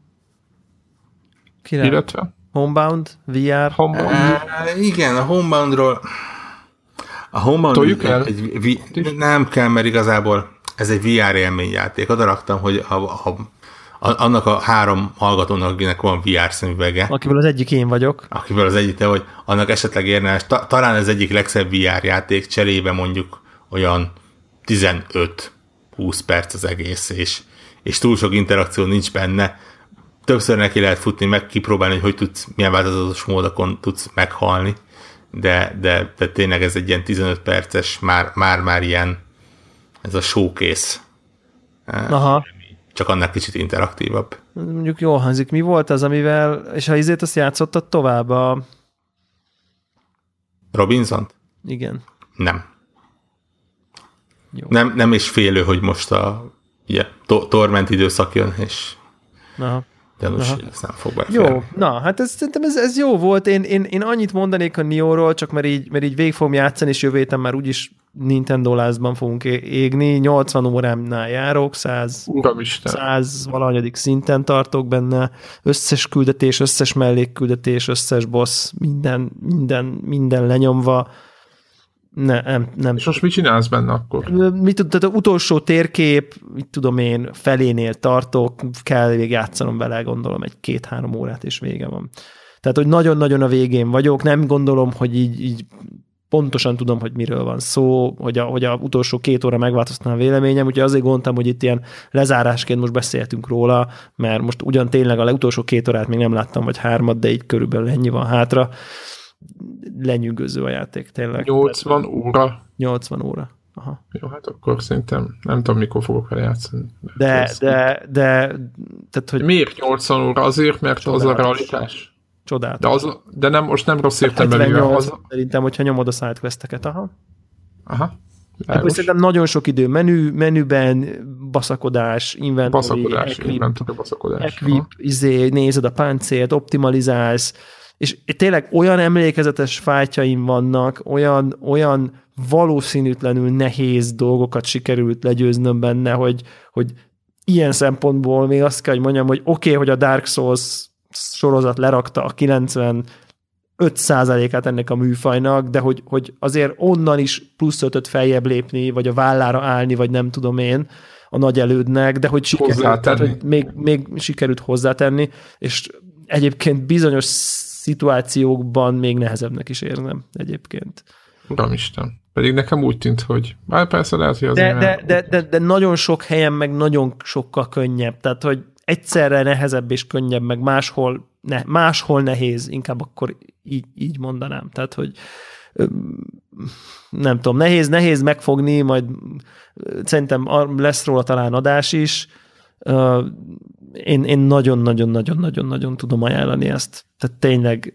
illetve Homebound, VR. Igen, a Homeboundról toljuk el? Nem kell, mert igazából ez egy VR élményjáték. Oda raktam, hogy ha annak a 3 hallgatónak, akinek van VR szemüvege. Akiből az egyik én vagyok. Akiből az egyik te vagy, annak esetleg érdemes. Talán ez egyik legszebb VR játék, cserébe mondjuk olyan 15-20 perc az egész, és túl sok interakció nincs benne. Többször neki lehet futni, meg kipróbálni, hogy tudsz, milyen változatos módokon tudsz meghalni, de tényleg ez egy ilyen 15 perces, már ilyen ez a showcase. Aha. Csak annak kicsit interaktívabb. Mondjuk jól hangzik. Mi volt az, amivel, és ha izét azt játszottad tovább a... Robinson-t? Igen. Nem. Jó. Nem is félő, hogy most a torment időszak jön, és gyanús, hogy ezt nem fog beférni. Jó, na, hát szerintem ez jó volt. Én annyit mondanék a Niohról, csak mert így végig fogom játszani, és jövő héten már úgyis Nintendo Last-ban fogunk égni. 80 órámnál járok, 100 valahanyadik szinten tartok benne. Összes küldetés, összes mellékküldetés, összes boss, minden lenyomva. Nem. És most mit csinálsz benne akkor? Tehát az utolsó térkép, mit tudom én, felénél tartok, kell végigjátszanom vele, gondolom, 1-2-3 órát, és vége van. Tehát, hogy nagyon-nagyon a végén vagyok, nem gondolom, hogy így pontosan tudom, hogy miről van szó, hogy a utolsó 2 óra megváltoztatna a véleményem, úgyhogy azért gondoltam, hogy itt ilyen lezárásként most beszéltünk róla, mert most ugyan tényleg a utolsó 2 órát még nem láttam, vagy 3, de így körülbelül ennyi van hátra. Lenyűgöző a játék, tényleg. 80 óra? 80 óra. Aha. Jó, hát akkor szerintem nem tudom, mikor fogok vele játszani. Tehát, hogy... Miért 80 óra? Azért, mert az a realitás. Csodálatos. De nem, most nem rossz értelemben. 78 szerintem, hogyha nyomod a sidequesteket. Aha. Akkor szerintem nagyon sok idő menüben, baszakodás, inventory, equip, nézed a páncélt, optimalizálsz, és tényleg olyan emlékezetes fájtjaim vannak, olyan valószínűtlenül nehéz dolgokat sikerült legyőznöm benne, hogy ilyen szempontból még azt kell, hogy mondjam, hogy oké, hogy a Dark Souls sorozat lerakta a 95%-át ennek a műfajnak, de hogy azért onnan is plusz 5-öt feljebb lépni, vagy a vállára állni, vagy nem tudom én, a nagy elődnek, de hogy sikerült, tehát, hogy még sikerült hozzátenni, és egyébként bizonyos szituációkban még nehezebbnek is érzem egyébként. Uramisten. Pedig nekem úgy tűnt, hogy persze lehet, hogy de nagyon sok helyen meg nagyon sokkal könnyebb. Tehát, hogy egyszerre nehezebb és könnyebb, meg máshol máshol nehéz, inkább akkor így mondanám. Tehát, hogy nem tudom, nehéz megfogni, majd szerintem lesz róla talán adás is. Én nagyon-nagyon-nagyon-nagyon tudom ajánlani ezt. Tehát tényleg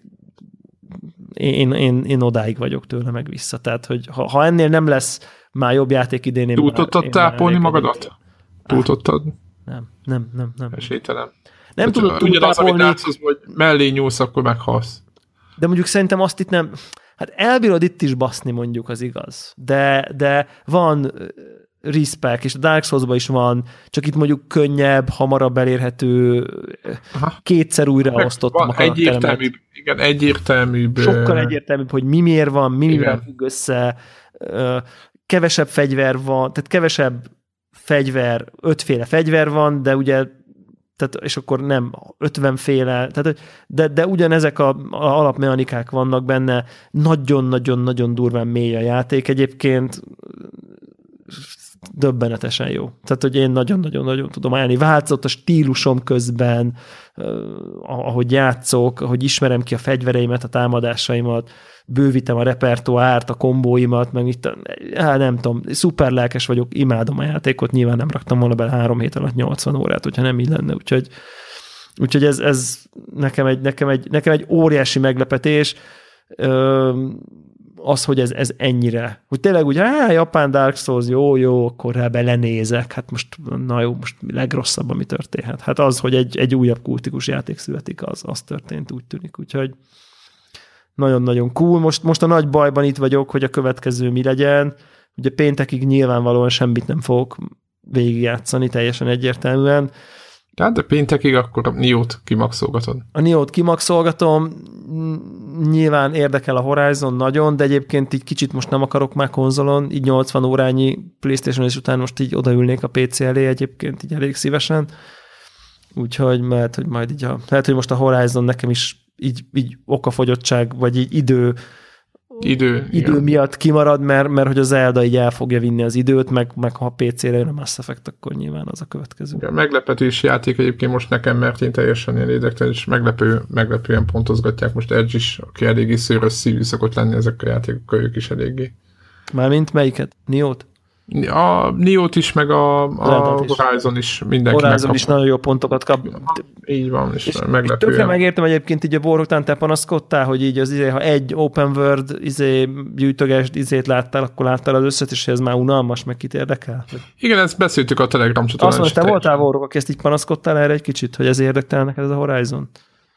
én odáig vagyok tőle meg vissza. Tehát, hogy ha ennél nem lesz már jobb játék idén... Túl tudtad tápolni magadat? Túl tudtad? Nem. Esélytelen. Nem tudod túl ugyanaz, tápolni. amit látsz, hogy mellé nyúlsz, akkor meghalsz. De mondjuk szerintem azt itt nem... Hát elbírod itt is baszni, mondjuk, az igaz. De van respect, és a Dark Souls-ban is van, csak itt mondjuk könnyebb, hamarabb elérhető, kétszer újraosztottam a karakteremet. Egyértelműbb. Sokkal egyértelműbb, hogy mi miért van, mivel függ össze, kevesebb fegyver van, tehát kevesebb fegyver, 5 féle fegyver van, de ugye tehát, és akkor nem 50 féle, tehát, de ugyanezek a alapmechanikák vannak benne, nagyon-nagyon-nagyon durván mély a játék egyébként, döbbenetesen jó. Tehát, hogy én nagyon-nagyon-nagyon tudom ajánlani. Változott a stílusom közben, ahogy játszok, ahogy ismerem ki a fegyvereimet, a támadásaimat, bővítem a repertoárt, a kombóimat, meg itt, nem tudom, szuper lelkes vagyok, imádom a játékot, nyilván nem raktam volna bele 3 hét alatt 80 órát, hogyha nem így lenne, úgyhogy ez nekem egy óriási meglepetés, az, hogy ez ennyire, hogy tényleg úgy, Japán Dark Souls, jó, akkor rá belenézek, hát most legrosszabb, ami történhet. Hát az, hogy egy újabb kultikus játék születik, az történt, úgy tűnik, úgyhogy nagyon-nagyon cool. Most a nagy bajban itt vagyok, hogy a következő mi legyen. Ugye péntekig nyilvánvalóan semmit nem fogok végigjátszani, teljesen egyértelműen. De péntekig akkor a Nioh-t kimaxolgatod. A Nioh-t kimaxolgatom, nyilván érdekel a Horizon nagyon, de egyébként így kicsit most nem akarok már konzolon, így 80 órányi PlayStation és után most így odaülnék a PC elé egyébként így elég szívesen. Úgyhogy lehet, hogy majd így lehet, hogy most a Horizon nekem is így okafogyottság, vagy így idő miatt kimarad, mert hogy az Zelda így el fogja vinni az időt, meg ha PC-re jön a Mass Effect, akkor nyilván az a következő. A meglepetés játék egyébként most nekem, mert én teljesen ilyen érdektelen, és meglepően pontozgatják most Edge is, aki eléggé szőrös szívű szokott lenni ezek a játékokkal, ők is eléggé. Mármint melyiket? Nioh-t? A Nioh-t is, meg a Horizon is mindenki Horizon is nagyon jó pontokat kap. Így van, és meglepően. Tökre megértem egyébként így a Borg után te panaszkodtál, hogy így ha egy open world gyűjtögest láttál, akkor láttál az összet, és ez már unalmas, meg kit érdekel? Igen, ezt beszéltük a Telegram csatornán. Azt mondta, te voltál Borg, aki ezt így panaszkodtál erre egy kicsit, hogy ez érdekel neked ez a Horizon?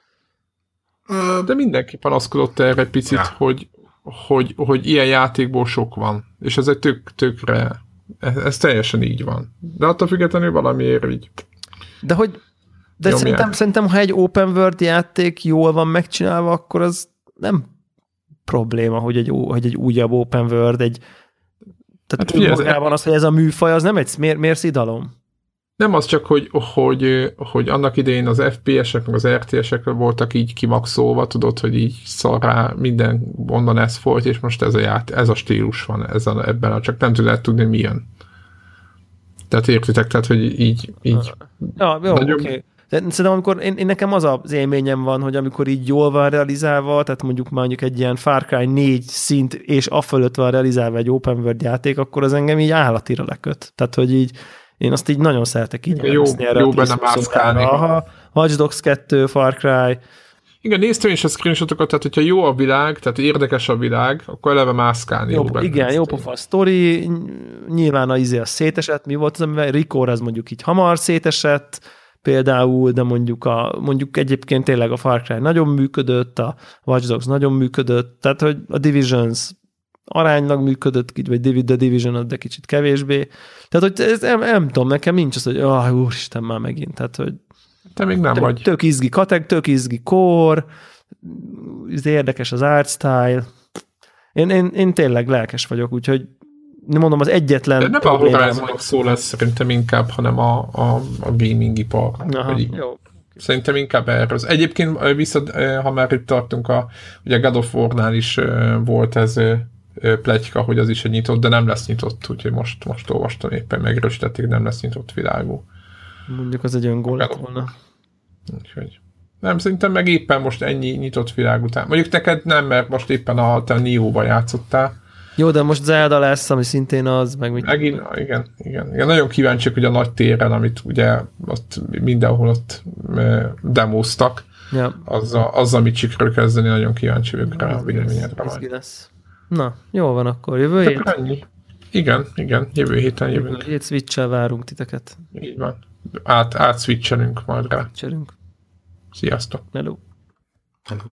De mindenki panaszkodott erre egy picit, hogy ilyen játékból sok van. És ez egy tökre, ez teljesen így van. De attól függetlenül valamiért így. De szerintem, ha egy open world játék jól van megcsinálva, akkor az nem probléma, hogy egy újabb open world, tehát önmagában az, hogy ez a műfaj, az nem egy mérszidalom. Nem az csak, hogy annak idején az FPS-ek, meg az RTS-ek voltak így kimaxolva, tudod, hogy így szarrá minden onnan ez volt, és most ez a stílus van ebben, csak nem tudod tudni, mi jön. Tehát értitek, tehát, hogy így ja, jó, nagyon... oké. Szerintem amikor én nekem az élményem van, hogy amikor így jól van realizálva, tehát mondjuk egy ilyen Far Cry 4 szint, és afölött van realizálva egy open world játék, akkor az engem így állatira leköt. Tehát, hogy így én azt így nagyon szeretek így elveszni erre jó benne mászkálni. Watch Dogs 2, Far Cry. Igen, néztem is a screenshotokat, tehát hogyha jó a világ, tehát érdekes a világ, akkor eleve mászkálni jó benne. Igen, jó pofa a sztori, nyilván a szétesett, mi volt az, amivel Rikor az mondjuk így hamar szétesett, például, de mondjuk egyébként tényleg a Far Cry nagyon működött, a Watch Dogs nagyon működött, tehát hogy a Divisions aránylag működött, vagy The Division, de kicsit kevésbé. Tehát, hogy ez, nem tudom, nekem nincs az, hogy úristen, már megint. Tehát, hogy te még nem vagy. Tök izgi tök izgi core, érdekes az art style. Én tényleg lelkes vagyok, úgyhogy nem mondom, az egyetlen... De nem a Horizon szó lesz szerintem inkább, hanem a gaming ipar. Jó. Szerintem inkább erről. Egyébként ha már itt tartunk, ugye God of War-nál is volt ez pletyka, hogy az is egy nyitott, de nem lesz nyitott, úgyhogy most olvastam éppen, megerősítették, nem lesz nyitott világú. Mondjuk az egy öngól lett volna. Úgyhogy. Nem, szerintem meg éppen most ennyi nyitott világ után. Mondjuk neked nem, mert most éppen te a Nioh-val játszottál. Jó, de most Zelda lesz, ami szintén az, meg mit... Megint, igen. Nagyon kíváncsiak, hogy a nagy téren, amit ugye ott mindenhol ott demóztak, ja. azzal mit sikerül kezdeni, nagyon kíváncsi vagyok rá a véleményedre majd. Na, jó van akkor, jövő hét? Ennyi. Igen, jövő héten jövünk. Jövő hét Switch-sel várunk titeket. Így van. Át switchelünk majd rá. Switchelünk. Sziasztok. Hello.